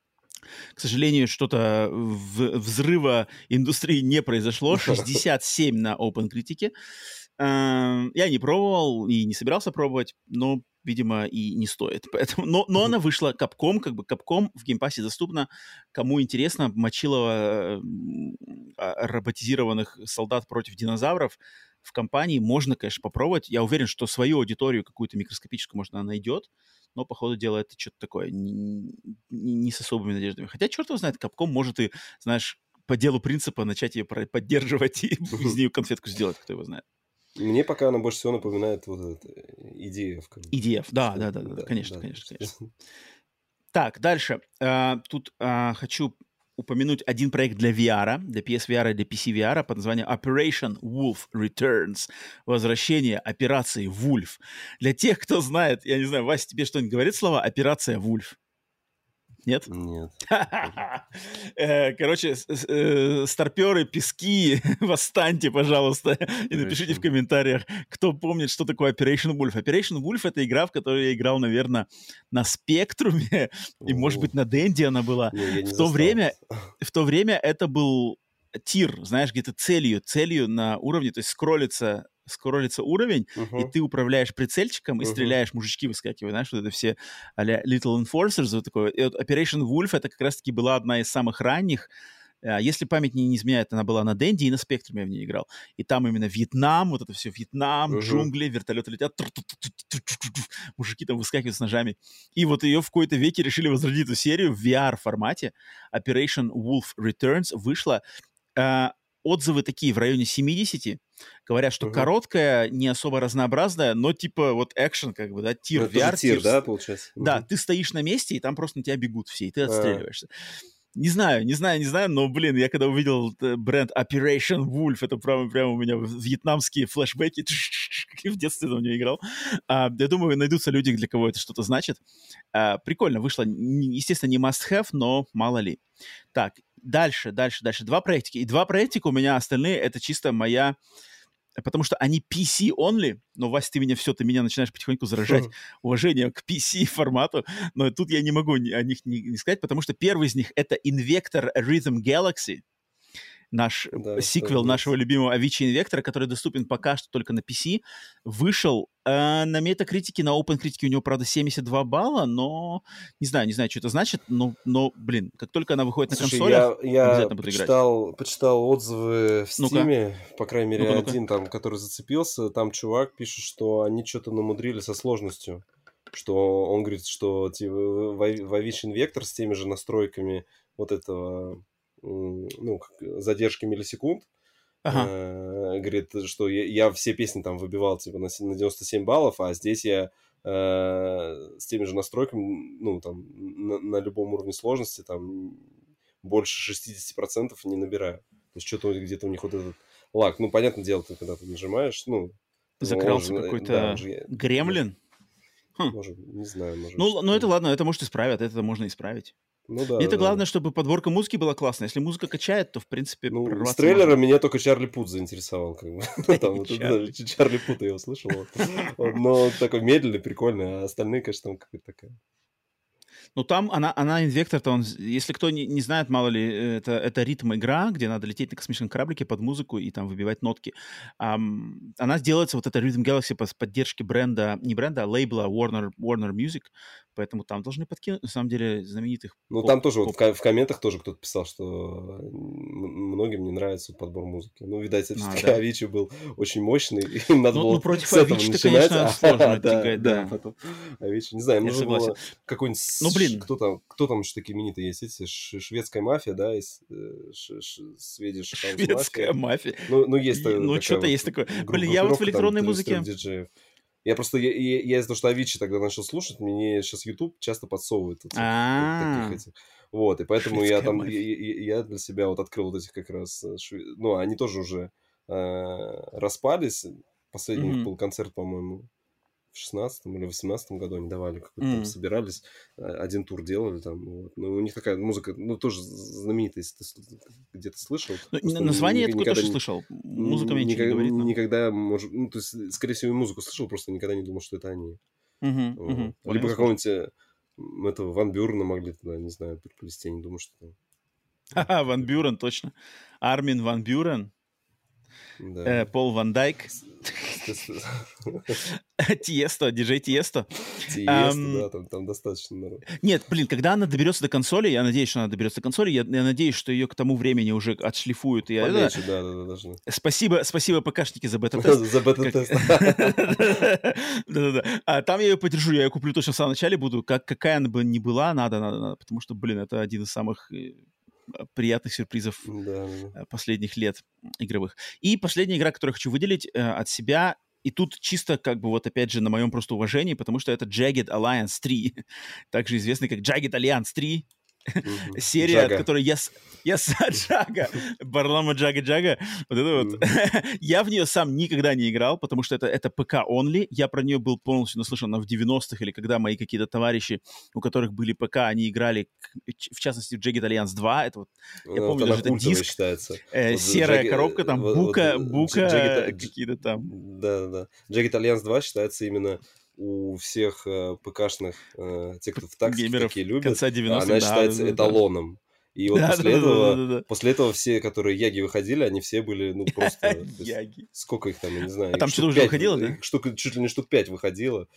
К сожалению, что-то в, взрыва индустрии не произошло. шестьдесят семь на OpenCritic. Э, я не пробовал и не собирался пробовать, но, видимо, и не стоит. Поэтому, но, но она вышла Capcom, как бы Capcom в геймпассе доступна. Кому интересно, мочилово роботизированных солдат против динозавров в компании можно, конечно, попробовать. Я уверен, что свою аудиторию какую-то микроскопическую, может, она найдет. Но, по ходу дела, это что-то такое не, не, не с особыми надеждами. Хотя, черт его знает, Capcom может и, знаешь, по делу принципа начать ее поддерживать и из нее конфетку сделать, кто его знает. Мне пока она больше всего напоминает вот этот и ди эф. и ди эф, да, да, да, да, да, конечно, да, конечно, конечно. Так, дальше. А, тут а, хочу упомянуть один проект для ви ар, для пи эс ви ар и для пи си ви ар под названием Operation Wolf Returns. Возвращение операции Wolf. Для тех, кто знает, я не знаю, Вася, тебе что-нибудь говорит слова «Операция Wolf»? Нет? Нет. Короче, старперы, пески, восстаньте, пожалуйста, и напишите в комментариях, кто помнит, что такое Operation Wolf. Operation Wolf — это игра, в которой я играл, наверное, на Спектруме, и, может быть, на Денди она была. В то время, в то время это был тир, знаешь, где-то целью, целью на уровне, то есть скроллится скроллится уровень, uh-huh. и ты управляешь прицельчиком и uh-huh. стреляешь, мужички выскакивают, знаешь, вот это все а-ля Little Enforcers, вот такое. И вот Operation Wolf — это как раз-таки была одна из самых ранних. Если память не изменяет, она была на Денди и на Спектруме я в ней играл. И там именно Вьетнам, вот это все Вьетнам, uh-huh. джунгли, вертолеты летят, мужики там выскакивают с ножами. И вот ее в какой-то веке решили возродить эту серию в ви ар-формате. Operation Wolf Returns вышла. Отзывы такие в районе семьдесят. Говорят, что uh-huh. короткая, не особо разнообразная, но типа вот экшен, как бы, да, тир, ну, ви ар. Тир, да, получается? Да, uh-huh. ты стоишь на месте, и там просто на тебя бегут все, и ты отстреливаешься. Uh-huh. Не знаю, не знаю, не знаю, но, блин, я когда увидел бренд Operation Wolf, это прямо, прямо у меня вьетнамские флешбеки, как я в детстве на нее играл. А, я думаю, найдутся люди, для кого это что-то значит. А, прикольно, вышло, естественно, не must-have, но мало ли. Так, дальше, дальше, дальше. Два проектика. И два проектика у меня, остальные, это чисто моя... Потому что они пи си-only, но, Вась, ты меня все, ты меня начинаешь потихоньку заражать uh-huh. уважением к пи си-формату, но тут я не могу о них не, не сказать, потому что первый из них — это Invector Rhythm Galaxy, наш да, сиквел нашего любимого Avicii Invector, который доступен пока что только на пи си, вышел А, на Metacritic, на OpenCritic у него, правда, семьдесят два балла, но не знаю, не знаю, что это значит, но, но блин, как только она выходит Слушай, на консолях, я, я обязательно буду почитал, играть. почитал отзывы в Ну-ка, Стиме, по крайней мере, ну-ка, ну-ка. один там, который зацепился, там чувак пишет, что они что-то намудрили со сложностью, что он говорит, что типа, в Aviation Vector с теми же настройками вот этого, ну, задержки миллисекунд, Ага. э, говорит, что я, я все песни там выбивал типа на, на девяносто семь баллов, а здесь я э, с теми же настройками, ну, там, на, на любом уровне сложности, там, больше шестьдесят процентов не набираю. То есть что-то где-то у них вот этот лаг. Ну, понятное дело, ты когда ты нажимаешь, ну... Закрался же, какой-то да, же, гремлин. Может, хм. может, не знаю, может... Ну, ну, это ладно, это может исправят, это можно исправить. Ну да. Мне это да, главное, да. чтобы подборка музыки была классная. Если музыка качает, то, в принципе, ну, прорваться с трейлера можно. меня только Чарли Пут заинтересовал. Как бы. Там, вот, Чарли. Чарли Пута я услышал. Вот. Но такой медленный, прикольный, а остальные, конечно, там какая-то такая... Ну, там она, она инвектор-то, он, если кто не, не знает, мало ли, это, это ритм-игра, где надо лететь на космическом кораблике под музыку и там выбивать нотки. Um, она делается, вот эта Rhythm Galaxy, по поддержке бренда, не бренда, а лейбла Warner, Warner Music, поэтому там должны подкинуть, на самом деле, знаменитых... Ну, поп, там тоже поп. вот в, в комментах тоже кто-то писал, что многим не нравится подбор музыки. Ну, видать, это а, все-таки да. Авичи был очень мощный, им надо ну, было ну, против с этого Авичи-то, начинать. конечно, сложно да, тягать, да, да. потом Авичи, не знаю, нужно было какой-нибудь... Ну, блин. Кто там, кто там еще такие именитые есть? Эти шведская мафия, да, из Swedish House Mafia. Шведская мафия. Ну, ну есть такая... Ну, что-то есть такое. Блин, я вот в электронной музыке... Я просто, я, я, я из-за того, что Авичи тогда начал слушать, мне сейчас YouTube часто подсовывает вот, таких этих. Вот, и поэтому я там, я, я для себя вот открыл вот этих как раз, ну, они тоже уже э, распались. Последний mm-hmm. был концерт, по-моему, в шестнадцатом или восемнадцатом году они давали, какой-то mm-hmm. там собирались, один тур делали там. Вот. Ну, у них такая музыка, ну, тоже знаменитая, если ты где-то слышал. Ну, название я такое тоже не, слышал. Музыка мне ничего не говорит. Но... Никогда, может, ну, то есть, скорее всего, и музыку слышал, просто никогда не думал, что это они. Mm-hmm. Вот. Mm-hmm. Либо какого-нибудь этого Ван Бюрена могли туда, не знаю, приплести, не думаю, что там. Ха-ха, Ван Бюрен, точно. Армин Ван Бюрен. Да. Э, Пол Ван Дайк. Тиесто, диджей Тиесто. Тиесто, да, там, там достаточно народ. Нет, блин, когда она доберется до консоли, я надеюсь, что она доберется до консоли, я, я надеюсь, что ее к тому времени уже отшлифуют. И, Полечу, да, да, да, должны. Спасибо, спасибо, ПКшники, за бета-тест. За бета-тест. Да-да-да. А там я ее подержу, я ее куплю точно в самом начале буду. Какая она бы ни была, надо, надо, надо. Потому что, блин, это один из самых... приятных сюрпризов да. последних лет игровых. И последняя игра, которую хочу выделить э, от себя, и тут чисто как бы вот опять же на моем просто уважении, потому что это Jagged Alliance три, также известный как Jagged Alliance три, mm-hmm. серия, Джага. От которой я... Я Джага, Барлама Джага Джага, вот это вот. Mm-hmm. Я в нее сам никогда не играл, потому что это, это пи си-only. Я про нее был полностью наслышан в девяностых, или когда мои какие-то товарищи, у которых были ПК, они играли, в частности, в Jagged Alliance два. Это вот, я ну, помню, даже это диск, считается. Э, вот серая Jagged, коробка, там, вот, бука, вот, бука Jagged, какие-то там. Да-да-да. Jagged Alliance два считается именно... у всех э, ПКшных, э, тех, кто в тактике такие любят, конца девяностых, она да, считается да, эталоном. Да. И вот да, после, да, этого, да, да, да. после этого все, которые Яги выходили, они все были, ну, просто... Яги. Сколько их там, я не знаю. А там что-то уже выходило, да? Штук, чуть ли не штук пять выходило.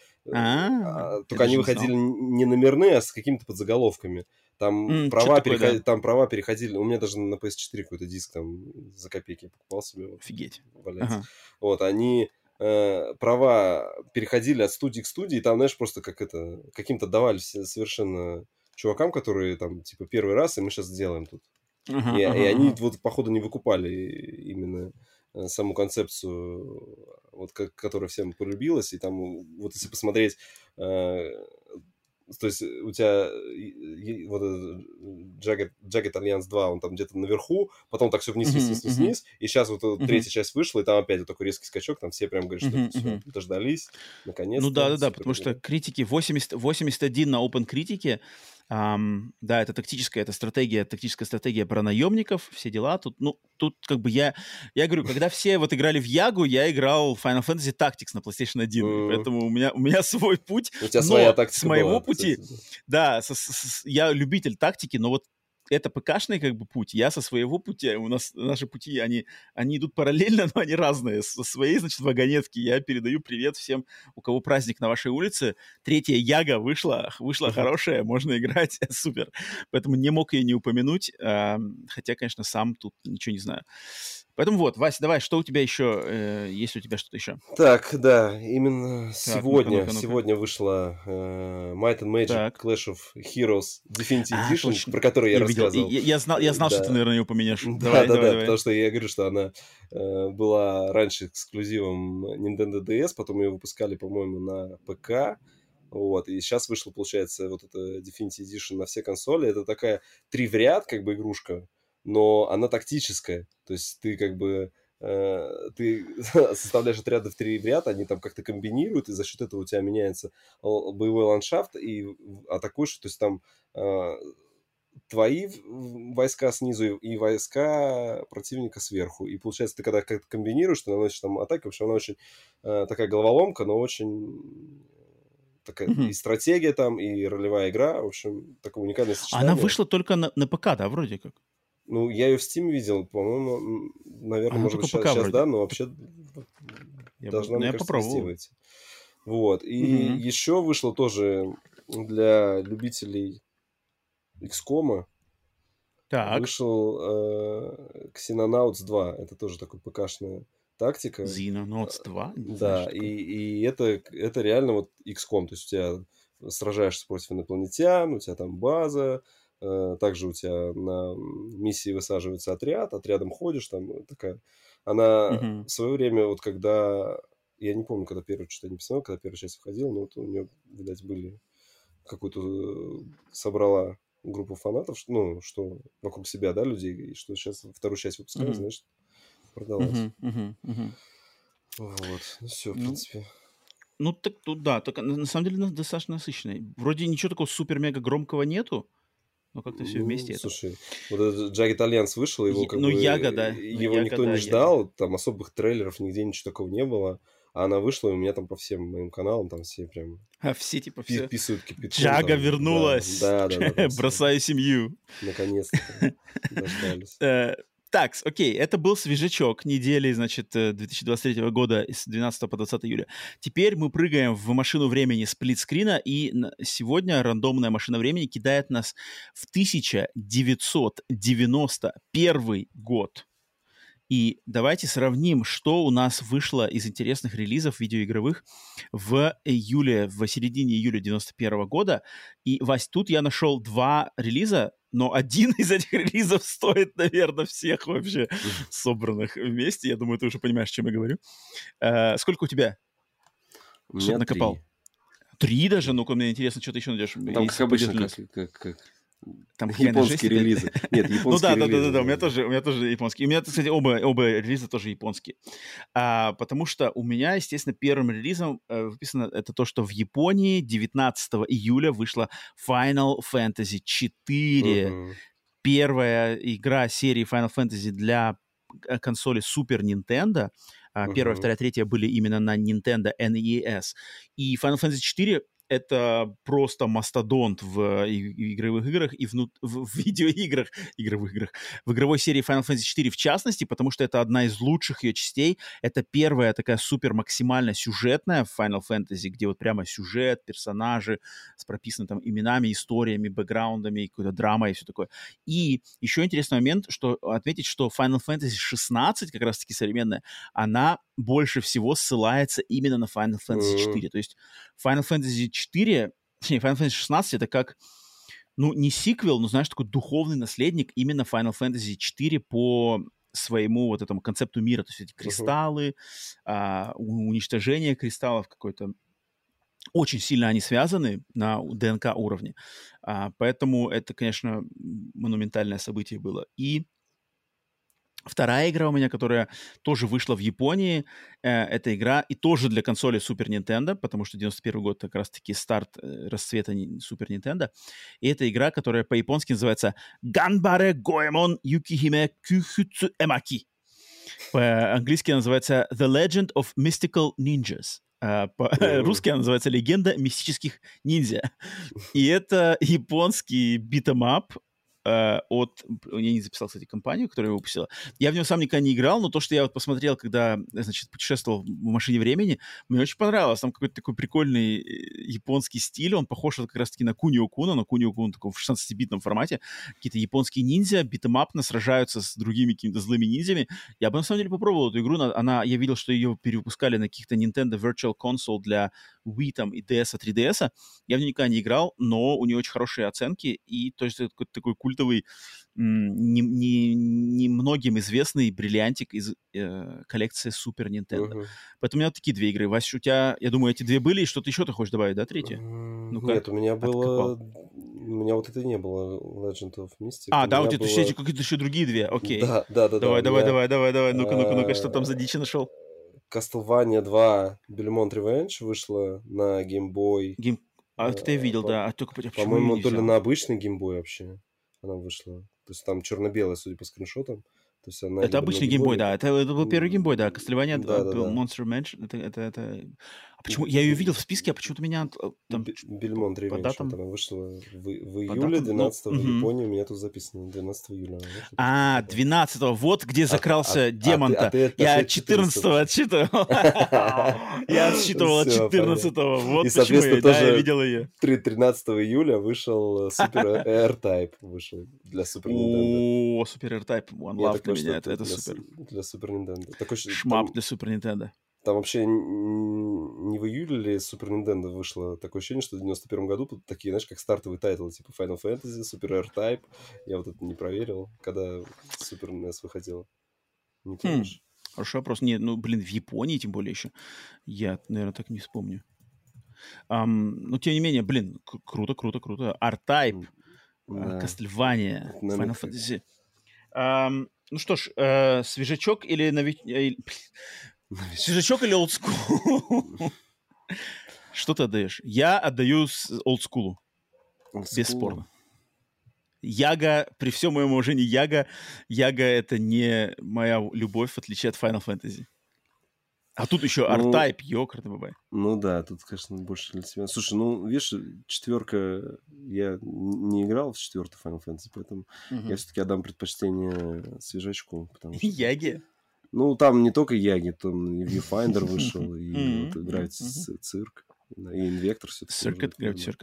А, только они выходили не номерные, а с какими-то подзаголовками. Там, mm, права переход... такое, да? Там права переходили... У меня даже на пи эс четыре какой-то диск там за копейки покупал себе. Вот, офигеть. Ага. Вот, они... Э, права переходили от студии к студии, и там, знаешь, просто как это... Каким-то давали совершенно... чувакам, которые там, типа, первый раз, и мы сейчас сделаем тут. Uh-huh, и, uh-huh, и они, uh-huh. вот, походу, не выкупали именно саму концепцию, вот, как, которая всем полюбилась. И там, вот, если посмотреть, э, то есть у тебя вот Jagged, Jagged Alliance два, он там где-то наверху, потом так все вниз, вниз, вниз, вниз, вниз, и сейчас вот uh-huh. третья часть вышла, и там опять вот такой резкий скачок, там все прям говорят, что uh-huh, это все, uh-huh. дождались, наконец-то. Ну да-да-да, потому что критики восемьдесят, восемьдесят один на OpenCritic, Um, да, это тактическая, это стратегия, тактическая стратегия про наемников, все дела. Тут, ну, тут как бы я, я говорю, когда все вот играли в Ягу, я играл в Final Fantasy Tactics на PlayStation один, mm. поэтому у меня, у меня свой путь. У тебя но своя тактика с моего была, пути, кстати. Да, с, с, с, я любитель тактики, но вот это ПКшный как бы путь, я со своего пути, у нас наши пути, они, они идут параллельно, но они разные. Со своей, значит, вагонетки я передаю привет всем, у кого праздник на вашей улице. Третья Яга вышла, вышла uh-huh. хорошая, можно играть, супер. Поэтому не мог ее не упомянуть, э, хотя, конечно, сам тут ничего не знаю. Поэтому вот, Вася, давай, что у тебя еще, э, есть у тебя что-то еще? Так, да, именно так, сегодня, ну-ка, ну-ка, ну-ка. сегодня вышла э, Might and Magic так. Clash of Heroes Definitive а, Edition, точно. Про которую я, я рассказывал. Я, я знал, я знал да. что ты, наверное, ее поменяшь. Да, давай, да, давай, да, давай. потому что я говорю, что она э, была раньше эксклюзивом Nintendo ди эс, потом ее выпускали, по-моему, на ПК. Вот, и сейчас вышла, получается, вот эта Definitive Edition на все консоли. Это такая три в ряд, как бы, игрушка, но она тактическая. То есть ты, как бы, э, ты составляешь отряды в три в ряд, они там как-то комбинируют, и за счет этого у тебя меняется боевой ландшафт, и атакуешь, то есть там э, твои войска снизу и войска противника сверху. И, получается, ты когда как-то комбинируешь, ты наносишь там атаки, в общем, она очень э, такая головоломка, но очень... Такая mm-hmm. и стратегия там, и ролевая игра, в общем, такое уникальное сочетание. Она вышла только на, на ПК, да, вроде как? Ну, я ее в Steam видел, по-моему, наверное, она может быть, сейчас, сейчас да, но вообще я должна, бы, мне я кажется, попробовал. выйти. Вот, и mm-hmm. еще вышло тоже для любителей икс ком, так. вышел э, Xenonauts два, это тоже такой ПКшная тактика. Xenonauts два? Не да, знаю, и, и это, это реально вот икс ком, то есть у тебя сражаешься против инопланетян, у тебя там база, э, также у тебя на миссии высаживается отряд, отрядом ходишь, там такая... Она uh-huh. в свое время, вот когда... Я не помню, когда первую что-то не посмотрел, когда первая часть выходила, но вот у нее, видать, были... Какую-то собрала группу фанатов, ну, что вокруг себя, да, людей, и что сейчас вторую часть выпускают, uh-huh. значит, продавать. Uh-huh. Uh-huh. Uh-huh. Вот, ну все, в ну, принципе. Ну, так тут, да, так, на самом деле достаточно насыщенный. Вроде ничего такого супер-мега громкого нету, но как-то все ну, вместе. Слушай, это... вот этот Jagged Alliance вышел, его как ну, бы... Яга, да. Его ну, никто Яга, не да, ждал, Яга. Там особых трейлеров, нигде ничего такого не было. А она вышла, и у меня там по всем моим каналам там все прям... А все типа все... Писают кипятком. Джага там. вернулась! Да, да, да. да Бросаю семью. Наконец-то дождались. Так, окей, это был свежачок недели, значит, две тысячи двадцать третьего года с двенадцатого по двадцатое июля. Теперь мы прыгаем в машину времени сплитскрина, и сегодня рандомная машина времени кидает нас в тысяча девятьсот девяносто первый год. И давайте сравним, что у нас вышло из интересных релизов видеоигровых в июле, в середине июля девяносто первого года. И, Вась, тут я нашел два релиза, но один из этих релизов стоит, наверное, всех вообще собранных вместе. Я думаю, ты уже понимаешь, о чем я говорю. А, сколько у тебя? У меня что ты накопал? Три. Три даже? Ну-ка, мне интересно, что ты еще найдешь. Там, как обычно, как... как, как... Там японские релизы. Нет, японские ну да, релизы. да, да, да, у меня тоже, у меня тоже японские. У меня, кстати, оба, оба релиза тоже японские. А, потому что у меня, естественно, первым релизом э, выписано это то, что в Японии девятнадцатого июля вышла Final Fantasy четыре. Uh-huh. Первая игра серии Final Fantasy для консоли Super Nintendo. Uh-huh. Первая, вторая, третья были именно на Nintendo эн и эс. И Final Fantasy четыре это просто мастодонт в игровых играх и в, в, в видеоиграх, игровых играх, в игровой серии Final Fantasy четыре в частности, потому что это одна из лучших ее частей. Это первая такая супер максимально сюжетная Final Fantasy, где вот прямо сюжет, персонажи с прописанными там именами, историями, бэкграундами, какой-то драмой и все такое. И еще интересный момент, что отметить, что Final Fantasy шестнадцать, как раз-таки современная, она больше всего ссылается именно на Final Fantasy четыре. Mm-hmm. То есть Final Fantasy четыре, точнее, Final Fantasy шестнадцать это как, ну, не сиквел, но, знаешь, такой духовный наследник именно Final Fantasy четыре по своему вот этому концепту мира. То есть эти кристаллы, uh-huh. а, уничтожение кристаллов какой-то. Очень сильно они связаны на ДНК уровне. А, поэтому это, конечно, монументальное событие было. И вторая игра у меня, которая тоже вышла в Японии, э, это игра и тоже для консоли Super Nintendo, потому что девяносто первый год как раз-таки старт э, расцвета Super Nintendo. И это игра, которая по-японски называется Ganbare Goemon Yukihime Kyuhutsu Emaki. По-английски называется The Legend of Mystical Ninjas. Uh, по-русски она называется «Легенда мистических ниндзя». И это японский битэмап, э, от... Я не записал, кстати, компанию, которая его выпустила. Я в него сам никогда не играл, но то, что я вот посмотрел, когда, значит, путешествовал в машине времени, мне очень понравилось. Там какой-то такой прикольный японский стиль. Он похож вот как раз-таки на Кунио-куна, но Кунио-кун в таком шестнадцатибитном формате. Какие-то японские ниндзя битэмапно сражаются с другими какими-то злыми ниндзями. Я бы, на самом деле, попробовал эту игру. Она, я видел, что ее перевыпускали на каких-то Nintendo Virtual Console для Wii там, и ди эс, три ди эс. Я в нее никогда не играл, но у нее очень хорошие оценки. И то есть это какой-то такой культовый, не, не, не многим известный бриллиантик из э, коллекции Super Nintendo. Uh-huh. Поэтому у меня вот такие две игры. Вася, у тебя, я думаю, эти две были, и что-то еще ты хочешь добавить, да, третье? Uh-huh. Ну-ка, нет, у меня было... Откопал. У меня вот это не было, Legend of Mystic. А, да, у тебя было... еще какие-то еще другие две, окей. Да, да, да. Давай, да, давай, меня... давай, давай, давай, ну-ка, ну-ка, ну-ка, что там за дичи нашел? Castlevania два Belmont Revenge вышла на Game Boy. Game... А это я видел, по... да. А только почему По-моему, то ли на обычный Game Boy вообще она вышла. То есть там черно-белая, судя по скриншотам. То есть она это обычный геймбой, да. Это, это был первый геймбой, да. Castlevania да, да, Monster Ranch. Это, это, это... А почему? Я ее видел в списке, а почему-то меня там... Belmont Revenge, по датам... вот она вышла в, в июле, двенадцатого ну, в Японии, у меня тут записано двенадцатого июля. Вот, а, двенадцатого, вот где закрался а, демон-то. А ты, а ты, я четырнадцатого отсчитывал. Я отсчитывал от четырнадцатого. Вот почему я, да, я видел ее. тринадцатого июля вышел Super R-Type, вышел для Super Nintendo. О, Super R-Type, One Love для меня, это супер. Для Super Nintendo. Шмап для Super Nintendo. Там вообще не в июле ли Super Nintendo вышло? Такое ощущение, что в девяносто первом году тут такие, знаешь, как стартовые тайтлы, типа Final Fantasy, Super R-Type. Я вот это не проверил, когда Super эн и эс выходила. Не помнишь? Хм, хороший вопрос. Нет, ну, блин, в Японии тем более еще. Я, наверное, так не вспомню. Um, но, тем не менее, блин, к- круто, круто, круто. R-Type, Да. Castlevania, Final Fantasy. Um, ну что ж, э, свежачок или новичок? Свежачок или олдскул? Что ты отдаешь? Я отдаю олдскулу. Бесспорно. Яга, при всем моем уважении, Яга, Яга — это не моя любовь, в отличие от Final Fantasy. А тут еще ну, R-Type, ёкарный бабай. Ну да, тут, конечно, больше для себя. Слушай, ну, видишь, четверка... Я не играл в четвертую Final Fantasy, поэтому uh-huh. я все-таки отдам предпочтение свежачку. Потому что... Яге? Ну, там не только Яги, там и Viewfinder вышел, и вот играет Цирк, и Инвектор все-таки. Circuit, Circuit.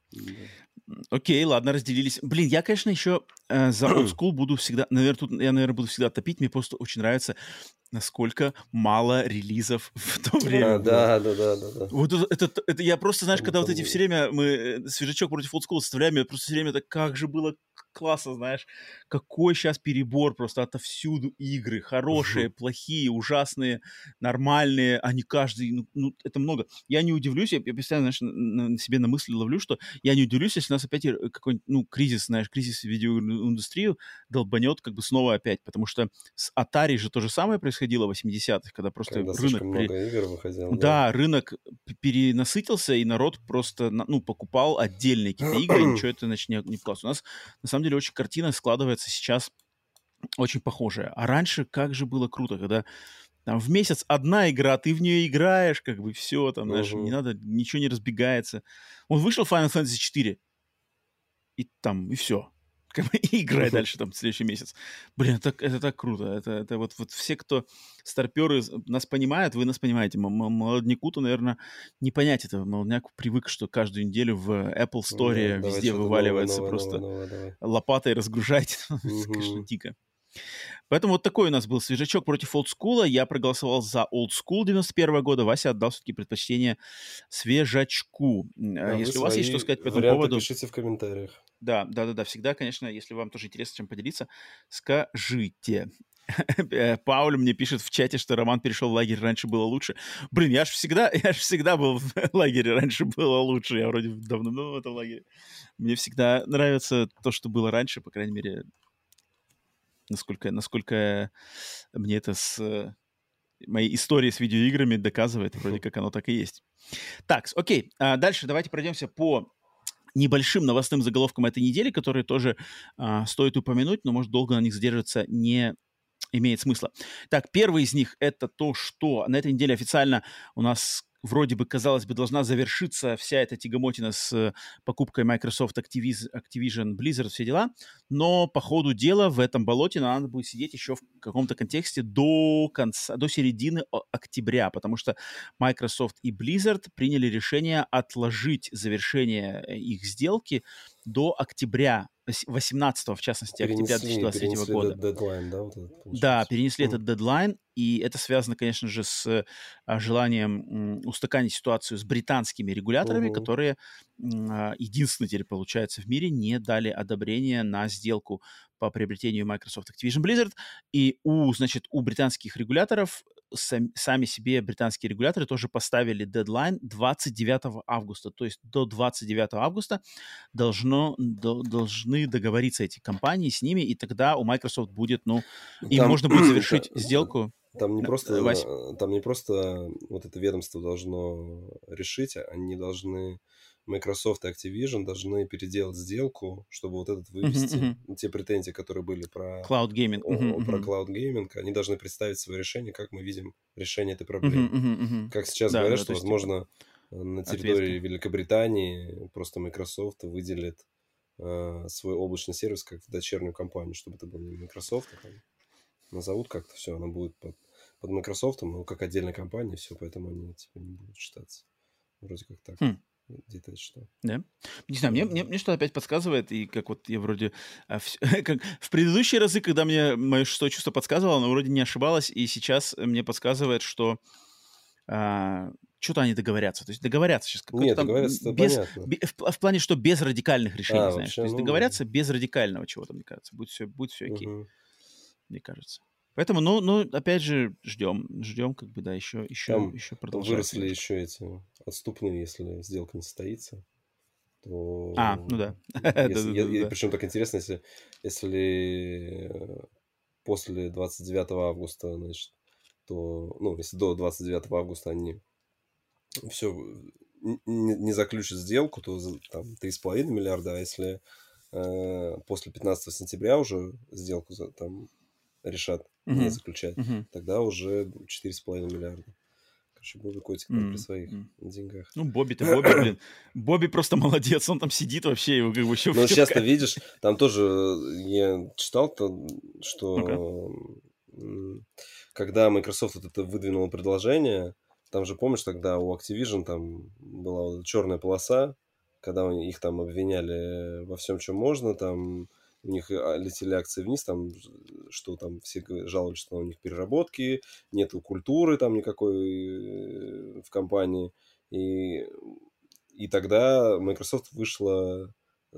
Окей, ладно, разделились. Блин, я, конечно, еще э, за Old School буду всегда... Наверное, тут я, наверное, буду всегда топить. Мне просто очень нравится, насколько мало релизов в то время. А, да, да, да, да, да. Вот это, это, это я просто, знаешь, когда вот эти все время мы свежачок против Old School составляем, я просто все время так, как же было классно, знаешь, какой сейчас перебор просто отовсюду игры, хорошие, uh-huh. плохие, ужасные, нормальные, они каждый, ну, ну это много. Я не удивлюсь, я, я постоянно, знаешь, на, на себе на мысли ловлю, что я не удивлюсь, если у нас опять какой-нибудь, ну, кризис, знаешь, кризис в видеоиндустрию долбанет как бы снова опять, потому что с Atari же то же самое происходило в восьмидесятых, когда просто когда рынок... много при... игр выходило. Да, да, рынок перенасытился, и народ просто, ну, покупал отдельные какие-то игры, и ничего это, значит, не, не вкладывался. У нас, на самом деле, очень картина складывается сейчас очень похожая. А раньше как же было круто, когда там в месяц одна игра, ты в нее играешь, как бы все, там, знаешь, uh-huh. не надо, ничего не разбегается. Он вышел Final Fantasy четыре, и там, и все. Как бы, и играй uh-huh. дальше там в следующий месяц. Блин, это, это так круто. Это, это вот, вот все, кто старперы нас понимают, вы нас понимаете. Молодняку-то, наверное, не понять это. Молодняк привык, что каждую неделю в Apple Store yeah, везде вываливается новое, новое, просто новое, новое, новое. лопатой разгружайте. Uh-huh. Конечно, дико. Поэтому вот такой у нас был свежачок против олдскула. Я проголосовал за олдскул девяносто первого года. Вася отдал все-таки предпочтение свежачку. А если у вас есть что сказать по этому поводу... пишите в комментариях. Да, да, да, да. Всегда, конечно, если вам тоже интересно чем поделиться, скажите. Пауль мне пишет в чате, что Роман перешел в лагерь, раньше было лучше. Блин, я же всегда, я же всегда был в лагере, раньше было лучше. Я вроде давно был в этом лагере. Мне всегда нравится то, что было раньше, по крайней мере... Насколько, насколько мне это с моей историей с видеоиграми доказывает, вроде как оно так и есть. Так, окей, а дальше давайте пройдемся по небольшим новостным заголовкам этой недели, которые тоже а, стоит упомянуть, но, может, долго на них задерживаться не имеет смысла. Так, первый из них — это то, что на этой неделе официально у нас вроде бы, казалось бы, должна завершиться вся эта тягомотина с покупкой Microsoft Activision, Activision Blizzard, все дела, но по ходу дела в этом болоте надо будет сидеть еще в каком-то контексте до конца, до середины октября, потому что Microsoft и Blizzard приняли решение отложить завершение их сделки до октября, восемнадцатого, в частности, октября две тысячи двадцать третьего года. Дедлайн, да, вот этот, да, перенесли mm. этот дедлайн, и это связано, конечно же, с а, желанием м, устаканить ситуацию с британскими регуляторами, mm-hmm. которые а, единственные теперь, получается, в мире не дали одобрения на сделку по приобретению Microsoft Activision Blizzard, и у, значит, у британских регуляторов сам, сами себе британские регуляторы тоже поставили дедлайн двадцать девятого августа, то есть до двадцать девятого августа должно, до, должны договориться эти компании с ними, и тогда у Microsoft будет, ну, им там, можно будет завершить сделку. Там не, просто, Вась. там не просто вот это ведомство должно решить, они должны, Microsoft и Activision должны переделать сделку, чтобы вот этот вывести, uh-huh, uh-huh. те претензии, которые были про Cloud Gaming, uh-huh, про uh-huh. Cloud Gaming, они должны представить свое решение, как мы видим решение этой проблемы. Uh-huh, uh-huh, uh-huh. Как сейчас да, говорят, да, что, возможно, типа, на территории ответка. Великобритании просто Microsoft выделит э, свой облачный сервис как дочернюю компанию, чтобы это был не Microsoft, а там назовут как-то все, она будет под, под Microsoft, но как отдельная компания, все, поэтому они типа не будут считаться. Вроде как так. Хм. Где-то это что. Да. Не знаю, мне, мне, мне что опять подсказывает, и как вот я вроде... А, в, как в предыдущие разы, когда мне мое шестое чувство подсказывало, оно вроде не ошибалось, и сейчас мне подсказывает, что а, что-то они договорятся. То есть договорятся сейчас. Нет, там договорятся, без, понятно. Без, в, в плане, что без радикальных решений, а, знаешь. вообще, То есть ну... договорятся без радикального чего-то, мне кажется. Будет все, будет все окей, угу. мне кажется. Поэтому, ну, ну, опять же, ждем, ждем, как бы, да, еще, еще, там еще продолжать. Выросли еще эти отступные, если сделка не состоится, то... А, ну да. Причем так интересно, если, если после двадцать девятого августа, значит, то, ну, если до двадцать девятого августа они все не, не заключат сделку, то там три с половиной миллиарда, а если э, после пятнадцатого сентября уже сделку за, там решат uh-huh. не заключать, uh-huh. тогда уже четыре с половиной миллиарда. Короче, Бобби Котик там uh-huh. при своих uh-huh. деньгах. Ну, Бобби-то Бобби, блин. Бобби просто молодец, он там сидит вообще, его как бы еще... Ну, сейчас-то видишь, там тоже я читал-то, что okay. когда Microsoft вот это выдвинуло предложение, там же, помнишь, тогда у Activision там была вот черная полоса, когда их там обвиняли во всем, чем можно, там у них летели акции вниз, там, что там все жаловались, что у них переработки, нету культуры там никакой в компании. И, и тогда Microsoft вышла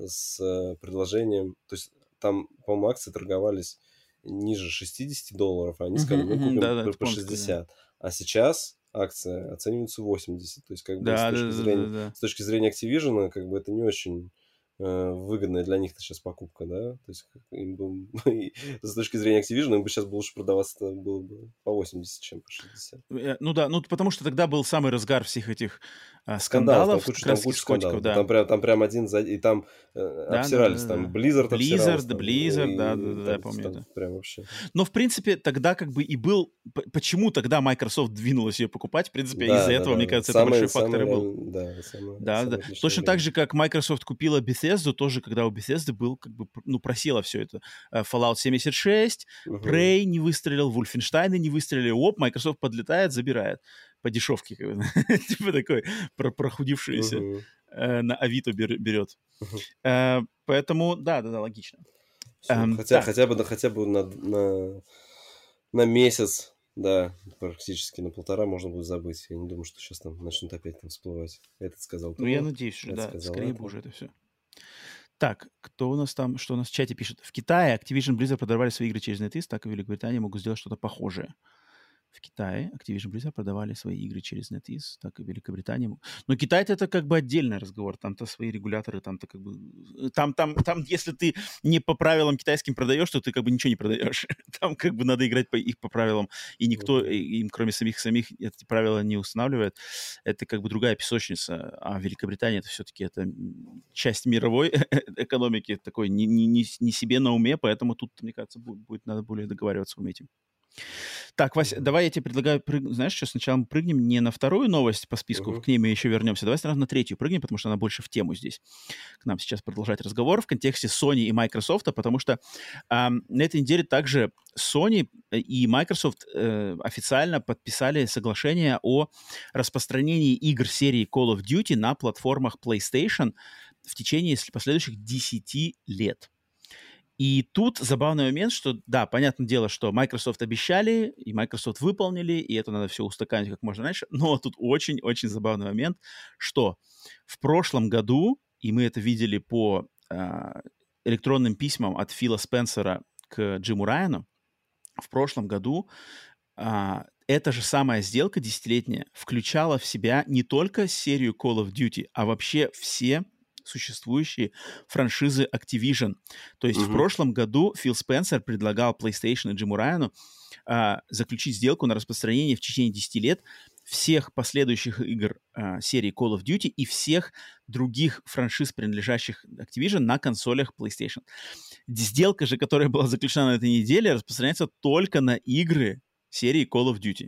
с предложением, то есть там, по-моему, акции торговались ниже шестьдесят долларов, а они сказали, мы купим да, да, по шестьдесят. Да. А сейчас акции оцениваются восемьдесят. То есть, как бы, да, с, точки да, зрения, да, да. с точки зрения Activision, как бы, это не очень э, выгодная для них сейчас покупка, да? То есть, им бы, с точки зрения Activision, им бы сейчас было лучше продаваться было бы по восемьдесят, чем по шестьдесят. Ну да, ну потому что тогда был самый разгар всех этих а, скандалов. Скандалов, там куча, там куча скандалов. Да. Там, прям, там прям один за... И там э, да, обсирались, да, да, там да. Blizzard обсирался. Blizzard, Blizzard, да, да, да, да, я помню это. Прям вообще. Но, в принципе, тогда как бы и был... Почему тогда Microsoft двинулась ее покупать? В принципе, да, из-за да, этого, да. мне кажется, самый, это большой фактор и был. Да, самый, да, самый да. Точно так же, как Microsoft купила Bethesda, тоже, когда у Bethesda был, как бы, ну, просело все это. Fallout семьдесят шесть, uh-huh. Prey не выстрелил, Wolfenstein не выстрелили. Оп, Microsoft подлетает, забирает. По дешевке, как бы, типа такой прохудившийся uh-huh. э, на Авито бер, берет. Uh-huh. Э, поэтому, да, да, да, логично. Эм, хотя, хотя бы, хотя бы на, на, на месяц, да, практически на полтора можно будет забыть. Я не думаю, что сейчас там начнут опять там всплывать. Этот сказал. Ну, я надеюсь, уже, да, скорее бы уже это все. Так, кто у нас там, что у нас в чате пишет? В Китае Activision Blizzard продавали свои игры через NetEase, так и в Великобритании могут сделать что-то похожее. В Китае Activision Blizzard продавали свои игры через NetEase, так и в Великобритании. Но Китай это как бы отдельный разговор. Там-то свои регуляторы, там-то как бы... Там, там, там, если ты не по правилам китайским продаешь, то ты как бы ничего не продаешь. Там как бы надо играть по их по правилам. И никто им, кроме самих самих, эти правила не устанавливает. Это как бы другая песочница. А Великобритания это все-таки это часть мировой экономики, такой не, не, не себе на уме, поэтому тут, мне кажется, будет, будет надо более договариваться с этим. Так, Вася, давай я тебе предлагаю, прыг... знаешь что, сначала мы прыгнем не на вторую новость по списку, Мгм. к ней мы еще вернемся, давай сразу на третью прыгнем, потому что она больше в тему здесь. К нам сейчас продолжать разговор в контексте Sony и Microsoft, потому что ам, на этой неделе также Sony и Microsoft э, официально подписали соглашение о распространении игр серии Call of Duty на платформах PlayStation в течение если последующих десяти лет. И тут забавный момент, что, да, понятное дело, что Microsoft обещали, и Microsoft выполнили, и это надо все устаканить как можно раньше, но тут очень-очень забавный момент, что в прошлом году, и мы это видели по а, электронным письмам от Фила Спенсера к Джиму Райану, в прошлом году а, эта же самая сделка десятилетняя включала в себя не только серию Call of Duty, а вообще все существующие франшизы Activision. То есть в Мгм. прошлом году Фил Спенсер предлагал PlayStation и Джиму Райану а, заключить сделку на распространение в течение десяти лет всех последующих игр а, серии Call of Duty и всех других франшиз, принадлежащих Activision, на консолях PlayStation. Сделка же, которая была заключена на этой неделе, распространяется только на игры серии Call of Duty.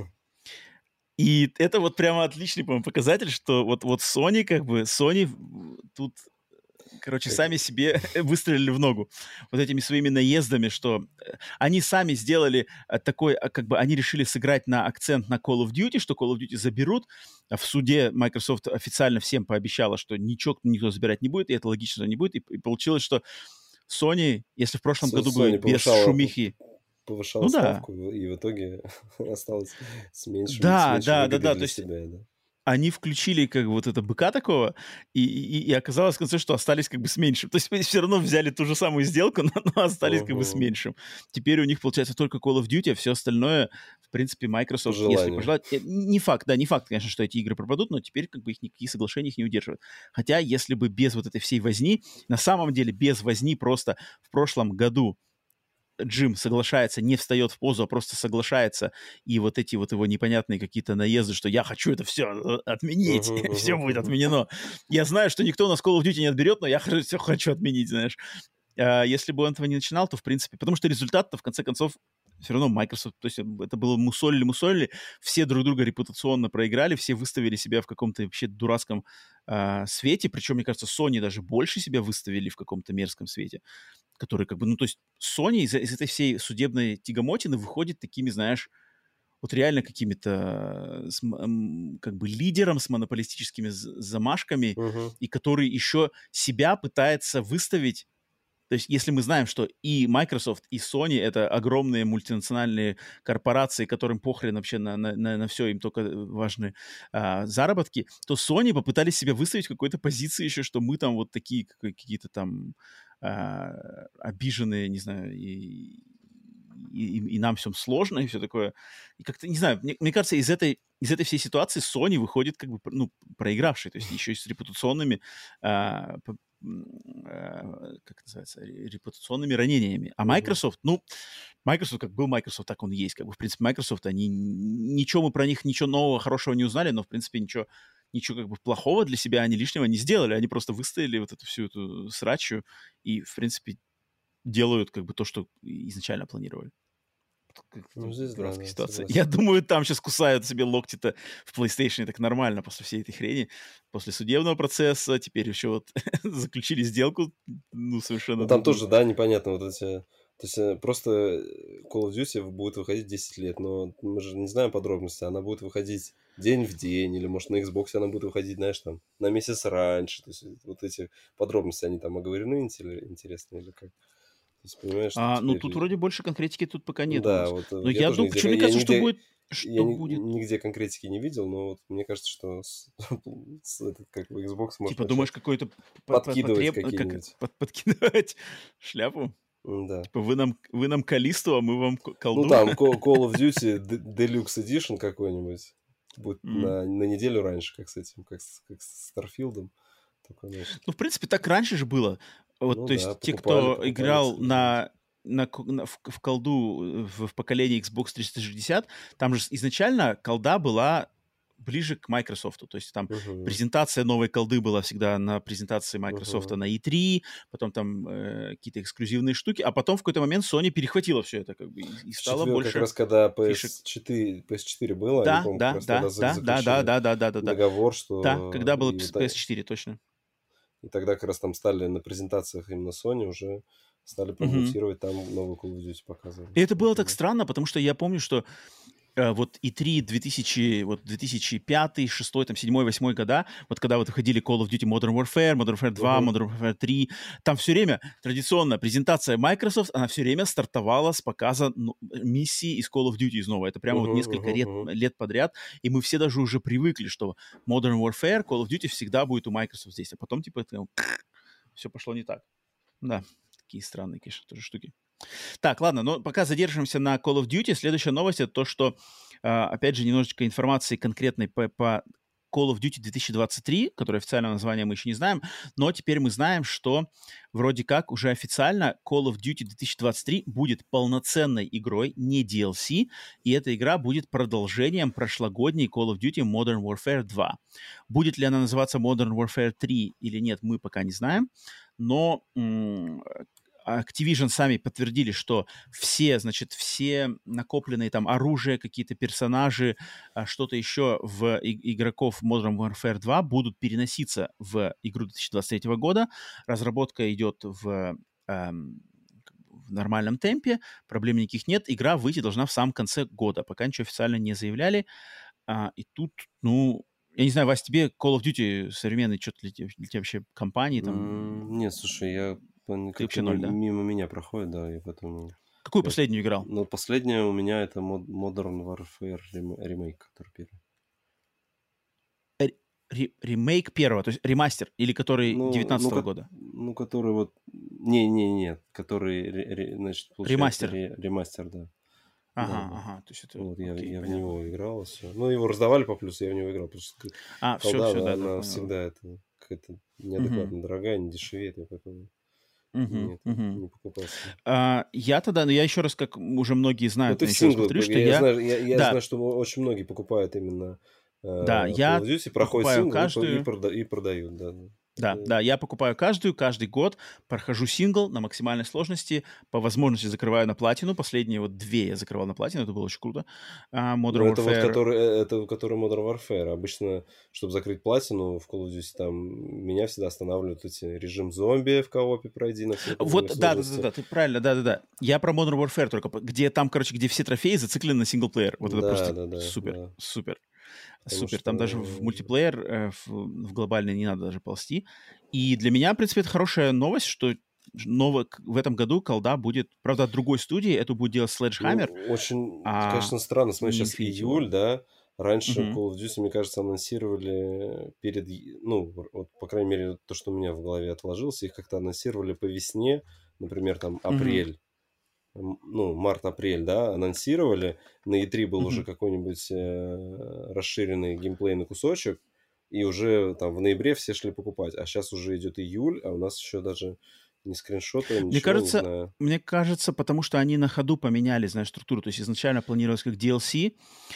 И это вот прямо отличный, по-моему, показатель, что вот, вот Sony, как бы, Sony тут, короче, Так, сами себе выстрелили в ногу вот этими своими наездами, что э, они сами сделали э, такой, а, как бы, они решили сыграть на акцент на Call of Duty, что Call of Duty заберут. А в суде Microsoft официально всем пообещала, что ничего никто забирать не будет, и это логично, что не будет. И, и получилось, что Sony, если в прошлом Со- году бы Sony без повышала, шумихи... повышала Ну да, ставку, и в итоге осталось с меньшим, с да, меньшей да, да, выгодой да, то для есть себя, да. они включили как бы вот это быка такого, и, и, и оказалось в конце, что остались как бы с меньшим. То есть все равно взяли ту же самую сделку, но, но остались как бы с Мгм. меньшим. Теперь у них получается только Call of Duty, а все остальное, в принципе, По Microsoft, если желанию. пожелать... э, Не факт, да, не факт, конечно, что эти игры пропадут, но теперь как бы их никакие соглашения их не удерживают. Хотя, если бы без вот этой всей возни, на самом деле без возни просто в прошлом году Джим соглашается, не встает в позу, а просто соглашается, и вот эти вот его непонятные какие-то наезды, что я хочу это все отменить, Мгм, все мгм, будет мгм. отменено. Я знаю, что никто у нас Call of Duty не отберет, но я все хочу отменить, знаешь. А, Если бы он этого не начинал, то, в принципе, потому что результат-то, в конце концов, все равно Microsoft, то есть это было мусолили-мусолили, все друг друга репутационно проиграли, все выставили себя в каком-то вообще дурацком а, свете, причем, мне кажется, Sony даже больше себя выставили в каком-то мерзком свете, который как бы, ну, то есть Sony из, из этой всей судебной тягомотины выходит такими, знаешь, вот реально какими-то э, с м- м, как бы лидером с монополистическими з- замашками, Мгм. и который еще себя пытается выставить. То есть, если мы знаем, что и Microsoft, и Sony — это огромные мультинациональные корпорации, которым похрен вообще на, на, на, на все, им только важны а, заработки, то Sony попытались себя выставить в какой-то позиции еще, что мы там вот такие какой- какие-то там а, обиженные, не знаю, и, и, и нам всем сложно, и все такое. И как-то, не знаю, мне, мне кажется, из этой, из этой всей ситуации Sony выходит как бы, ну, проигравший, то есть еще и с репутационными а, п- м, а, как это называется, ре- репутационными ранениями. А Мгм. Microsoft, ну, Microsoft как был Microsoft, так он и есть. Как бы, в принципе, Microsoft, они н- ничего мы про них, ничего нового, хорошего не узнали, но, в принципе, ничего, ничего как бы плохого для себя они лишнего не сделали. Они просто выстояли вот эту всю эту срачу и, в принципе, делают как бы то, что изначально планировали. Как-то Ну, здесь да, дурацкая да, ситуация. Я согласен. думаю, там сейчас кусают себе локти-то в PlayStation так нормально после всей этой хрени, после судебного процесса. Теперь еще вот заключили сделку, ну, Ну, совершенно там другую. тоже, да, непонятно вот эти... То есть э, просто э, Call of Duty будет выходить десять лет, но мы же не знаем подробностей. Она будет выходить день в день, или, может, на Xbox она будет выходить, знаешь, там, на месяц раньше. То есть вот эти подробности, они там оговорены интер- интересно или как? То есть, понимаешь, что А, ну, тут теперь... вроде больше конкретики тут пока нет у Да, нас. вот э, Но я я тоже думаю, нигде, почему мне я кажется, что нигде, будет, я что ни- будет, нигде конкретики не видел, но вот мне кажется, что с, с этот, как бы Xbox может типа, думаешь, начать какой-то по- по- подкидывать потреб... как какие-нибудь. под- подкидывать шляпу? Да. Типа, вы нам, вы нам Калисту, а мы вам к- Ну, колду? там Call Call of Duty D- Deluxe Edition какой-нибудь будет М. на, на неделю раньше, как с этим, как с, как с Starfield'ом. Такой, значит. Ну, в принципе, так раньше же было. Вот, Ну то да, есть те, покупали, кто покупали, играл соглашаюсь. на, на, ко- на- в, в колду э, в, в поколении Xbox триста шестьдесят, там же с- изначально колда была ближе к Microsoft. То есть там uh-huh. презентация новой колды была всегда на презентации Microsoft uh-huh. на и три, потом там э, какие-то эксклюзивные штуки, а потом в какой-то момент Sony перехватила все это как бы и, и стало Четвер, больше как раз когда пи эс фишек. четыре, пи эс четыре было, Да, они, по-моему, да, как раз да, тогда да, да, да, да, да, да, да, да. договор, что... Да, когда был и, пи эс четыре, точно. И тогда как раз там стали на презентациях именно Sony уже стали промоутировать, mm-hmm. там новую Call of Duty показывали. И это было так странно, потому что я помню, что э, вот и три две тысячи, вот две тысячи пятый, две тысячи шестой, там, седьмой, восьмой года, вот когда вот выходили Call of Duty Modern Warfare, Modern Warfare два, uh-huh. Modern Warfare три, там все время традиционно презентация Microsoft, она все время стартовала с показа ну, миссии из Call of Duty снова. Это прямо uh-huh, вот несколько uh-huh, лет, uh-huh. лет подряд, и мы все даже уже привыкли, что Modern Warfare, Call of Duty всегда будет у Microsoft здесь, а потом типа это, все пошло не так. Да, такие странные, конечно, тоже штуки. Так, ладно, но пока задержимся на Call of Duty. Следующая новость — это то, что, опять же, немножечко информации конкретной по, по Call of Duty две тысячи двадцать три, которое официальное название мы еще не знаем, но теперь мы знаем, что вроде как уже официально Call of Duty две тысячи двадцать три будет полноценной игрой, не ди эл си, и эта игра будет продолжением прошлогодней Call of Duty Modern Warfare два. Будет ли она называться Modern Warfare три или нет, мы пока не знаем, но м- Activision сами подтвердили, что все, значит, все накопленные там оружие, какие-то персонажи, что-то еще в и- игроков Modern Warfare два будут переноситься в игру две тысячи двадцать третьего года. Разработка идет в, эм, в нормальном темпе, проблем никаких нет. Игра выйти должна в самом конце года, пока ничего официально не заявляли. А, и тут, ну... Я не знаю, Вась, тебе Call of Duty современный, что-то для тебя, для тебя вообще компании там? Mm, нет, слушай, я Ты вообще ноль, да? Мимо меня проходит, да, и поэтому... Какую я... последнюю играл? Ну, последняя у меня это Modern Warfare ремейк, который первый. Ре- ремейк первого, то есть ремастер, или который ну, девятнадцатого ну, года? Ну, который вот... Не-не-не, который, ре, ре, значит, получается... Ремастер. Ре, ремастер, да. Ага, да, ага, то есть это... Вот, я, окей, я в понятно. него играл, все. Ну, его раздавали по плюсу, я в него играл, потому что а, колда, все, все, да, она да, всегда это, какая-то неадекватно угу. дорогая, не дешевеет, и поэтому угу, нет, угу. не покупался. А, я тогда, ну, я еще раз, как уже многие знают, ну, ты я еще раз синглы, повторю, что я, я... Знаю, я, я да. знаю, что очень многие покупают именно э, да, я Call of Duty, проходят сингл каждую... и, прода- и продают, да. Да, это... да, я покупаю каждую, каждый год, прохожу сингл на максимальной сложности, по возможности закрываю на платину. Последние вот две я закрывал на платину, это было очень круто. Uh, Modern ну, это Warfare... вот который, это который Modern Warfare. Обычно, чтобы закрыть платину в Call of Duty, там меня всегда останавливают эти режим зомби в коопе пройди на все. Вот, да, да, да, да, ты правильно, да, да, да. Я про Modern Warfare только, где там, короче, где все трофеи зациклены на синглплеер. Вот это да, просто да, да, супер, да. супер. Потому Супер, что... там даже в мультиплеер, э, в, в глобальный не надо даже ползти. И для меня, в принципе, это хорошая новость, что ново, в этом году колда будет, правда, от другой студии, это будет делать Sledgehammer. Ну, очень, а конечно, странно, смотри, сейчас Infinity июль, Ward. да, раньше uh-huh. Call of Duty, мне кажется, анонсировали перед, ну, вот, по крайней мере, то, что у меня в голове отложилось, их как-то анонсировали по весне, например, там, апрель. Uh-huh. Ну, март-апрель, да, анонсировали. На и три был uh-huh. уже какой-нибудь э, расширенный геймплейный кусочек, и уже там в ноябре все шли покупать. А сейчас уже идет июль, а у нас еще даже ни скриншота, ничего, мне кажется, не знаю. Мне кажется, потому что они на ходу поменяли, знаешь, структуру. То есть изначально планировалось как ди эл си,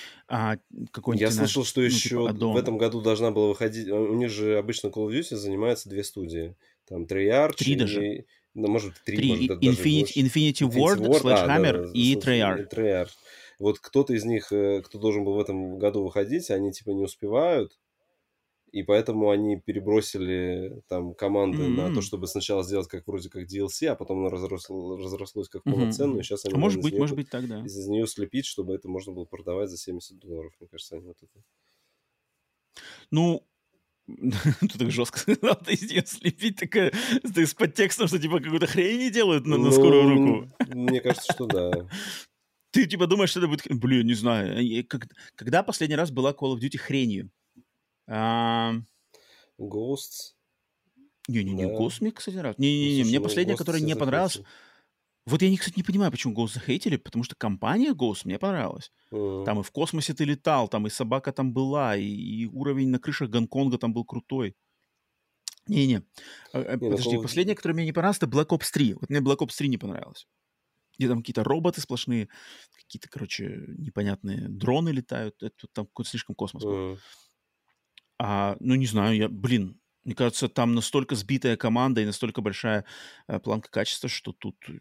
а какой-нибудь... Я ты, слышал, знаешь, что ну, еще типа в этом году должна была выходить... У них же обычно Call of Duty занимаются две студии. Там Treyarch Три и... даже. Ну, может, три, Три. может, Infinity, даже больше. Infinity Ward, Ward, Sledgehammer а, да, да, и Treyarch. Treyarch. Вот кто-то из них, кто должен был в этом году выходить, они типа не успевают, и поэтому они перебросили там команды mm-hmm. на то, чтобы сначала сделать как вроде как ди эл си, а потом оно разросло, разрослось как полноценную, mm-hmm. и сейчас они может быть, из нее, может быть, так, да. из, из нее слепить, чтобы это можно было продавать за семьдесят долларов, мне кажется, они вот это. Ну, ты так жестко сказал, ты из нее слепить, такая, ты с подтекстом, что типа какую-то хрень не делают на, на ну, скорую руку. Мне кажется, что да. Ты типа думаешь, что это будет... Блин, не знаю. Когда последний раз была Call of Duty хренью? Ghosts? Не-не-не, Ghosts мне, кстати, раз. Не-не-не, мне последняя, которая не понравилась... Вот я, кстати, не понимаю, почему Ghost захейтили, потому что компания Ghost мне понравилась. Mm. Там и в космосе ты летал, там и собака там была, и, и уровень на крышах Гонконга там был крутой. Не-не, не, подожди, ну, последняя, которая мне не понравилась, это Black Ops три. Вот мне Black Ops три не понравилось. Где там какие-то роботы сплошные, какие-то, короче, непонятные дроны летают. Это там какой-то слишком космос был. Mm. А, ну, не знаю, я, блин, мне кажется, там настолько сбитая команда и настолько большая э, планка качества, что тут э,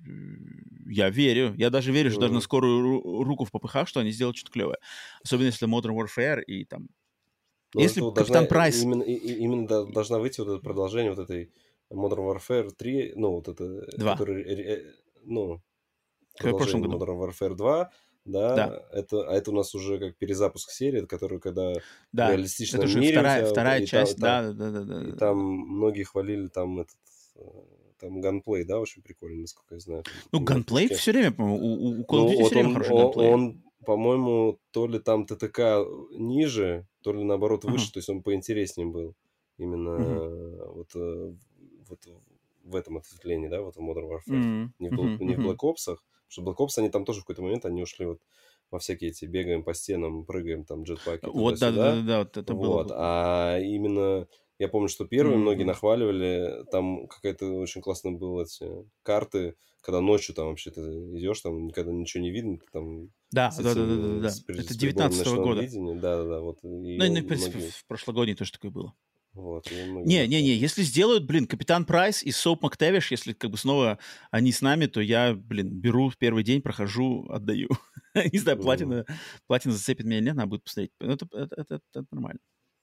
я верю. Я даже верю, что даже на Мгм. скорую ру- руку в попыхах, что они сделают что-то клевое. Особенно если Modern Warfare и там... Ну, Если это б вот должна, Капитан э, Прайс... именно, и- и- именно до- должна выйти вот это продолжение вот этой Modern Warfare три, ну, вот это, э, два, который, э, э, ну, как в прошлом продолжение году. Modern Warfare два, Да, да, это, а это у нас уже как перезапуск серии, который когда в да. Это реалистичном уже мире у вторая, тебя, вот, вторая и там, и часть, там, да, да, да, да, и да, там да. многие хвалили там этот, э, там ганплей, да, очень прикольный, насколько я знаю, там Ну, именно ганплей пушки. все время, по-моему, у, у- у Call of Ну, Duty все вот время он, хороший о- ганплей. он, по-моему, то ли там ТТК ниже, то ли наоборот Ага, выше, то есть он поинтереснее был именно мгм, э, вот, э, вот в этом ответвлении, да, вот в Modern Warfare. мгм, Не в, Bla- мгм, не в Black мгм. Ops, потому что Black Ops, они там тоже в какой-то момент, они ушли вот во всякие эти, бегаем по стенам, прыгаем там джетпаки Вот, да, да, да, туда-сюда. да, да, вот это Вот, было. а именно я помню, что первые многие Мгм. нахваливали, там какая-то очень классная была эти карты, когда ночью там вообще ты идешь, там никогда ничего не видно, ты там Да, с да, да, да, да, этими, да. с, при- Это с прибором девятнадцатого ночного года. видения, да-да-да, вот, Ну, ее и, в принципе, многие, в прошлогодней тоже такое было. вот, ее многие Не-не-не, нахваливали. если сделают, блин, Капитан Прайс и Соуп Мактевиш, если как бы снова они с нами, то я, блин, беру в первый день, прохожу, отдаю. Не знаю, Мгм. платина, платина зацепит меня или нет, надо будет посмотреть. Ну, Это, это, это- это нормально.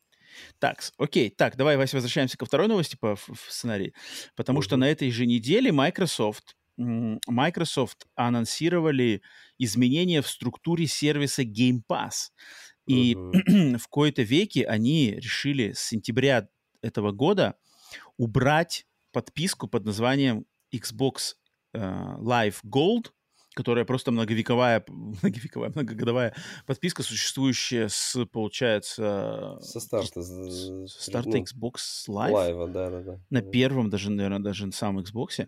Так, с- окей, так, давай, Вася, возвращаемся ко второй новости по в, в сценарии, потому что Мгм. на этой же неделе Microsoft, м, Microsoft анонсировали изменения в структуре сервиса Game Pass. И Мгм. в кои-то веки они решили с сентября этого года убрать подписку под названием Xbox э, Live Gold, которая просто многовековая, многовековая, многогодовая подписка, существующая с, получается, Со три- старта, с з- с с- старта ну, Xbox Live лайва, да-да-да. на первом, даже, наверное, даже на самом Xbox.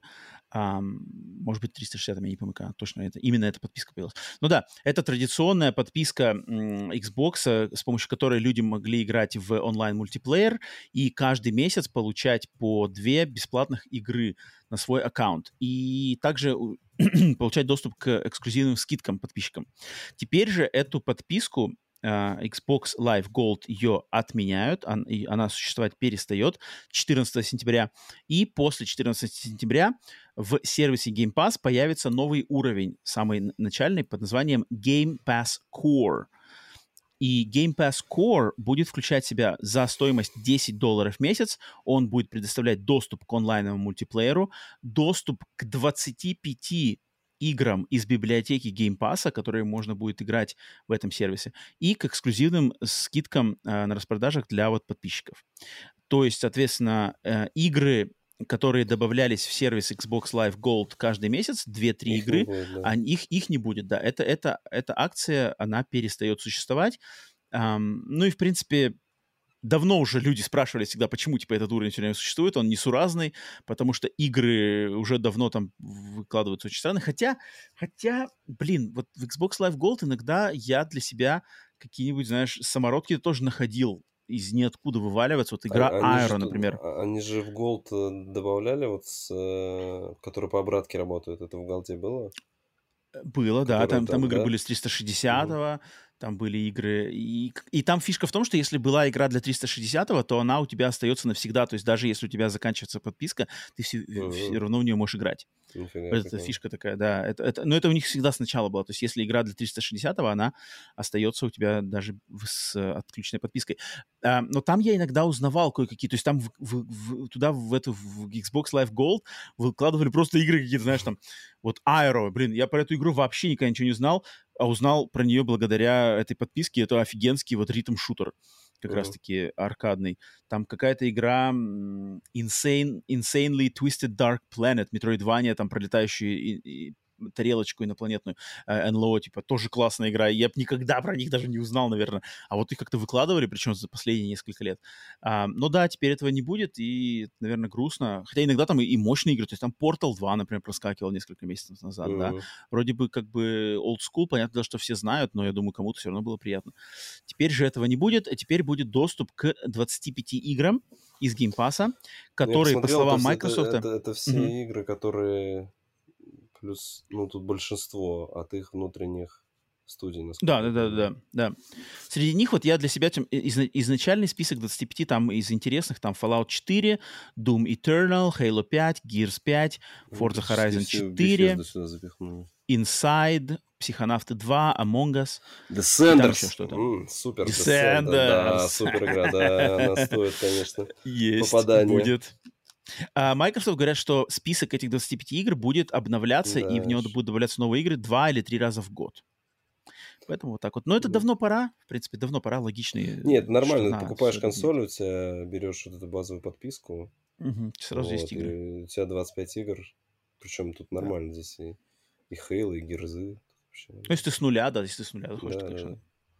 Ам, может быть, триста шестьдесят, я не помню, как точно это, именно эта подписка появилась. Ну да, это традиционная подписка м, Xbox, э, с помощью которой люди могли играть в онлайн-мультиплеер и каждый месяц получать по две бесплатных игры на свой аккаунт. И также у- получать доступ к эксклюзивным скидкам подписчикам. Теперь же эту подписку а, Xbox Live Gold ее отменяют, он- и она существовать перестает четырнадцатого сентября. И после четырнадцатого сентября в сервисе Game Pass появится новый уровень, самый н- начальный, под названием Game Pass Core. И Game Pass Core будет включать в себя за стоимость десять долларов в месяц. Он будет предоставлять доступ к онлайновому мультиплееру, доступ к двадцати пяти играм из библиотеки Game Pass, которые можно будет играть в этом сервисе, и к эксклюзивным скидкам э, на распродажах для вот подписчиков. То есть, соответственно, э, игры, которые добавлялись в сервис Xbox Live Gold каждый месяц, две-три Их не игры, будет, да. они- их, их не будет, да. Это, это, эта акция, она перестает существовать. Ам, ну и, в принципе, давно уже люди спрашивали всегда, почему, типа, этот уровень все время существует, он несуразный, потому что игры уже давно там выкладываются очень странно. Хотя, хотя, блин, вот в Xbox Live Gold иногда я для себя какие-нибудь, знаешь, самородки тоже находил из ниоткуда вываливаться. Вот А- игра Они же, Aero, тут- например. а- они же в Gold э, добавляли, вот, с, э, которые по обратке работают. Это в Голде было? Было, да, Которые там, там там, игры да? были с триста Мгм. шестидесятого, там были игры, и, и там фишка в том, что если была игра для триста шестидесятого, то она у тебя остается навсегда, то есть даже если у тебя заканчивается подписка, ты все, все Мгм. равно в нее можешь играть. Нифига, Вот эта прикольно. фишка такая, да. Это, это, но это у них всегда сначала было. То есть если игра для триста шестидесятого, она остается у тебя даже в- с э, отключенной подпиской. А, но там я иногда узнавал кое-какие. То есть там в- в- в- туда, в эту в Xbox Live Gold выкладывали просто игры какие-то, знаешь, там, вот Aero. Блин, я про эту игру вообще никогда ничего не знал, а узнал про нее благодаря этой подписке. Это офигенский вот ритм-шутер как Мгм. раз-таки аркадный. Там какая-то игра м, Insane, Insanely Twisted Dark Planet, Metroidvania, там пролетающую и- и тарелочку инопланетную, э, эн эл о, типа, тоже классная игра. Я бы никогда про них даже не узнал, наверное. А вот их как-то выкладывали, причем за последние несколько лет. А, но да, теперь этого не будет, и, наверное, грустно. Хотя иногда там и, и мощные игры, то есть там Portal два, например, проскакивал несколько месяцев назад, да. Мгм. Вроде бы как бы old school, понятно, что все знают, но я думаю, кому-то все равно было приятно. Теперь же этого не будет, а теперь будет доступ к двадцати пяти играм из геймпаса, Ну, я которые, по посмотрел, это, словам вс- это, Microsoft... это, это Мгм. все игры, которые плюс, ну, тут большинство от их внутренних студий. Да, да, да, да, да. Среди них вот я для себя там, из, изначальный список двадцати пяти там из интересных там Fallout четыре, Doom Eternal, Halo пять, Gears пять, Forza Horizon четыре, Inside, Психонавты два, Among Us. Descenders. Mm, супер. Descenders. Да, супер игра, да, она стоит, конечно, Есть, попадания. Будет. А Microsoft говорят, что список этих двадцати пяти игр будет обновляться, да, и в него будут добавляться новые игры два или три раза в год. Поэтому вот так вот. Но это давно пора, в принципе, давно пора, логичный. Нет, нормально, ты покупаешь консоль, у тебя берешь вот эту базовую подписку. Угу, сразу вот, есть игры. У тебя двадцать пять игр, причем тут нормально, да. Здесь и, и Halo, и Gears. Ну, если ты с нуля, да, если ты с нуля заходишь, да, то, конечно. Да.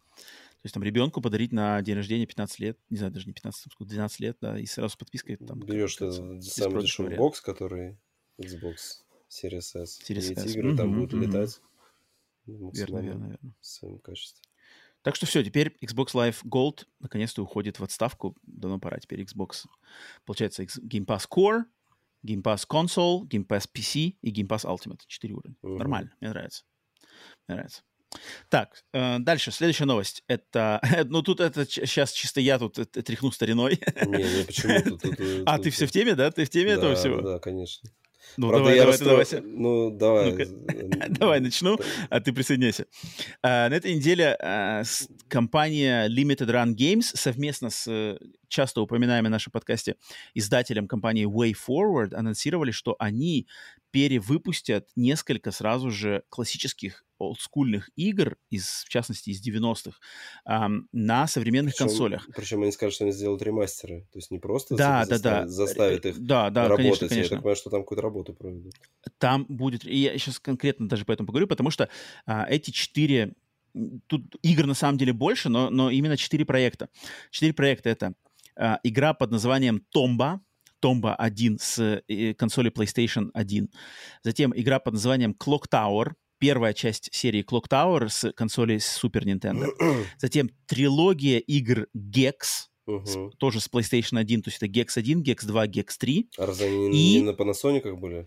То есть там ребенку подарить на день рождения пятнадцать лет, не знаю, даже не пятнадцать, там, двенадцать лет, да, и сразу с подпиской. Там, берешь ты самый дешевый бокс, который Xbox Series S, Series и эти S. игры mm-hmm, там будут mm-hmm. летать. Верно, верно, верно. В своем качестве. Так что все, теперь Xbox Live Gold наконец-то уходит в отставку. Давно пора. Теперь Xbox. Получается Game Pass Core, Game Pass Console, Game Pass пи си и Game Pass Ultimate. Четыре уровня. Uh-huh. Нормально, мне нравится. Мне нравится. Так, э, дальше. Следующая новость. Это, ну тут это сейчас чисто я тут тряхну стариной. Не, не, почему? Тут, тут, тут, а тут, ты все в теме, да? Ты в теме да, этого всего? Да, конечно. Ну, Правда, давай, я давай, расстро... давай. Ну, давай. Давай начну, а ты присоединяйся. А, на этой неделе а, с, компания Limited Run Games совместно с часто упоминаемой в нашем подкасте издателем компании Way Forward анонсировали, что они перевыпустят несколько сразу же классических олдскульных игр, из, в частности, из девяностых, эм, на современных причем, консолях. Причем они скажут, что они сделают ремастеры. То есть не просто да, заставят, да, да. заставят их да, да, работать. Конечно, конечно. Я так понимаю, что там какую-то работу проведут. Там будет... И я сейчас конкретно даже по этому поговорю, потому что а, эти четыре... Тут игр на самом деле больше, но, но именно четыре проекта. Четыре проекта — это а, игра под названием Tomba. Tomba один с э, консоли PlayStation один. Затем игра под названием Clock Tower. Первая часть серии Clock Tower с консоли Super Nintendo. Затем трилогия игр Gex, uh-huh. с, тоже с PlayStation один. То есть это Gex один, Gex два, Gex три. А разве они и... не на Panasonic были?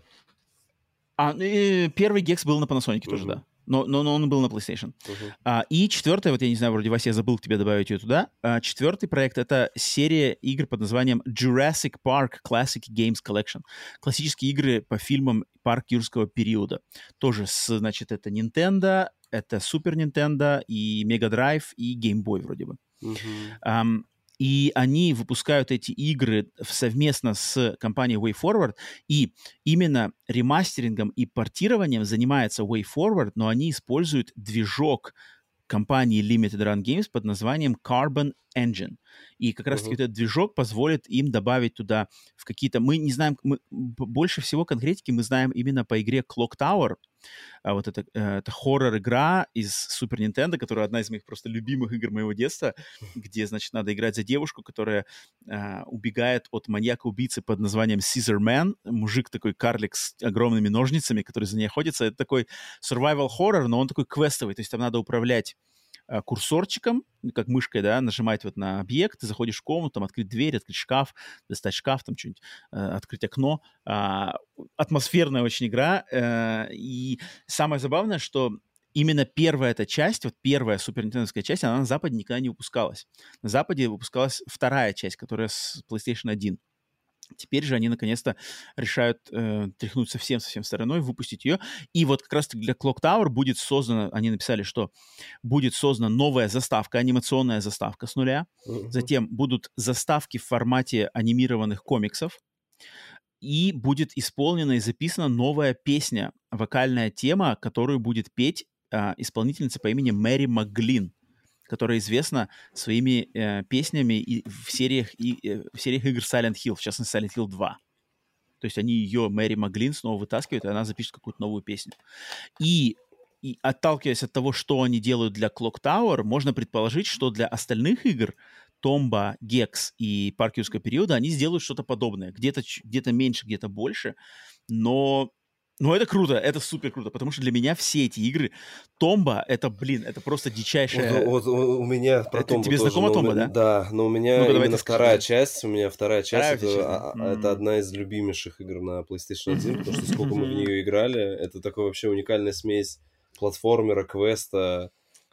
А, э, первый Gex был на Panasonic uh-huh. тоже, да. Но, но, но он был на PlayStation. Uh-huh. А, и четвертое, вот я не знаю, вроде, Вася, я забыл тебе добавить ее туда. А, четвертый проект — это серия игр под названием Jurassic Park Classic Games Collection. Классические игры по фильмам парк юрского периода. Тоже, с, значит, это Nintendo, это Super Nintendo, и Mega Drive, и Game Boy вроде бы. Uh-huh. Um, И они выпускают эти игры совместно с компанией Way Forward, и именно ремастерингом и портированием занимается Way Forward, но они используют движок компании Limited Run Games под названием Carbon Engine. И как раз-таки uh-huh. этот движок позволит им добавить туда в какие-то... Мы не знаем... Мы... Больше всего конкретики мы знаем именно по игре Clock Tower. А вот это, это хоррор-игра из Super Nintendo, которая одна из моих просто любимых игр моего детства, где, значит, надо играть за девушку, которая а, убегает от маньяка-убийцы под названием Scissor Man. Мужик такой, карлик с огромными ножницами, который за ней охотится. Это такой survival-хоррор, но он такой квестовый. То есть там надо управлять курсорчиком, как мышкой, да, нажимать вот на объект, ты заходишь в комнату, там, открыть дверь, открыть шкаф, достать шкаф, там, что-нибудь, э, открыть окно. Э, атмосферная очень игра. Э, и самое забавное, что именно первая эта часть, вот первая Супер Нинтендовская часть, она на Западе никогда не выпускалась. На Западе выпускалась вторая часть, которая с PlayStation один. Теперь же они наконец-то решают э, тряхнуть совсем-совсем стороной, выпустить ее. И вот как раз-таки для Clock Tower будет создана, они написали, что будет создана новая заставка, анимационная заставка с нуля. Uh-huh. Затем будут заставки в формате анимированных комиксов. И будет исполнена и записана новая песня, вокальная тема, которую будет петь э, исполнительница по имени Мэри МакГлин, которая известна своими э, песнями и в, сериях, и, э, в сериях игр Silent Hill, в частности, Silent Hill два. То есть они ее, Мэри МакГлин, снова вытаскивают, и она запишет какую-то новую песню. И, и отталкиваясь от того, что они делают для Clock Tower, можно предположить, что для остальных игр, Tomba, Gex и Парк юрского периода, они сделают что-то подобное. Где-то, где-то меньше, где-то больше, но... Ну, это круто, это супер круто, потому что для меня все эти игры... Tomba, это, блин, это просто дичайшая... Вот, вот у меня про это, Tomba тебе тоже, знакома Tomba, да? Да, но у меня ну именно вторая часть, у меня вторая часть, вторая это, а, mm. это одна из любимейших игр на PlayStation один, потому что сколько мы в нее играли, это такая вообще уникальная смесь платформера, квеста,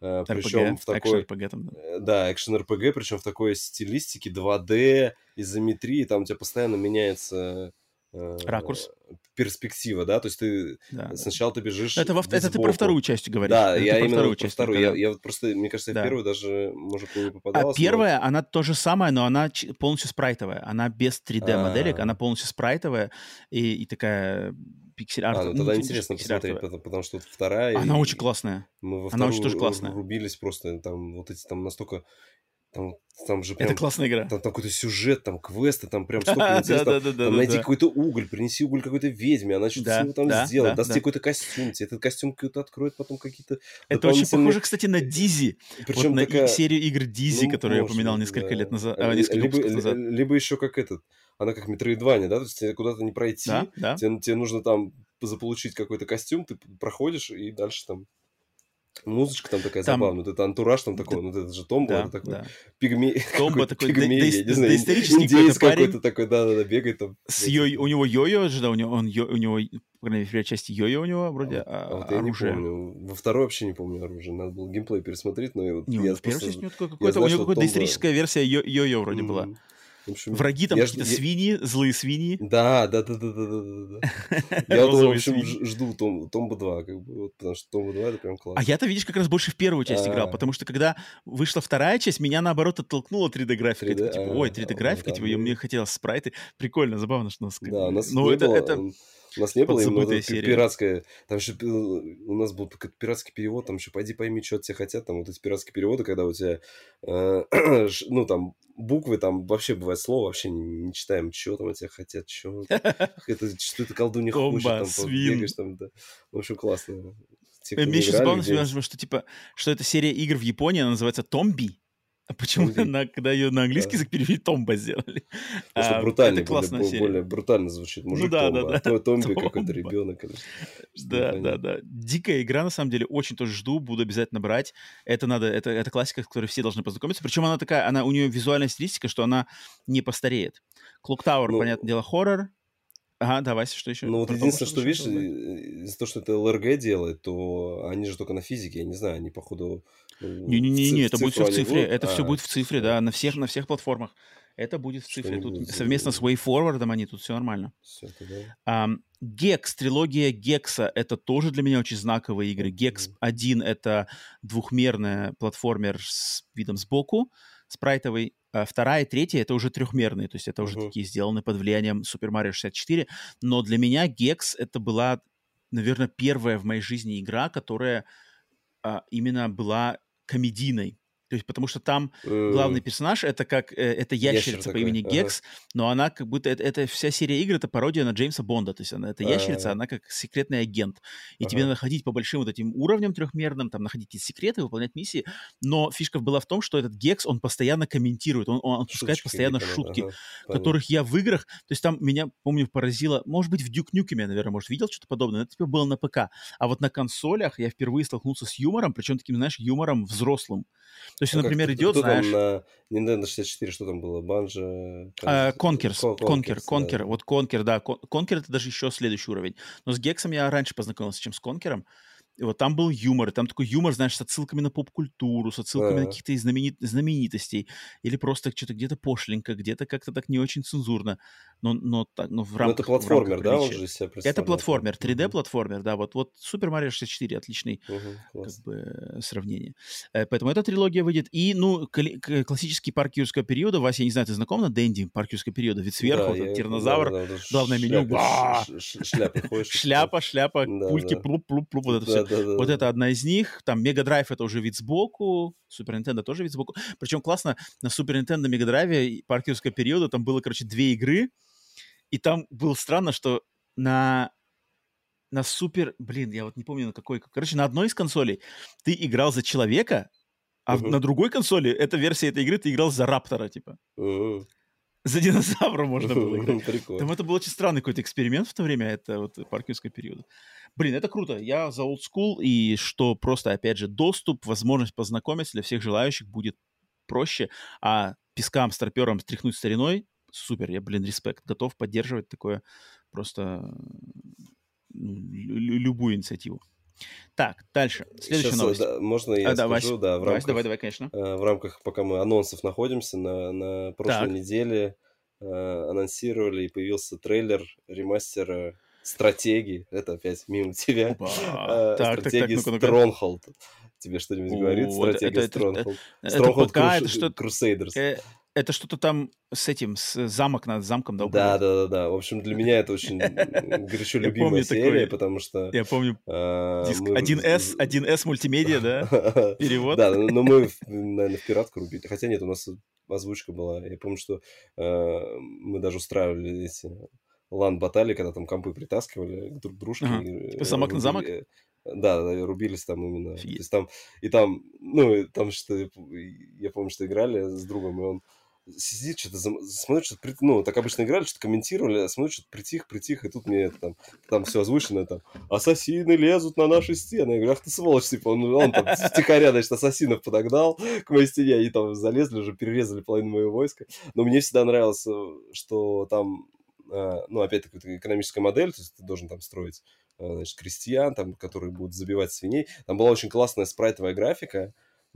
Причем в такой... Экшен-эр пи джи там, да. Да, экшен-эр пи джи, причем в такой стилистике два дэ, изометрии, там у тебя постоянно меняется... Ракурс. Перспектива, да, то есть ты да, сначала да. ты бежишь Это, во, это ты про вторую часть говоришь. Да, это я про именно вторую вот про часть, вторую. когда... Я, я вот просто, мне кажется, я да. первую даже, может, не попадалась. А первая, но... она то же самое, но она полностью спрайтовая. Она без три дэ-моделек, А-а-а. она полностью спрайтовая и, и такая пиксель-арт. А, ну тогда интересно посмотреть, потому, потому что вот вторая... Она и... очень классная. Мы во она очень вторую тоже классная. рубились просто, там вот эти там настолько... Там, там же прям... Это классная игра. Там, там какой-то сюжет, там квесты, там прям столько интересного. Там, там найди какой-то уголь, принеси уголь какой-то ведьме, она что-то да, с него там да, сделает, да, даст да. тебе какой-то костюм, тебе этот костюм какой-то откроет потом какие-то Это очень похоже, кстати, на Дизи. Причем вот на такая... серию игр Дизи, ну, которую может, я упоминал несколько да. лет назад, а, несколько либо, выпусков назад. Либо еще как этот, она как Metroidvania, да, то есть тебе куда-то не пройти, да, да. Тебе, тебе нужно там заполучить какой-то костюм, ты проходишь и дальше там... Музычка там такая там... забавная, вот это антураж там такой, да, вот это же Томбо, да, это такой да. пигмей, Томбо такой, пигмей, да, я не знаю, индеец какой-то такой, да-да-да, бегает там. С йо... У него йо-йо же, да, у него, он, йо... у него, по крайней мере, в первой части йо-йо у него вроде а, а, а вот оружие. Я не помню, во второй вообще не помню оружие, надо было геймплей пересмотреть, но вот не, я в первой просто... части у него какой-то, у него какая-то доисторическая версия йо- йо-йо вроде mm-hmm. была. В общем, враги там какие-то ж... свиньи, злые свиньи. Да, да, да, да, да, да, да. Я, в общем, жду Томбо два, как бы, вот, потому что Томбо два это прям классно. А я-то, видишь, как раз больше в первую часть играл, потому что когда вышла вторая часть, меня, наоборот, оттолкнула три дэ-графика. Типа, ой, три дэ-графика, типа, мне хотелось спрайты. Прикольно, забавно, что у нас... Да, у нас не было... У нас не было именно вот пиратская... Там еще у нас был какой-то пиратский перевод, там еще пойди пойми, что от тебя хотят. Там вот эти пиратские переводы, когда у тебя, э, ну, там, буквы, там вообще бывает слово, вообще не, не читаем, что там от тебя хотят, что это, что это колдунья хочет, там, бегаешь там, да. В общем, классно. Мне еще забавно, что, типа, что эта серия игр в Японии, она называется Томби. А почему, она, когда ее на английский язык да. перевели, Томба сделали? Потому что брутальнее, более, более брутально звучит. Мужик ну, да, Томба, да, да. а Томби какой-то ребенок. Конечно. Да, да, да. Дикая игра, на самом деле, очень тоже жду, буду обязательно брать. Это надо, это, это классика, с которой все должны познакомиться. Причем она такая, она, у нее визуальная стилистика, что она не постареет. Clock Tower, ну, понятное дело, хоррор. Ага, давай, что еще? Ну, вот единственное, что, видишь, из-за того, что это эл эр джи делает, то они же только на физике, я не знаю, они, походу... Не-не-не, это будет все в цифре, это а, все будет в цифре, все. да, на всех, на всех платформах. Это будет в цифре. Тут будет совместно с WayForward они, тут все нормально. Все это, да. Um, Gex, трилогия Гекса, это тоже для меня очень знаковые игры. Gex один — это двухмерный платформер с видом сбоку, спрайтовый. А вторая и третья — это уже трехмерные, то есть это uh-huh. уже такие сделаны под влиянием Super Mario шестьдесят четыре. Но для меня Gex — это была, наверное, первая в моей жизни игра, которая а, именно была комедийной. То есть, потому что там mm. главный персонаж это как э, это ящерица Ящер по такой. имени Гекс, ага. но она как будто это, это вся серия игр это пародия на Джеймса Бонда. То есть она это ящерица, А-а-а. она как секретный агент. И ага. тебе надо ходить по большим вот этим уровням трехмерным, там находить эти секреты, выполнять миссии. Но фишка была в том, что этот Гекс он постоянно комментирует, он, он отпускает Шуточки постоянно шутки, ага. которых я в играх. То есть там меня, помню, поразило, может быть, в Duke Nukem я, наверное, может, видел что-то подобное. Но это типа было на ПК. А вот на консолях я впервые столкнулся с юмором, причем таким, знаешь, юмором взрослым. То есть, а например, как, идет, кто знаешь... Там на Nintendo шестьдесят четыре, что там было? Банжа? Конкер, Конкер, Конкер. Вот Конкер, да. Конкер — это даже еще следующий уровень. Но с Гексом я раньше познакомился, чем с Конкером. И вот там был юмор, и там такой юмор, знаешь, с отсылками на поп-культуру, с отсылками А-а-а. на каких-то знаменит... знаменитостей, или просто что-то где-то пошленько, где-то как-то так не очень цензурно, но, но, но в рамках... Но это платформер, да, он же себя представляет? Это платформер, три дэ-платформер, да, вот, вот Super Mario шестьдесят четыре, отличный угу, как бы сравнение. Поэтому эта трилогия выйдет. И, ну, классический парк юрского периода, Вася, я не знаю, ты знаком на Дэнди, парк юрского периода, ведь сверху да, тираннозавр, да, да, да, главное меню, шляпа, шляпа, пульки, плуп-плуп-плуп, вот это все. Да, да, вот да. это одна из них. Там Mega Drive — это уже вид сбоку. Super Nintendo тоже вид сбоку. Причем классно, на Super Nintendo, Mega Drive парк юрского периода там было, короче, две игры. И там было странно, что на, на Super... Блин, я вот не помню, на какой... Короче, на одной из консолей ты играл за человека, а uh-huh. на другой консоли, эта версия этой игры, ты играл за Раптора, типа. Uh-huh. За динозавра можно было играть. Прикольно. Там это был очень странный какой-то эксперимент в то время, это вот парк юрского периода. Блин, это круто. Я за old school, и что просто, опять же, доступ, возможность познакомиться для всех желающих будет проще, а пескам, старперам стряхнуть стариной — супер. Я, блин, респект. Готов поддерживать такое просто любую инициативу. Так, дальше. Следующая Сейчас, новость. да, можно я а, давай, скажу, да, в давай, рамках, давай, давай, конечно. э, в рамках, пока мы анонсов находимся, на, на прошлой Так. неделе э, анонсировали и появился трейлер ремастера «Стратегии». Это опять мимо тебя. Опа. Э, Так, так, так, «Стратегии ну-ка, ну-ка. Stronghold». Тебе что-нибудь говорит О, это, «Стратегия это, это, Stronghold»? это Stronghold ПК, это Crus- что? Crusaders. э, Это что-то там с этим, с замок над замком, да, Да, управлять? да, да, да. В общем, для меня это очень м, горячо Я любимая помню серия, такой, потому что я помню э, диск мы... один эс, один эс мультимедиа, да? Перевод. Да, но мы, в- наверное, в пиратку рубили. Хотя нет, у нас озвучка была. Я помню, что э, мы даже устраивали эти лан-баталии, когда там компы притаскивали к друг дружке. Ага. И, Типа э, замок на замок? рубили- э, Да, да, рубились там именно. То Офигеть. есть там, и там, ну, и там что, я помню, что играли с другом, и он сидит, что-то зам- смотрит, что при- ну, так обычно играли, что-то комментировали, а смотрит, что-то притих, притих, и тут мне это там, там все озвучено, там, ассасины лезут на наши стены. Я говорю, ах ты сволочь, типа, он, он там втихаря, значит, ассасинов подогнал к моей стене, они там залезли уже, перерезали половину моего войска. Но мне всегда нравилось, что там, э, ну, опять-таки, это экономическая модель, то есть ты должен там строить, э, значит, крестьян, там, которые будут забивать свиней. Там была очень классная спрайтовая графика,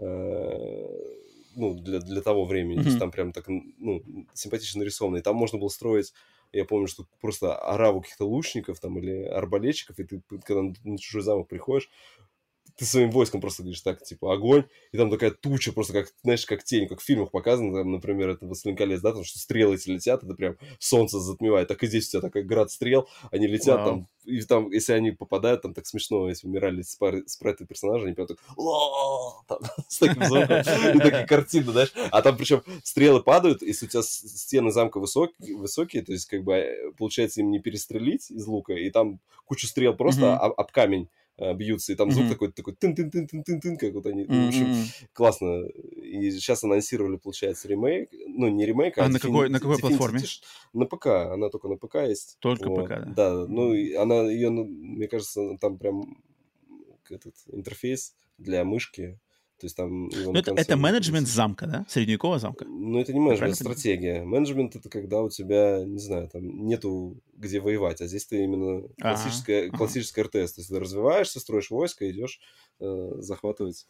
э, ну, для, для того времени. Mm-hmm. То есть там прям так, ну, симпатично нарисовано. И там можно было строить, я помню, что просто ораву каких-то лучников там или арбалетчиков, и ты, когда на чужой замок приходишь, ты своим войском просто говоришь так, типа, огонь, и там такая туча, просто как, знаешь, как тень, как в фильмах показано, там, например, это «Властелин колец», да, потому что стрелы эти летят, это прям солнце затмевает, так и здесь у тебя такой град стрел, они летят Вау. там, и там, если они попадают, там так смешно, если умирали спрайты персонажи, они прям так, там, с таким звуком, и такие картины, знаешь, а там причем стрелы падают, если у тебя стены замка высокие, высокие, то есть, как бы, получается, им не перестрелить из лука, и там кучу стрел просто об, об камень бьются, и там звук mm-hmm. такой, такой тын-тын-тын-тын-тын, как вот они, mm-hmm. в общем, классно. И сейчас анонсировали, получается, ремейк, ну, не ремейк, а, а на какой, на какой платформе? На ПК, она только на ПК есть. Только вот. ПК, да? Да, mm-hmm. ну, и она, ее, мне кажется, там прям этот интерфейс для мышки. То есть там его это, это менеджмент замка, да? Средневекового замка? Ну, это не менеджмент, это стратегия. Понимаю? Менеджмент — это когда у тебя, не знаю, там нету где воевать, а здесь ты именно классическая, ага. классическая эр тэ эс. То есть ты развиваешься, строишь войско, идешь э, захватывать.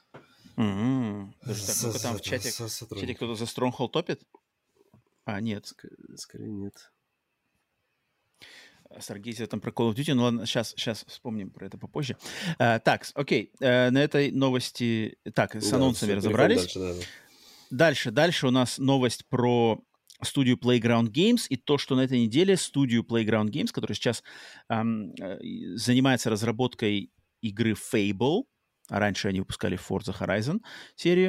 Mm-hmm. Даже так, ну-ка там в чате, в чате кто-то за Stronghold топит? А, нет. Ск- скорее нет. Старгейзер там про Call of Duty, ну ладно, сейчас, сейчас вспомним про это попозже. А, так, окей, а, на этой новости, так, с анонсами да, разобрались. Дальше, да, да. дальше, дальше у нас новость про студию Playground Games и то, что на этой неделе студию Playground Games, которая сейчас эм, занимается разработкой игры Fable, а раньше они выпускали Forza Horizon серию,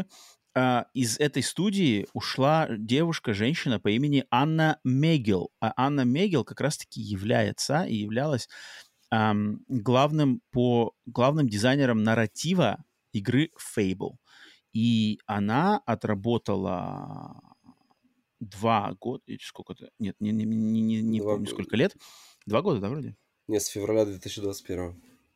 из этой студии ушла девушка, женщина по имени Анна Мегел. А Анна Мегел как раз-таки является и являлась эм, главным, по, главным дизайнером нарратива игры Fable. И она отработала два года, сколько-то, нет, не, не, не, не, не помню, года. Сколько лет. Два года, да, вроде? Нет, с февраля две тысячи двадцать первого.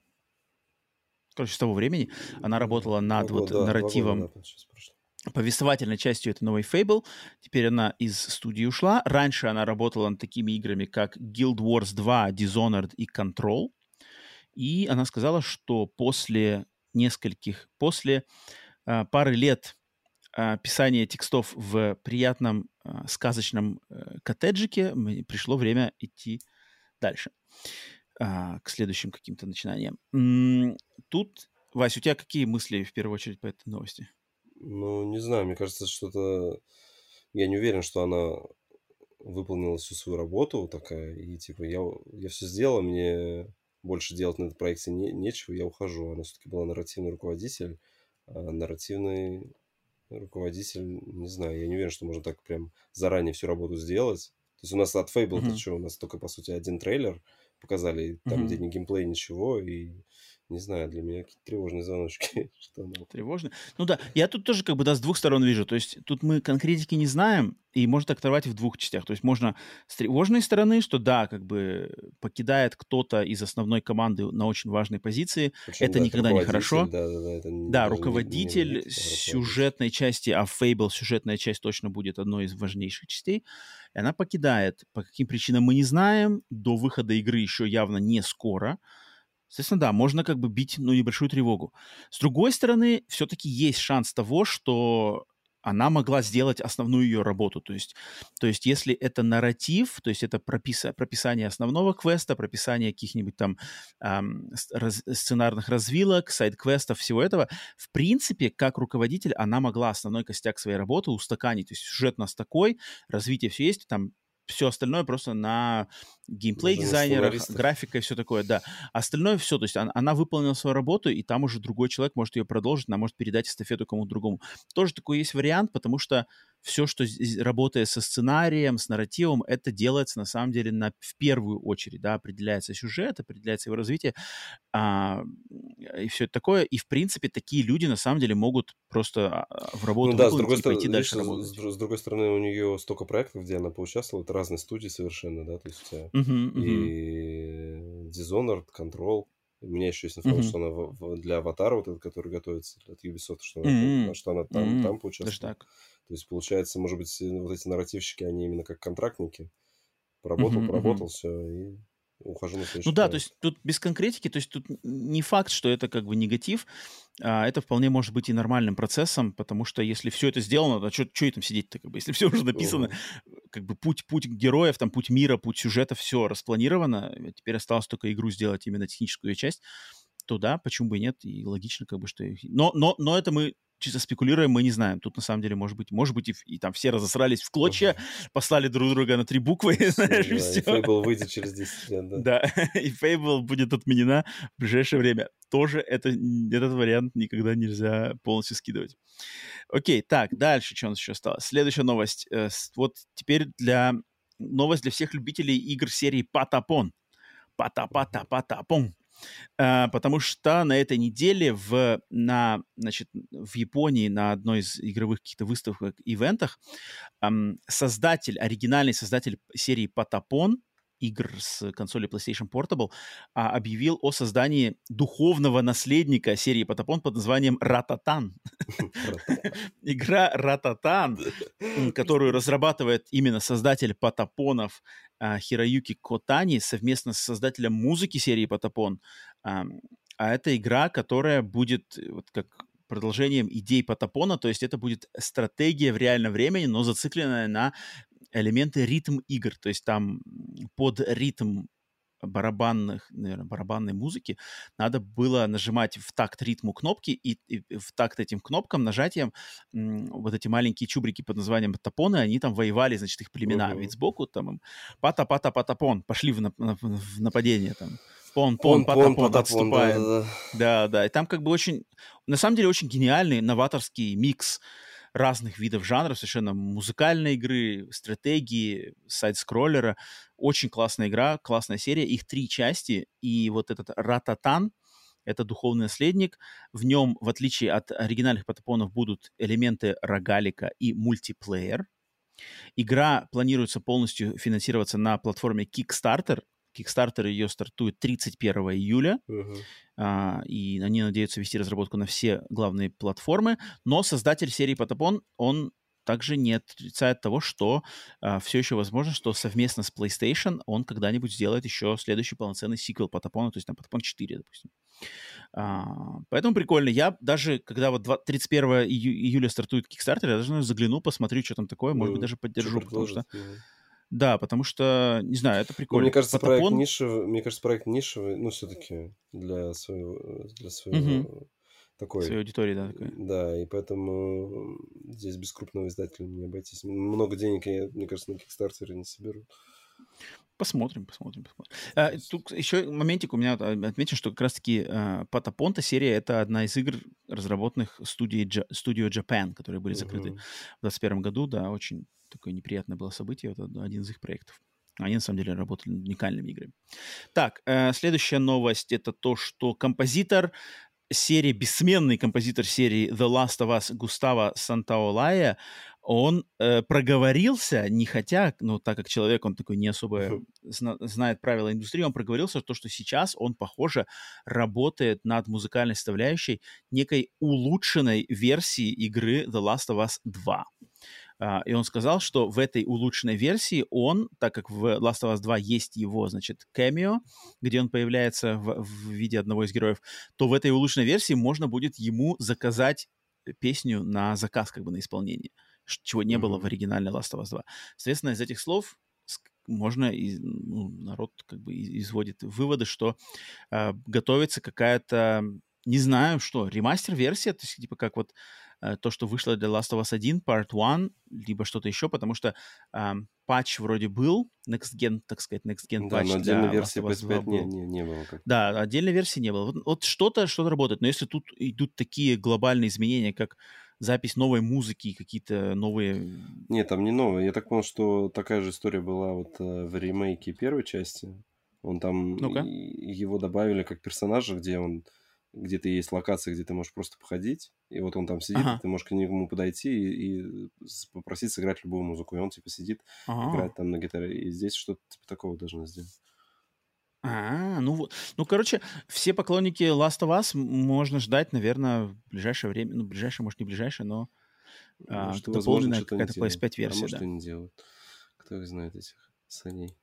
Короче, с того времени она работала над два вот года, нарративом, года, да, повествовательной частью этой новой Fable. Теперь она из студии ушла. Раньше она работала над такими играми, как Guild Wars два, Dishonored и Control. И она сказала, что после нескольких, после uh, пары лет uh, писания текстов в приятном uh, сказочном uh, коттеджике пришло время идти дальше, uh, к следующим каким-то начинаниям. М- тут, Вась, у тебя какие мысли в первую очередь по этой новости? Ну, не знаю, мне кажется, что-то... Я не уверен, что она выполнила всю свою работу такая, и типа я, я все сделал, мне больше делать на этом проекте не, нечего, я ухожу. Она все-таки была нарративный руководитель, а нарративный руководитель, не знаю, я не уверен, что можно так прям заранее всю работу сделать. То есть у нас от Fable-то mm-hmm. что, у нас только, по сути, один трейлер показали, там, mm-hmm. где ни геймплей, ничего, и не знаю, для меня какие-то тревожные звоночки. Что она... Тревожные? Ну да, я тут тоже как бы да, с двух сторон вижу. То есть тут мы конкретики не знаем, и можно так оторвать в двух частях. То есть можно с тревожной стороны, что да, как бы покидает кто-то из основной команды на очень важной позиции. Причем, это да, никогда не хорошо. Да, да, да, это да руководитель не, не сюжетной части, а Fable сюжетная часть точно будет одной из важнейших частей. И она покидает. По каким причинам мы не знаем. До выхода игры еще явно не скоро. Соответственно, да, можно как бы бить, ну, небольшую тревогу. С другой стороны, все-таки есть шанс того, что она могла сделать основную ее работу. То есть, то есть если это нарратив, то есть это прописа, прописание основного квеста, прописание каких-нибудь там эм, раз, сценарных развилок, сайд-квестов, всего этого, в принципе, как руководитель, она могла основной костяк своей работы устаканить. То есть сюжет у нас такой, развитие все есть, там все остальное просто на геймплей-дизайнерах, графика и все такое, да. Остальное все, то есть она, она выполнила свою работу, и там уже другой человек может ее продолжить, она может передать эстафету кому-то другому. Тоже такой есть вариант, потому что все, что работая со сценарием, с нарративом, это делается на самом деле на, в первую очередь, да, определяется сюжет, определяется его развитие, а, и все это такое. И, в принципе, такие люди на самом деле могут просто в работу ну, да, с выполнить другой и стороны, пойти видишь, дальше работать. С, с другой стороны, у нее столько проектов, где она поучаствовала, это разные студии совершенно, да, то есть uh, uh-huh, и uh-huh. Dishonored, Control. У меня еще есть информация, uh-huh. что она в, в, для Аватара, вот этот, который готовится от Ubisoft, что она, uh-huh. что она там, uh-huh. там поучаствовала. То есть, получается, может быть, вот эти нарративщики, они именно как контрактники. Поработал, uh-huh, поработал, uh-huh. все, и ухожу на следующий Ну да, проект. то есть тут без конкретики, то есть тут не факт, что это как бы негатив, а это вполне может быть и нормальным процессом, потому что если все это сделано, то что и там сидеть-то, как бы, если все уже написано, uh-huh. как бы путь, путь героев, там путь мира, путь сюжета, все распланировано, теперь осталось только игру сделать именно техническую часть, то да, почему бы и нет, и логично как бы, что... Но, но, но это мы чисто спекулируем, мы не знаем. Тут на самом деле может быть, может быть и, и там все разосрались в клочья, uh-huh. послали друг друга на три буквы, знаешь, да, и все. И Fable выйдет через десять лет, да. Да, и Fable будет отменена в ближайшее время. Тоже это, этот вариант никогда нельзя полностью скидывать. Окей, так, дальше что у нас еще осталось? Следующая новость. Вот теперь для... новость для всех любителей игр серии Patapon. Пата-пата-пата-пон. Uh, потому что на этой неделе в, на, значит, в Японии на одной из игровых каких-то выставках, ивентах um, создатель, оригинальный создатель серии Patapon, игр с консоли PlayStation Portable, а, объявил о создании духовного наследника серии Patapon под названием Рататан. Игра Рататан, которую разрабатывает именно создатель Патапонов Хироюки Котани совместно с создателем музыки серии Patapon. А это игра, которая будет вот как продолжением идей Patapon, то есть это будет стратегия в реальном времени, но зацикленная на элементы ритм-игр, то есть там под ритм барабанных, наверное, барабанной музыки надо было нажимать в такт ритму кнопки, и, и в такт этим кнопкам, нажатием м, вот эти маленькие чубрики под названием тапоны, они там воевали, значит, их племена. Uh-huh. Ведь сбоку там им пата-пата-пата-пон, пошли в, нап- в нападение там. Пон-пон, пата-пон, отступаем. Да, да, да. да, да. И там как бы очень, на самом деле, очень гениальный, новаторский микс разных видов жанров, совершенно музыкальной игры, стратегии, сайд-скроллера. Очень классная игра, классная серия. Их три части. И вот этот Рататан, это духовный наследник. В нем, в отличие от оригинальных Патапонов, будут элементы рогалика и мультиплеер. Игра планируется полностью финансироваться на платформе Kickstarter. Kickstarter ее стартует тридцать первого июля, uh-huh. а, и они надеются вести разработку на все главные платформы, но создатель серии Patapon, он также не отрицает того, что а, все еще возможно, что совместно с PlayStation он когда-нибудь сделает еще следующий полноценный сиквел Patapon, то есть там Patapon четыре, допустим. А, поэтому прикольно. Я даже, когда вот тридцать первого июля стартует Kickstarter, я даже загляну, посмотрю, что там такое, может uh-huh. быть, даже поддержу, потому что... Uh-huh. Да, потому что, не знаю, это прикольно. Ну, мне кажется, Patapon... проект нишевый, мне кажется, проект нишевый, ну, все-таки для своего, для своего угу. такой... Своей аудитории, да, такой. Да, и поэтому здесь без крупного издателя не обойтись. Много денег, я, мне кажется, на Kickstarter не соберут. Посмотрим, посмотрим, посмотрим. А, тут еще моментик у меня отмечен, что как раз-таки uh, Patapon серия — это одна из игр, разработанных студией Studio Japan, которые были закрыты uh-huh. в двадцать первом году, да, очень... Такое неприятное было событие, это один из их проектов. Они, на самом деле, работали над уникальными играми. Так, э, следующая новость — это то, что композитор серии, бессменный композитор серии The Last of Us Густаво Сантаолая, он э, проговорился, не хотя, но так как человек, он такой не особо uh-huh. зна- знает правила индустрии, он проговорился, то, что сейчас он, похоже, работает над музыкальной составляющей некой улучшенной версии игры The Last of Us два. Uh, и он сказал, что в этой улучшенной версии он, так как в Last of Us два есть его, значит, камео, где он появляется в, в виде одного из героев, то в этой улучшенной версии можно будет ему заказать песню на заказ, как бы на исполнение, чего не mm-hmm. было в оригинальной Last of Us два. Соответственно, из этих слов можно, ну, народ как бы изводит выводы, что uh, готовится какая-то, не знаю что, ремастер-версия, то есть типа как вот то, что вышло для Last of Us один, Part один, либо что-то еще, потому что эм, патч вроде был, Next Gen, так сказать, Next Gen да, патч но для отдельной версии Last of Us пи эс пять был. Не, не, не было. Как-то. Да, отдельной версии не было. Вот, вот что-то, что-то работает, но если тут идут такие глобальные изменения, как запись новой музыки, какие-то новые... Нет, там не новые. Я так понял, что такая же история была вот э, в ремейке первой части. Он там, Ну-ка. его добавили как персонажа, где он... где-то есть локация, где ты можешь просто походить, и вот он там сидит, ага. и ты можешь к нему подойти и, и попросить сыграть любую музыку, и он типа сидит, ага. играет там на гитаре, и здесь что-то типа такого должно сделать. А, ну вот, ну короче, все поклонники Last of Us можно ждать, наверное, в ближайшее время, ну ближайшее, может не ближайшее, но а, может, дополненная возможно, какая-то пи эс пять версия, а может, да. и не делают. Кто их знает, этих саней.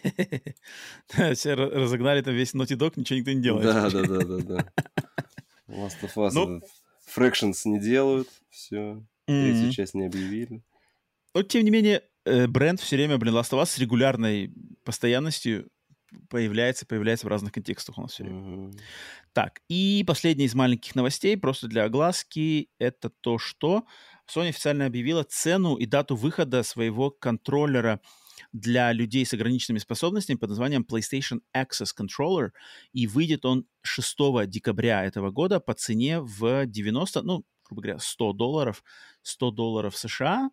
Все разогнали там весь Naughty Dog, ничего никто не делает. Да, да, да, да, да. Last of Us ну, этот Fractions не делают, все. Третью mm-hmm. часть не объявили. Но, тем не менее, бренд все время, блин, Last of Us с регулярной постоянностью появляется, появляется в разных контекстах у нас все время. Mm-hmm. Так, и последняя из маленьких новостей, просто для огласки, это то, что Sony официально объявила цену и дату выхода своего контроллера для людей с ограниченными способностями под названием PlayStation Access Controller, и выйдет он шестого декабря этого года по цене в девяносто, ну, грубо говоря, сто долларов, сто долларов США,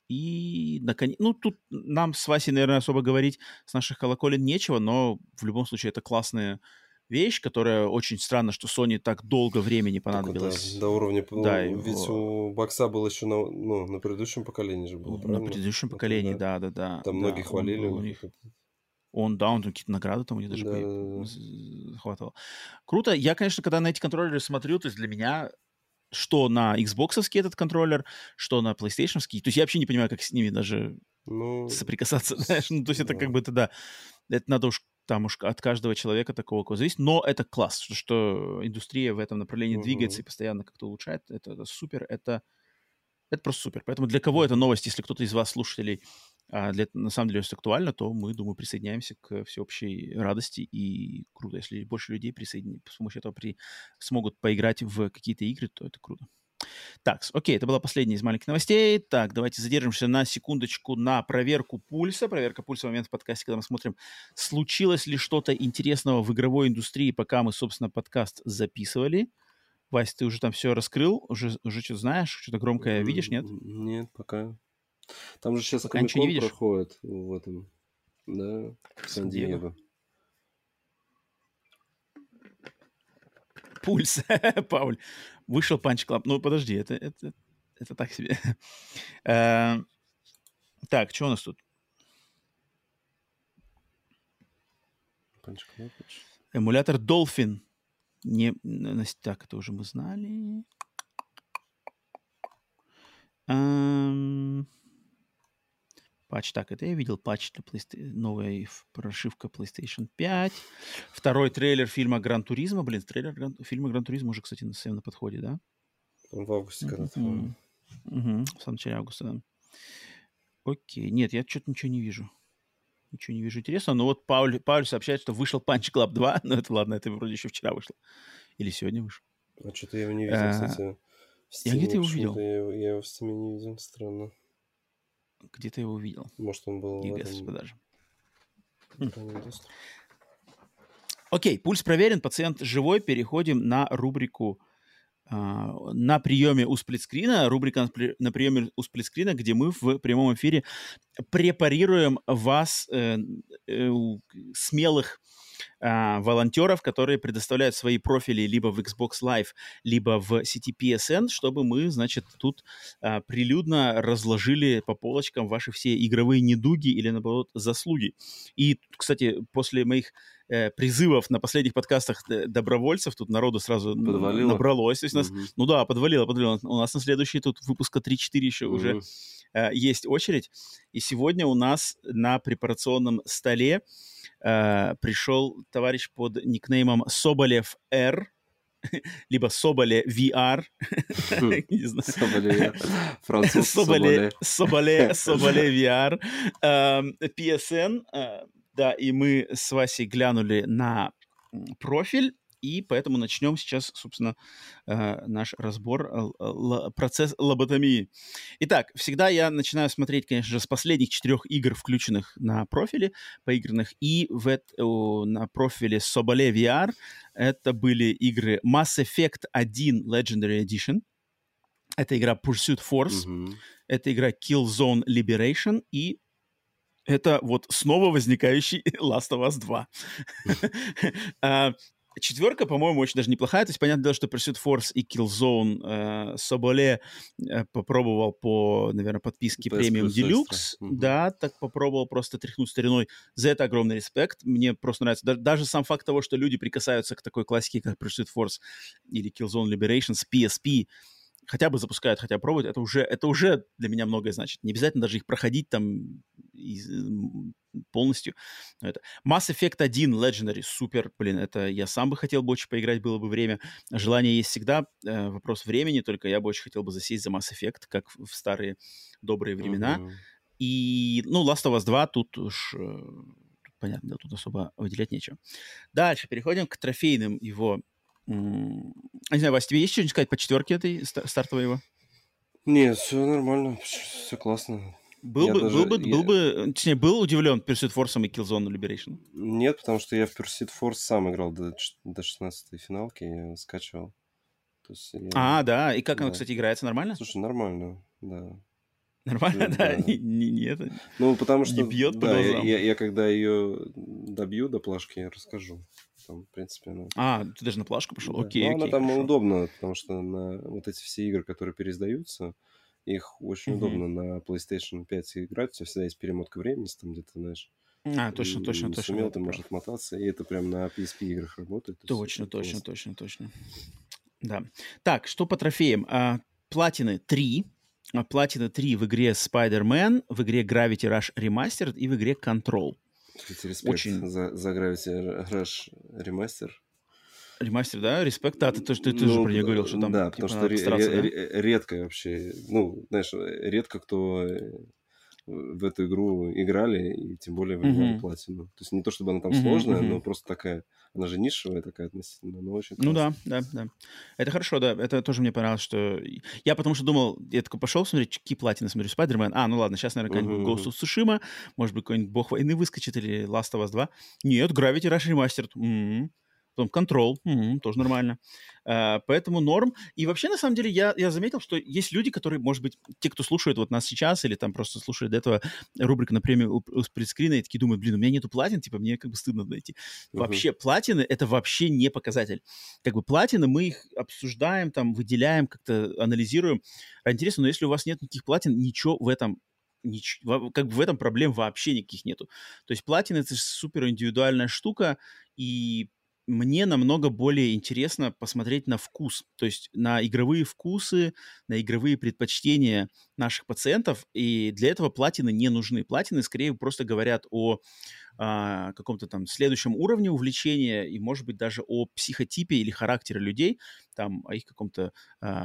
и, наконец, ну, тут нам с Васей, наверное, особо говорить с наших колоколен нечего, но в любом случае это классная вещь, которая очень странно, что Sony так долго времени понадобилось. Да, до уровня... Да, ну, ведь его... у бокса был еще на, ну, на предыдущем поколении же было, правильно? На предыдущем это, поколении, да, да, да. Там да, многие хвалили. Он, у них... он, да, он какие-то награды там у них даже да, да, хватало. Круто. Я, конечно, когда на эти контроллеры смотрю, то есть для меня что на Xbox-овский этот контроллер, что на PlayStation-овский, то есть я вообще не понимаю, как с ними даже ну, соприкасаться, знаешь, ну, то есть да. это как бы это, да, это надо уж там уж от каждого человека такого, кого зависит, но это класс, что, что индустрия в этом направлении uh-huh. двигается и постоянно как-то улучшает, это, это супер, это, это просто супер. Поэтому для кого эта новость, если кто-то из вас, слушателей, для, на самом деле все актуально, то мы, думаю, присоединяемся к всеобщей радости, и круто, если больше людей присоединят, с помощью этого при, смогут поиграть в какие-то игры, то это круто. Так, окей, это была последняя из маленьких новостей. Так, давайте задержимся на секундочку на проверку пульса. Проверка пульса в момент в подкасте, когда мы смотрим, случилось ли что-то интересного в игровой индустрии, пока мы, собственно, подкаст записывали. Вась, ты уже там все раскрыл? Уже, уже что-то знаешь? Что-то громкое видишь, нет? Нет, пока. Там же сейчас Комик-кон проходит в этом, да, в Сан-Диего. Пульс, Пауль. Вышел Punch Club. Ну, подожди, это, это, это так себе. uh, так, что у нас тут? Punch Club. Эмулятор Dolphin. Не, так, это уже мы знали. Um, патч, так, это я видел. Патч для PlayStation, новая прошивка PlayStation пять. Второй трейлер фильма Гран Туризмо. Блин, трейлер Гран, фильма Гран Туризмо уже, кстати, совсем на подходе, да? В августе когда-то. Mm-hmm. Mm-hmm. В самом начале августа, да. Окей. Нет, я что-то ничего не вижу. Ничего не вижу интересного. Но вот Пауль, Пауль сообщает, что вышел Punch Club два. Ну, это ладно, это вроде еще вчера вышло. Или сегодня вышло. А что-то я его не видел, кстати. Я где-то его видел. Я его, я его в Steam не видел, странно. Где-то его видел. Может, он был в этом... продаже. Хм. Окей, пульс проверен, пациент живой. Переходим на рубрику uh, на приеме у сплитскрина. Рубрика на приеме у сплитскрина, где мы в прямом эфире препарируем вас, э, э, смелых Uh, волонтеров, которые предоставляют свои профили либо в Xbox Live, либо в сети пи эс эн, чтобы мы, значит, тут uh, прилюдно разложили по полочкам ваши все игровые недуги или, наоборот, заслуги. И, кстати, после моих э, призывов на последних подкастах добровольцев, тут народу сразу подвалило. Набралось. То есть mm-hmm. нас, ну да, подвалило, подвалило. У нас на следующий тут выпуска три-четыре еще mm-hmm. уже э, есть очередь. И сегодня у нас на препарационном столе э, пришел товарищ под никнеймом Соболев R, либо Соболе ви ар. Не знаю. Соболе, француз Соболе, Соболе. Соболе, Соболе ви ар. Эм, пи эс эн, э, да, и мы с Васей глянули на м, профиль, и поэтому начнем сейчас, собственно, э, наш разбор, э, л- процесс лоботомии. Итак, всегда я начинаю смотреть, конечно же, с последних четырех игр, включенных на профиле, поигранных, и в эт- о, на профиле Соболе ви ар это были игры Mass Effect один Legendary Edition, это игра Pursuit Force, Мгм. это игра Killzone Liberation, и это вот снова возникающий Last of Us два. А, Четверка, по-моему, очень даже неплохая. То есть, понятное дело, что Pursuit Force и Killzone э, Соболе э, попробовал по, наверное, подписке пи эс Premium Plus Extra. Deluxe. Мгм. Да, так попробовал просто тряхнуть стариной. За это огромный респект. Мне просто нравится. Да- даже сам факт того, что люди прикасаются к такой классике, как Pursuit Force или Killzone Liberation с пи эс пи, хотя бы запускают, хотя бы пробуют, это уже, это уже для меня многое значит. Не обязательно даже их проходить там из- м, полностью. Но это. Mass Effect один Legendary, супер, блин, это я сам бы хотел бы очень поиграть, было бы время. Желание есть всегда, э, вопрос времени, только я бы очень хотел бы засесть за Mass Effect, как в в старые добрые времена. Мгм. И, ну, Last of Us два, тут уж, э, тут понятно, да, тут особо выделять нечего. Дальше переходим к трофейным его. м, Не знаю, Вась, тебе есть что-нибудь сказать по четверке этой ста- стартовой его? Не, все нормально, все классно. Был Я бы, был даже... бы, был я- бы, э, точнее, был удивлен Pursuit Force и Killzone Liberation. Нет, потому что я в Pursuit Force сам играл до, ч- до шестнадцатой финалки, я скачивал. То есть я... А, да, и как оно, Да. кстати, играется? Нормально? Слушай, нормально, да. Нормально, Э, да, Да. не, не, не это, Ну, потому не что, бьет по да, я, глазам. я, я когда ее добью до плашки, я расскажу. Там, в принципе, она... А, ты даже на плашку пошел? Да. Окей, Но она окей, там хорошо. удобна, потому что на вот эти все игры, которые переиздаются, их очень Мгм. удобно на PlayStation пять играть. У тебя всегда есть перемотка времени, если там где-то, знаешь, А, точно, точно, не точно, да, сумел, ты ты можешь прав. отмотаться. И это прям на пи эс пи играх работает. То есть Точно, это точно, классно. точно, точно. Да. Так, что по трофеям? А, Платины три. А, Платина три в игре Spider-Man, в игре Gravity Rush Remastered и в игре Control. Кстати, респект Очень за, за Gravity Rush ремастер. ремастер, да? Респект. Да, ты, тоже- ты, ты же Ну, про нее говорил, что пот- там, да, потому типа, что надо ре- постараться, ре- да? ре- редко вообще, ну, знаешь, редко кто э, в эту игру играли и тем более выбивали Мгм. платину. То есть не то, чтобы она там Мгм, сложная, но мгм. просто такая, она же нишевая такая относительно, но очень Ну классная. да, да, да. Это хорошо, да. Это тоже мне понравилось, что... Я потому что думал, я такой пошел смотреть, какие платины, смотрю, Spider-Man. А, ну ладно, сейчас, наверное, Мгм, какой-нибудь Ghost мгм. of Tsushima, может быть, какой-нибудь Бог войны выскочит или Last of Us два. Нет, Gravity Rush Remastered. М-м. Потом Control. М-м, тоже нормально. А, поэтому норм. И вообще, на самом деле, я, я заметил, что есть люди, которые, может быть, те, кто слушает вот нас сейчас или там просто слушает до этого рубрика на премию у, у спринтскрина, и такие думают, блин, у меня нету платин, типа, мне как бы стыдно найти. Мгм. Вообще, платины — это вообще не показатель. Как бы платины, мы их обсуждаем, там, выделяем, как-то анализируем. А интересно, но если у вас нет никаких платин, ничего в этом нич- во- как бы в этом проблем вообще никаких нету. То есть платина — это супер индивидуальная штука, и мне намного более интересно посмотреть на вкус, то есть на игровые вкусы, на игровые предпочтения наших пациентов, и для этого платины не нужны. Платины скорее просто говорят о а, каком-то там следующем уровне увлечения и, может быть, даже о психотипе или характере людей, там, о их каком-то а,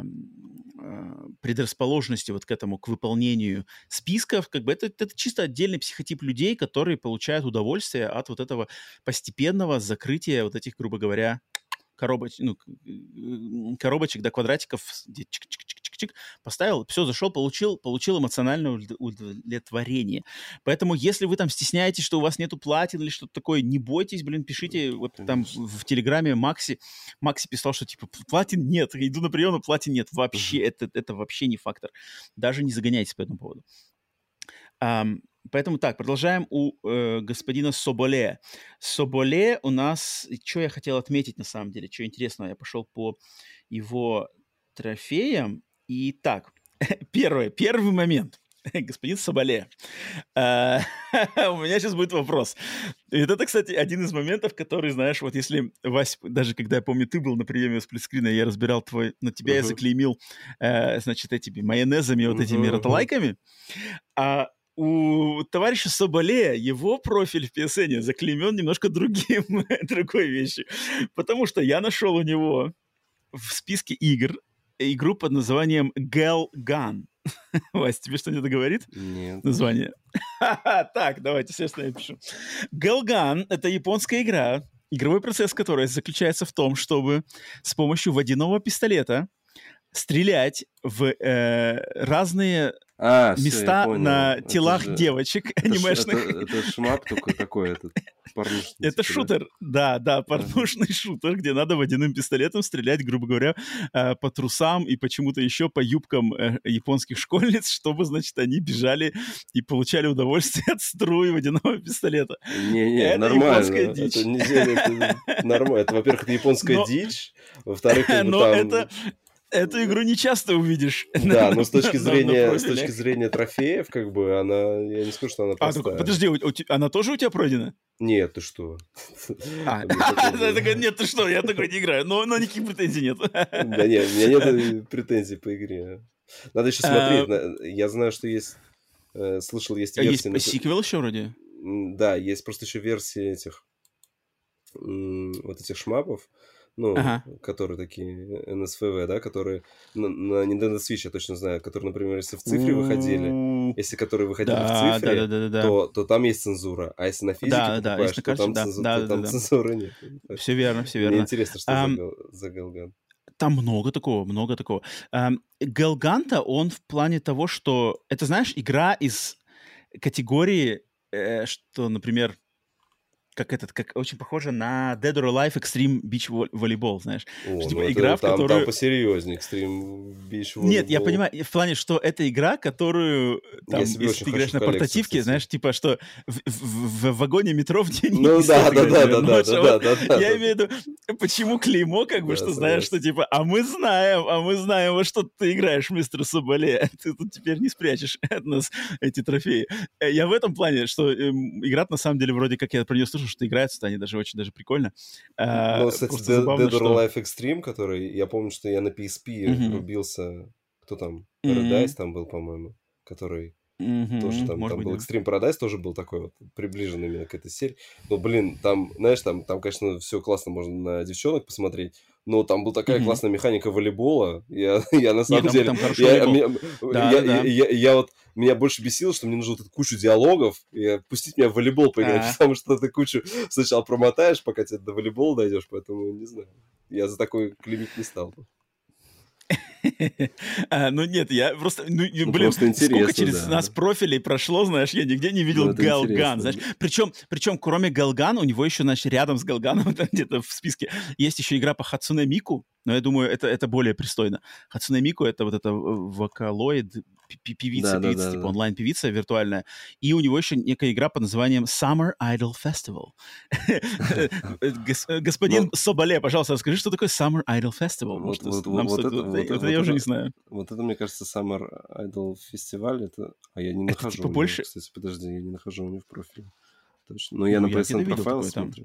а, предрасположенности вот к этому, к выполнению списков, как бы это, это чисто отдельный психотип людей, которые получают удовольствие от вот этого постепенного закрытия вот этих, грубо говоря, коробоч, ну, к- м, коробочек до квадратиков, где чик-чик-чик-чик-чик, поставил, все, зашел, получил, получил эмоциональное удов- удовлетворение. Поэтому, если вы там стесняетесь, что у вас нету платин или что-то такое, не бойтесь, блин, пишите, вот там Конечно. в, в Телеграме Макси, Макси писал, что типа платин нет, иду на прием, но платин нет. Вообще, Мгм. это, это вообще не фактор. Даже не загоняйтесь по этому поводу. Ам, поэтому так, продолжаем у э, господина Соболе. Соболе у нас... Что я хотел отметить на самом деле? Что интересного? Я пошел по его трофеям. И так, первое, первый момент. Господин Соболе, а, у меня сейчас будет вопрос. И это, кстати, один из моментов, который, знаешь, вот если, Вась, даже когда, я помню, ты был на приеме сплитскрина, я разбирал твой, на тебя uh-huh. я заклеймил, э, значит, этими майонезами, вот uh-huh, этими ротолайками, uh-huh. а у товарища Соболе его профиль в пи эс эн заклеймен немножко другим, другой вещью, потому что я нашел у него в списке игр игру под названием Galgun. Вась, тебе что-нибудь говорит? Нет. Название. Так, давайте, естественно, я пишу. Galgun — это японская игра, игровой процесс которой заключается в том, чтобы с помощью водяного пистолета стрелять в э, разные а, места все, на телах же, девочек это анимешных. Ш, это, это шмап только такой, этот порнушный. Это типа, шутер, да, да, порнушный ага. шутер, где надо водяным пистолетом стрелять, грубо говоря, по трусам и почему-то еще по юбкам японских школьниц, чтобы, значит, они бежали и получали удовольствие от струи водяного пистолета. Не-не, это нормально. Японская дичь. Это, не, это нормально. Это, во-первых, это японская Но... дичь, во-вторых, как бы Но там... это... Эту игру не часто увидишь. Да, но с точки зрения, с точки зрения трофеев, как бы, она, я не скажу, что она простая. А, только, подожди, у, у, она тоже у тебя пройдена? Нет, ты что? А, нет, ты что, я такой не играю, но, но никаких претензий нет. Да нет, у меня нет претензий по игре. Надо еще смотреть, я знаю, что есть, слышал, есть версии... Есть сиквел еще вроде? Да, есть просто еще версии этих, вот этих шмапов, ну, ага. которые такие эн эс эф ви, да, которые на, на Nintendo Switch, я точно знаю, которые, например, если в цифре выходили, если которые выходили да, в цифре, да, да, да, да. То, то там есть цензура, а если на физике да, покупаешь, да, то там, да, цензу... да, то там да, цензуры нет. Все верно, все верно. Мне интересно, что um, за Galgun. Там много такого, много такого. Um, Galgun-то, он в плане того, что... Это, знаешь, игра из категории, э, что, например... как этот, как очень похоже на Dead or Alive Extreme Beach Volleyball, знаешь. О, что, ну типа, это, игра, там, в которую... там посерьезнее Extreme Beach Volleyball. Нет, я понимаю, в плане, что это игра, которую, там, если ты играешь на портативке, знаешь, типа, что в, в, в вагоне метро в день ну, не да, да, да, да, да, да, да, да. Я имею в виду, почему клеймо, как бы, что знаешь, что типа, а мы знаем, а мы знаем, во что ты играешь, мистер Соболе, ты тут теперь не спрячешь от нас эти трофеи. Я в этом плане, что игра на самом деле вроде как я про нее слышал, что играется, они даже очень даже прикольно. Ну, кстати, Dead, забавно, Dead or что... Alive Extreme, который, я помню, что я на пи эс пи mm-hmm. рубился, кто там, Paradise mm-hmm. там был, по-моему, который mm-hmm. тоже там, там был, Extreme Paradise тоже был такой вот, приближенный именно к этой серии. Но, блин, там, знаешь, там, там, конечно, все классно, можно на девчонок посмотреть, но там была такая mm-hmm. классная механика волейбола, я, я на самом Нет, деле... Там, там я, я, да, я, да. Я, я, я вот... Меня больше бесило, что мне нужно вот эту кучу диалогов и пустить меня в волейбол поиграть, А-а-а. потому что ты кучу сначала промотаешь, пока тебе до волейбола дойдешь, поэтому не знаю. Я за такой клеймить не стал. а, ну нет, я просто, ну, ну блин, сколько через да. нас профилей прошло, знаешь, я нигде не видел ну, Galgun, знаешь. Причем, причем, кроме Galgun, у него еще, значит, рядом с Galgun, там где-то в списке, есть еще игра по Hatsune Miku, но я думаю, это, это более пристойно. Hatsune Miku — это вот это вокалоид, певица, да, певица, да, да, типа да. онлайн-певица виртуальная, и у него еще некая игра под названием Summer Idol Festival. Господин Соболе, пожалуйста, расскажи, что такое Summer Idol Festival? Вот это я уже не знаю. Вот это, мне кажется, Summer Idol Festival, это... А я не нахожу. Типа больше... Кстати, подожди, я не нахожу у него в профиле. Точно. Но я на пи эс эн Profile смотрю.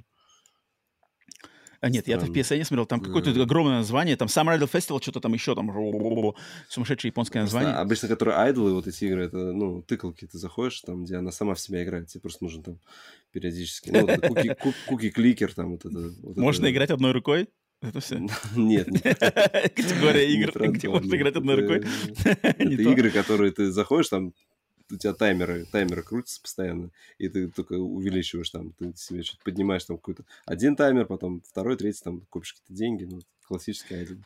А нет, Странно. Я-то в пи эс эн смотрел, там какое-то огромное название, там Summer Idol Festival, что-то там еще, там сумасшедшее японское название. Просто обычно, которые айдолы, вот эти игры, это, ну, тыкалки, ты заходишь, там, где она сама в себя играет, тебе просто нужно там периодически, ну, куки-кликер, там, вот это. Можно играть одной рукой? Это все? Нет. Категория игр, где можно играть одной рукой? Это игры, которые ты заходишь, там, у тебя таймеры, таймеры крутятся постоянно, и ты только увеличиваешь там, ты себе что-то поднимаешь там какой-то один таймер, потом второй, третий, там копишь какие-то деньги, ну, классический один.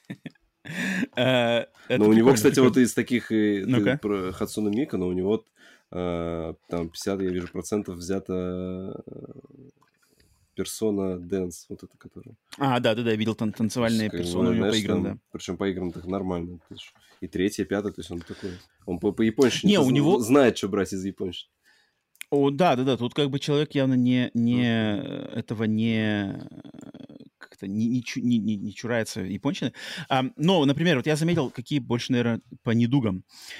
Но у него, кстати, вот из таких, про Hatsune Miku, но у него там пятьдесят, я вижу, процентов взято Persona Dance, вот это, которая. А, да-да-да, я видел тан- танцевальные персоны у него поиграны, да. Причем поиграны так нормально. И третья, и пятая, то есть он такой... Он по, по японщине не, у него... знает, что брать из японщины. О, да-да-да, тут как бы человек явно не, не mm-hmm. этого не... как-то не, не, не, не, не чурается японщины. А, но, например, вот я заметил, какие больше, наверное, по недугам.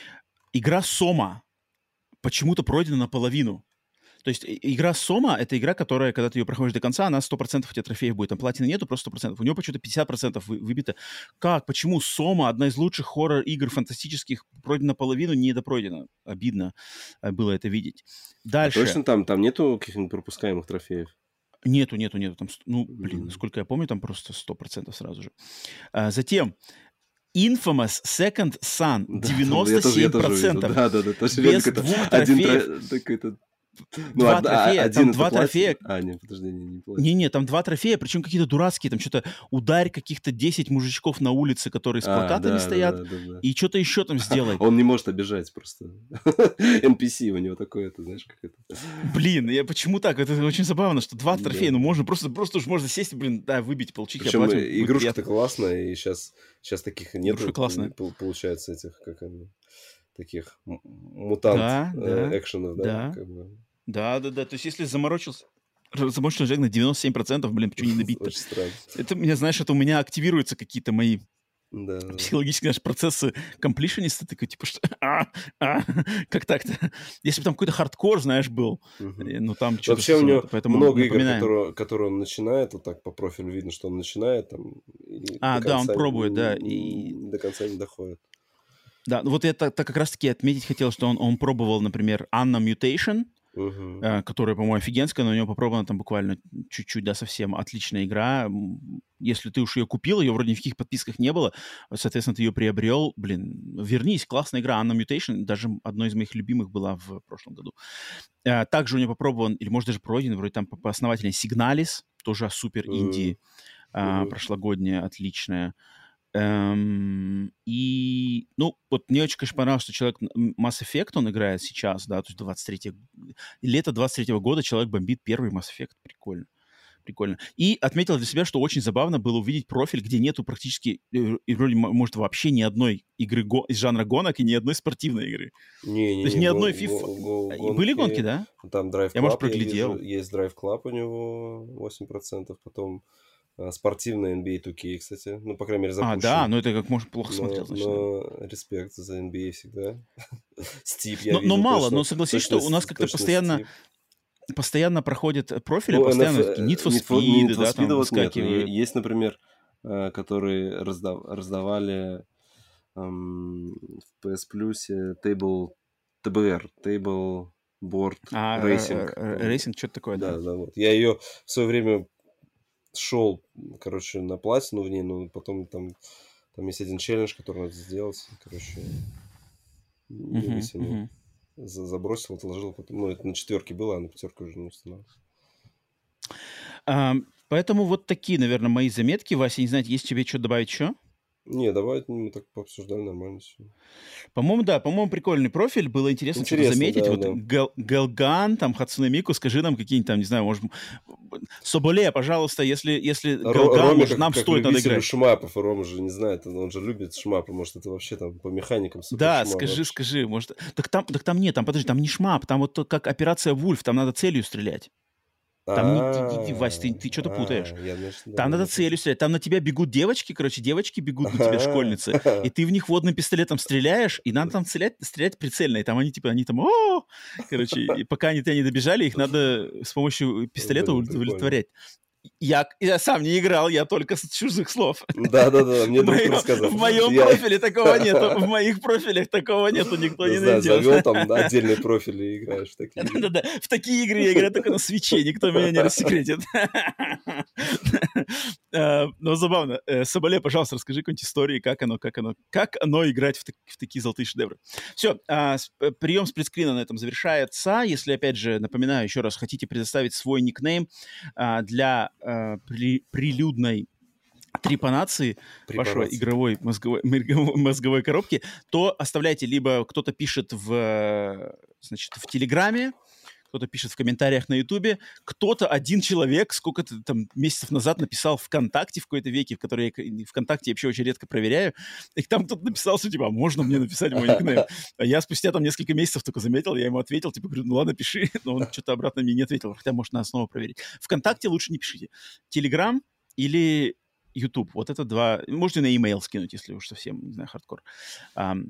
игра Сома почему-то пройдена наполовину. То есть игра Сома — это игра, которая, когда ты ее проходишь до конца, она сто процентов у тебя трофеев будет. Там платины нету, просто сто процентов. У нее почему-то пятьдесят процентов вы, выбито. Как? Почему Сома, одна из лучших хоррор-игр фантастических, пройдена наполовину, не допройдена? Обидно было это видеть. Дальше. А точно там, там нету каких-нибудь пропускаемых трофеев? Нету, нету, нету. Там, ну, блин, насколько я помню, там просто сто процентов сразу же. А, затем... Infamous Second Son, девяносто семь процентов. Да, да, да. Без двух трофеев. Ну, два од- трофея, один там это два платит. трофея. А, нет, подожди, не, не платит. Не-не, там два трофея, причем какие-то дурацкие, там что-то ударь каких-то десять мужичков на улице, которые с А, плакатами да, стоят, да, да, да, да. и что-то еще там сделай. Он не может обижать просто. эн пи си у него такое, это, знаешь, как это. Блин, я почему так? Это очень забавно, что два Да. трофея, ну можно просто, просто уж можно сесть, блин, да, выбить, получить, Причем оплатим, будет игрушка-то приятно. классная, и сейчас, сейчас таких нет. Игрушка классная. Получается, этих, как они, таких м- мутант Да, э, да, экшенов, да? да. Как бы. Да, да, да. То есть, если заморочился, заморочился человек на девяносто семь процентов, блин, почему не набить-то? Очень странно. Это, меня, знаешь, это у меня активируются какие-то мои Да, да. психологические наши процессы комплишениста, такой, типа, что, а, а, как так-то? Если бы там какой-то хардкор, знаешь, был, Мгм. э, ну, там что-то... Вообще у него поэтому много игр, напоминаем. которые, которые он начинает, вот так по профилю видно, что он начинает там, и А, до да, он конца пробует, н- да, н- и... до конца не доходит. Да, ну вот я так, так как раз-таки отметить хотел, что он, он пробовал, например, Anna Mutation, Мгм. э, которая, по-моему, офигенская, но у него попробована там буквально чуть-чуть, да, совсем отличная игра. М, Если ты уж ее купил, ее вроде ни в каких подписках не было, соответственно, ты ее приобрел, блин, вернись, классная игра. Anna Mutation даже одной из моих любимых была в прошлом году. Э, Также у него попробован, или может даже пройден, вроде там по- поосновательней Signalis, тоже супер инди, а, Мгм. прошлогодняя, отличная. Эм, и, ну, вот мне очень, конечно, понравилось, что человек м, Mass Effect он играет сейчас, да, то есть двадцать третье, лето двадцать третьего года человек бомбит первый Mass Effect. Прикольно. Прикольно. И отметил для себя, что очень забавно было увидеть профиль, где нету практически, э, и вроде, м- может, вообще ни одной игры го- из жанра гонок и ни одной спортивной игры. Не-не-не, То есть ни гон- одной го- FIFA. го- И были гонки, гонки, да? там Drive Я, может, Club, я проглядел. вижу, есть Drive Club у него восемь процентов, потом а, спортивный эн би эй ту кей, кстати, ну, по крайней мере, А, запущен. да, ну это как можно плохо Но, смотрел, значит. наверное. но респект за эн би эй всегда. Стип я Но, но видел мало, точно, но согласись, точно, что у нас с- как-то точно постоянно, Стип. постоянно проходят профили, Ну, постоянно эн эф, такие Need for Need for, Speed, Need for да, Speed там вот нет, но е- выскакивают. есть, например, э, которые раздав- раздавали эм, в пи эс Plus Table, ти би ар, Table Board А, Racing. р- р- рейсинг, что-то такое, да. Да, да, вот. Я ее в свое время шел, короче, на платину в ней, но потом там, там есть один челлендж, который надо сделать, короче, не Мгм, вытянул. мгм. За- Забросил, отложил, потом, ну, это на четверке было, а на пятерке уже не установил. Ам, Поэтому вот такие, наверное, мои заметки. Вася, не знаю, есть тебе что добавить еще? Не, давай мы так пообсуждали, нормально все. По-моему, да, по-моему, прикольный профиль. Было интересно что-то Интересно, заметить. да, Вот да. Гел- Гелган, там, Хацуне Мику, скажи нам какие-нибудь там, не знаю, может... Соболе, пожалуйста, если, если Ро- Гелган, Роме, может, как, нам как стоит надо любителю играть. шмапов, и Рома же не знает, он, он же любит шмапы, может, это вообще там по механикам супер Да, шмап скажи, вообще. скажи, может... Так там, так там нет, там, подожди, там не шмап, там вот то, как операция Вульф, там надо целью стрелять. Там не... ди- ди- ди- Вась, ты, ты что-то путаешь. А, я, значит, да, Там надо я целью стрелять. Там на тебя бегут девочки, короче, девочки бегут на тебя, Ага. школьницы, и ты в них водным пистолетом стреляешь, и надо там стрелять, стрелять прицельно, и там они типа, они там, о, короче, и пока они тебя не добежали, их надо с помощью пистолета Блин, прикольно. удовлетворять. Я, я сам не играл, я только с чужих слов. Да-да-да, мне В друг моем, рассказал. в моем Я- профиле такого нету, в моих профилях такого нету, никто Не не знаю, найдет. завел там отдельный профиль и играешь в такие. Да-да-да, в такие игры я играю только на свече, никто меня не рассекретит. Э, Но забавно. Э, Соболе, пожалуйста, расскажи какую-нибудь историю, как оно, как оно, как оно играть в, так- в такие золотые шедевры. Все, прием сплитскрина на этом завершается. Если, опять же, напоминаю еще раз, хотите предоставить свой никнейм а, для а, при- прилюдной трепанации вашего Препарации. игровой мозговой, мозговой мозговой коробки, то оставляйте, либо кто-то пишет в, э, значит, в Телеграме, кто-то пишет в комментариях на Ютубе, кто-то, один человек, сколько-то там месяцев назад написал ВКонтакте в какой-то веке, в который я ВКонтакте я вообще очень редко проверяю, и там кто-то написал, что типа, а можно мне написать мой никнейм? А я спустя там несколько месяцев только заметил, я ему ответил, типа, говорю, ну ладно, пиши, но он что-то обратно мне не ответил, хотя, может, надо снова проверить. ВКонтакте лучше не пишите. Телеграм или YouTube, вот это два, можете на e-mail скинуть, если уж совсем, не знаю, хардкор. Ам,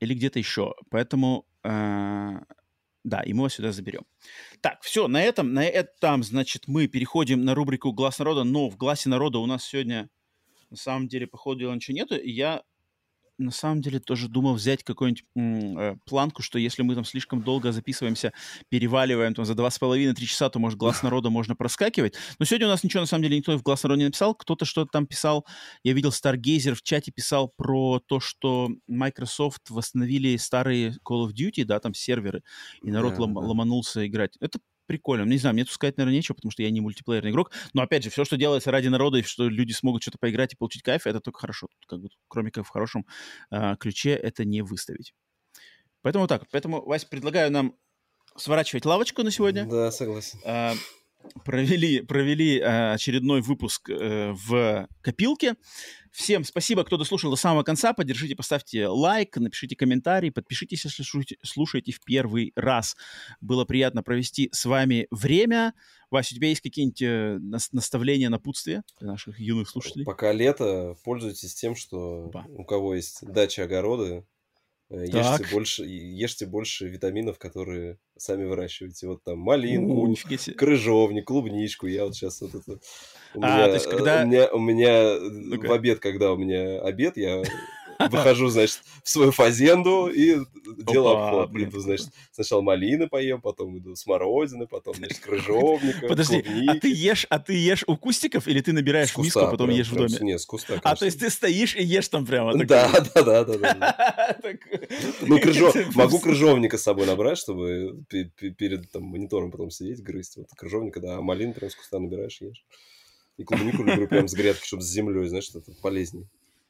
или где-то еще. Поэтому, э, да, и мы вас сюда заберем. Так, все, на этом, на этом, значит, мы переходим на рубрику «Глаз народа», но в «Гласе народа» у нас сегодня, на самом деле, по ходу дела ничего нету, и я на самом деле тоже думал взять какую-нибудь м- э, планку, что если мы там слишком долго записываемся, переваливаем там за два с половиной-три часа, то, может, «Глаз народа» можно проскакивать. Но сегодня у нас ничего, на самом деле, никто в «Глаз народа» не написал. Кто-то что-то там писал. Я видел, Stargazer в чате писал про то, что Microsoft восстановили старые Call of Duty, да, там серверы, и народ Да, лом- да. ломанулся играть. Это прикольно. Не знаю, мне тут сказать, наверное, нечего, потому что я не мультиплеерный игрок. Но, опять же, все, что делается ради народа, и что люди смогут что-то поиграть и получить кайф, это только хорошо. Тут, как бы, кроме как в хорошем э, ключе, это не выставить. Поэтому так. Поэтому, Вась, предлагаю нам сворачивать лавочку на сегодня. Да, согласен. Э, провели провели э, очередной выпуск э, в копилке. Всем спасибо, кто дослушал до самого конца. Поддержите, поставьте лайк, напишите комментарий, подпишитесь, если слушаете, слушаете в первый раз. Было приятно провести с вами время. Вася, у тебя есть какие-нибудь э, наставления, напутствия для наших юных слушателей? Пока лето, пользуйтесь тем, что Опа. у кого есть дача, огороды, Так. ешьте больше, ешьте больше витаминов, которые сами выращиваете. Вот там малинку, У, нифига себе. крыжовник, клубничку. Я вот сейчас вот это... У А, меня, то есть когда- у меня, у меня Ну-ка. в обед, когда у меня обед, я выхожу, значит, в свою фазенду и делаю Опа, обход. блин, Иду, значит, сначала малины поем, потом иду смородины, потом, значит, крыжовника, Подожди, а клубники. ты ешь, а ты ешь у кустиков или ты набираешь С в миску, куста, а потом прям, ешь в прям, доме? Нет, с куста, А, конечно. то есть ты стоишь и ешь там прямо? такой? Да, да, да, да, да. Так- Ну, крыжо... могу крыжовника с собой набрать, чтобы пе- пе- перед там, монитором потом сидеть, грызть. Вот крыжовника, да, а малину прям с куста набираешь и ешь. И клубнику люблю прям с грядки, чтобы с землей, знаешь, это полезнее.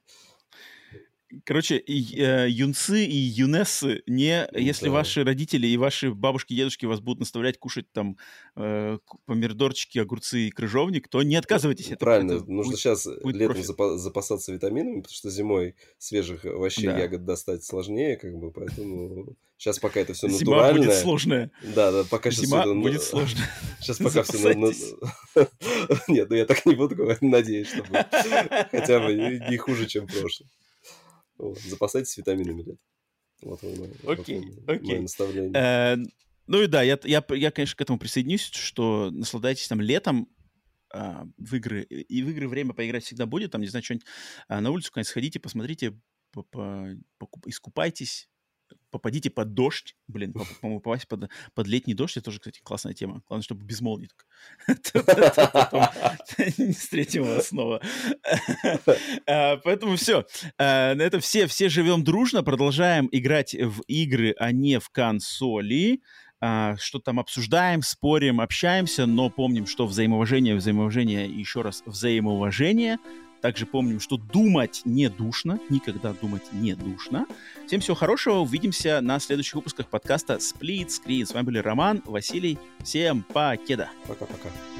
Короче, и, э, юнцы и юнессы, не, если Да. ваши родители и ваши бабушки, дедушки вас будут наставлять кушать там э, к- помидорчики, огурцы и крыжовник, то не отказывайтесь. Это, Правильно, это нужно будет- сейчас будет летом профит. запа- запасаться витаминами, потому что зимой свежих овощей, Да. ягод достать сложнее, как бы, поэтому сейчас пока это все Зима натуральное. будет сложная. Да, да, пока сейчас Зима это... будет сложная. Сейчас пока все... Запасайтесь. Нет, ну я так не буду говорить, надеюсь, что будет хотя бы не не хуже, чем прошлый. Вот, запасайтесь витаминами летом. Вот мое, вот Окей, мое- окей. мое наставление. Э, Ну и да, я, я, я, конечно, к этому присоединюсь, что наслаждайтесь там летом а, в игры. И в игры время поиграть всегда будет. Там, не знаю, что-нибудь а, на улицу, конечно, сходите, посмотрите, по- по- покуп- искупайтесь, попадите под дождь. Блин, по- по-моему, попасть под, под летний дождь, это тоже, кстати, классная тема. Главное, чтобы без молнии только. Потом не встретим вас снова. А, Поэтому все. На этом все все живем дружно, продолжаем играть в игры, а не в консоли. А, Что там обсуждаем, спорим, общаемся, но помним, что взаимоуважение, взаимоуважение и еще раз взаимоуважение. Также помним, что думать не душно, никогда думать не душно. Всем всего хорошего, увидимся на следующих выпусках подкаста Split Screen. С вами были Роман, Василий. Всем покеда. Пока-пока.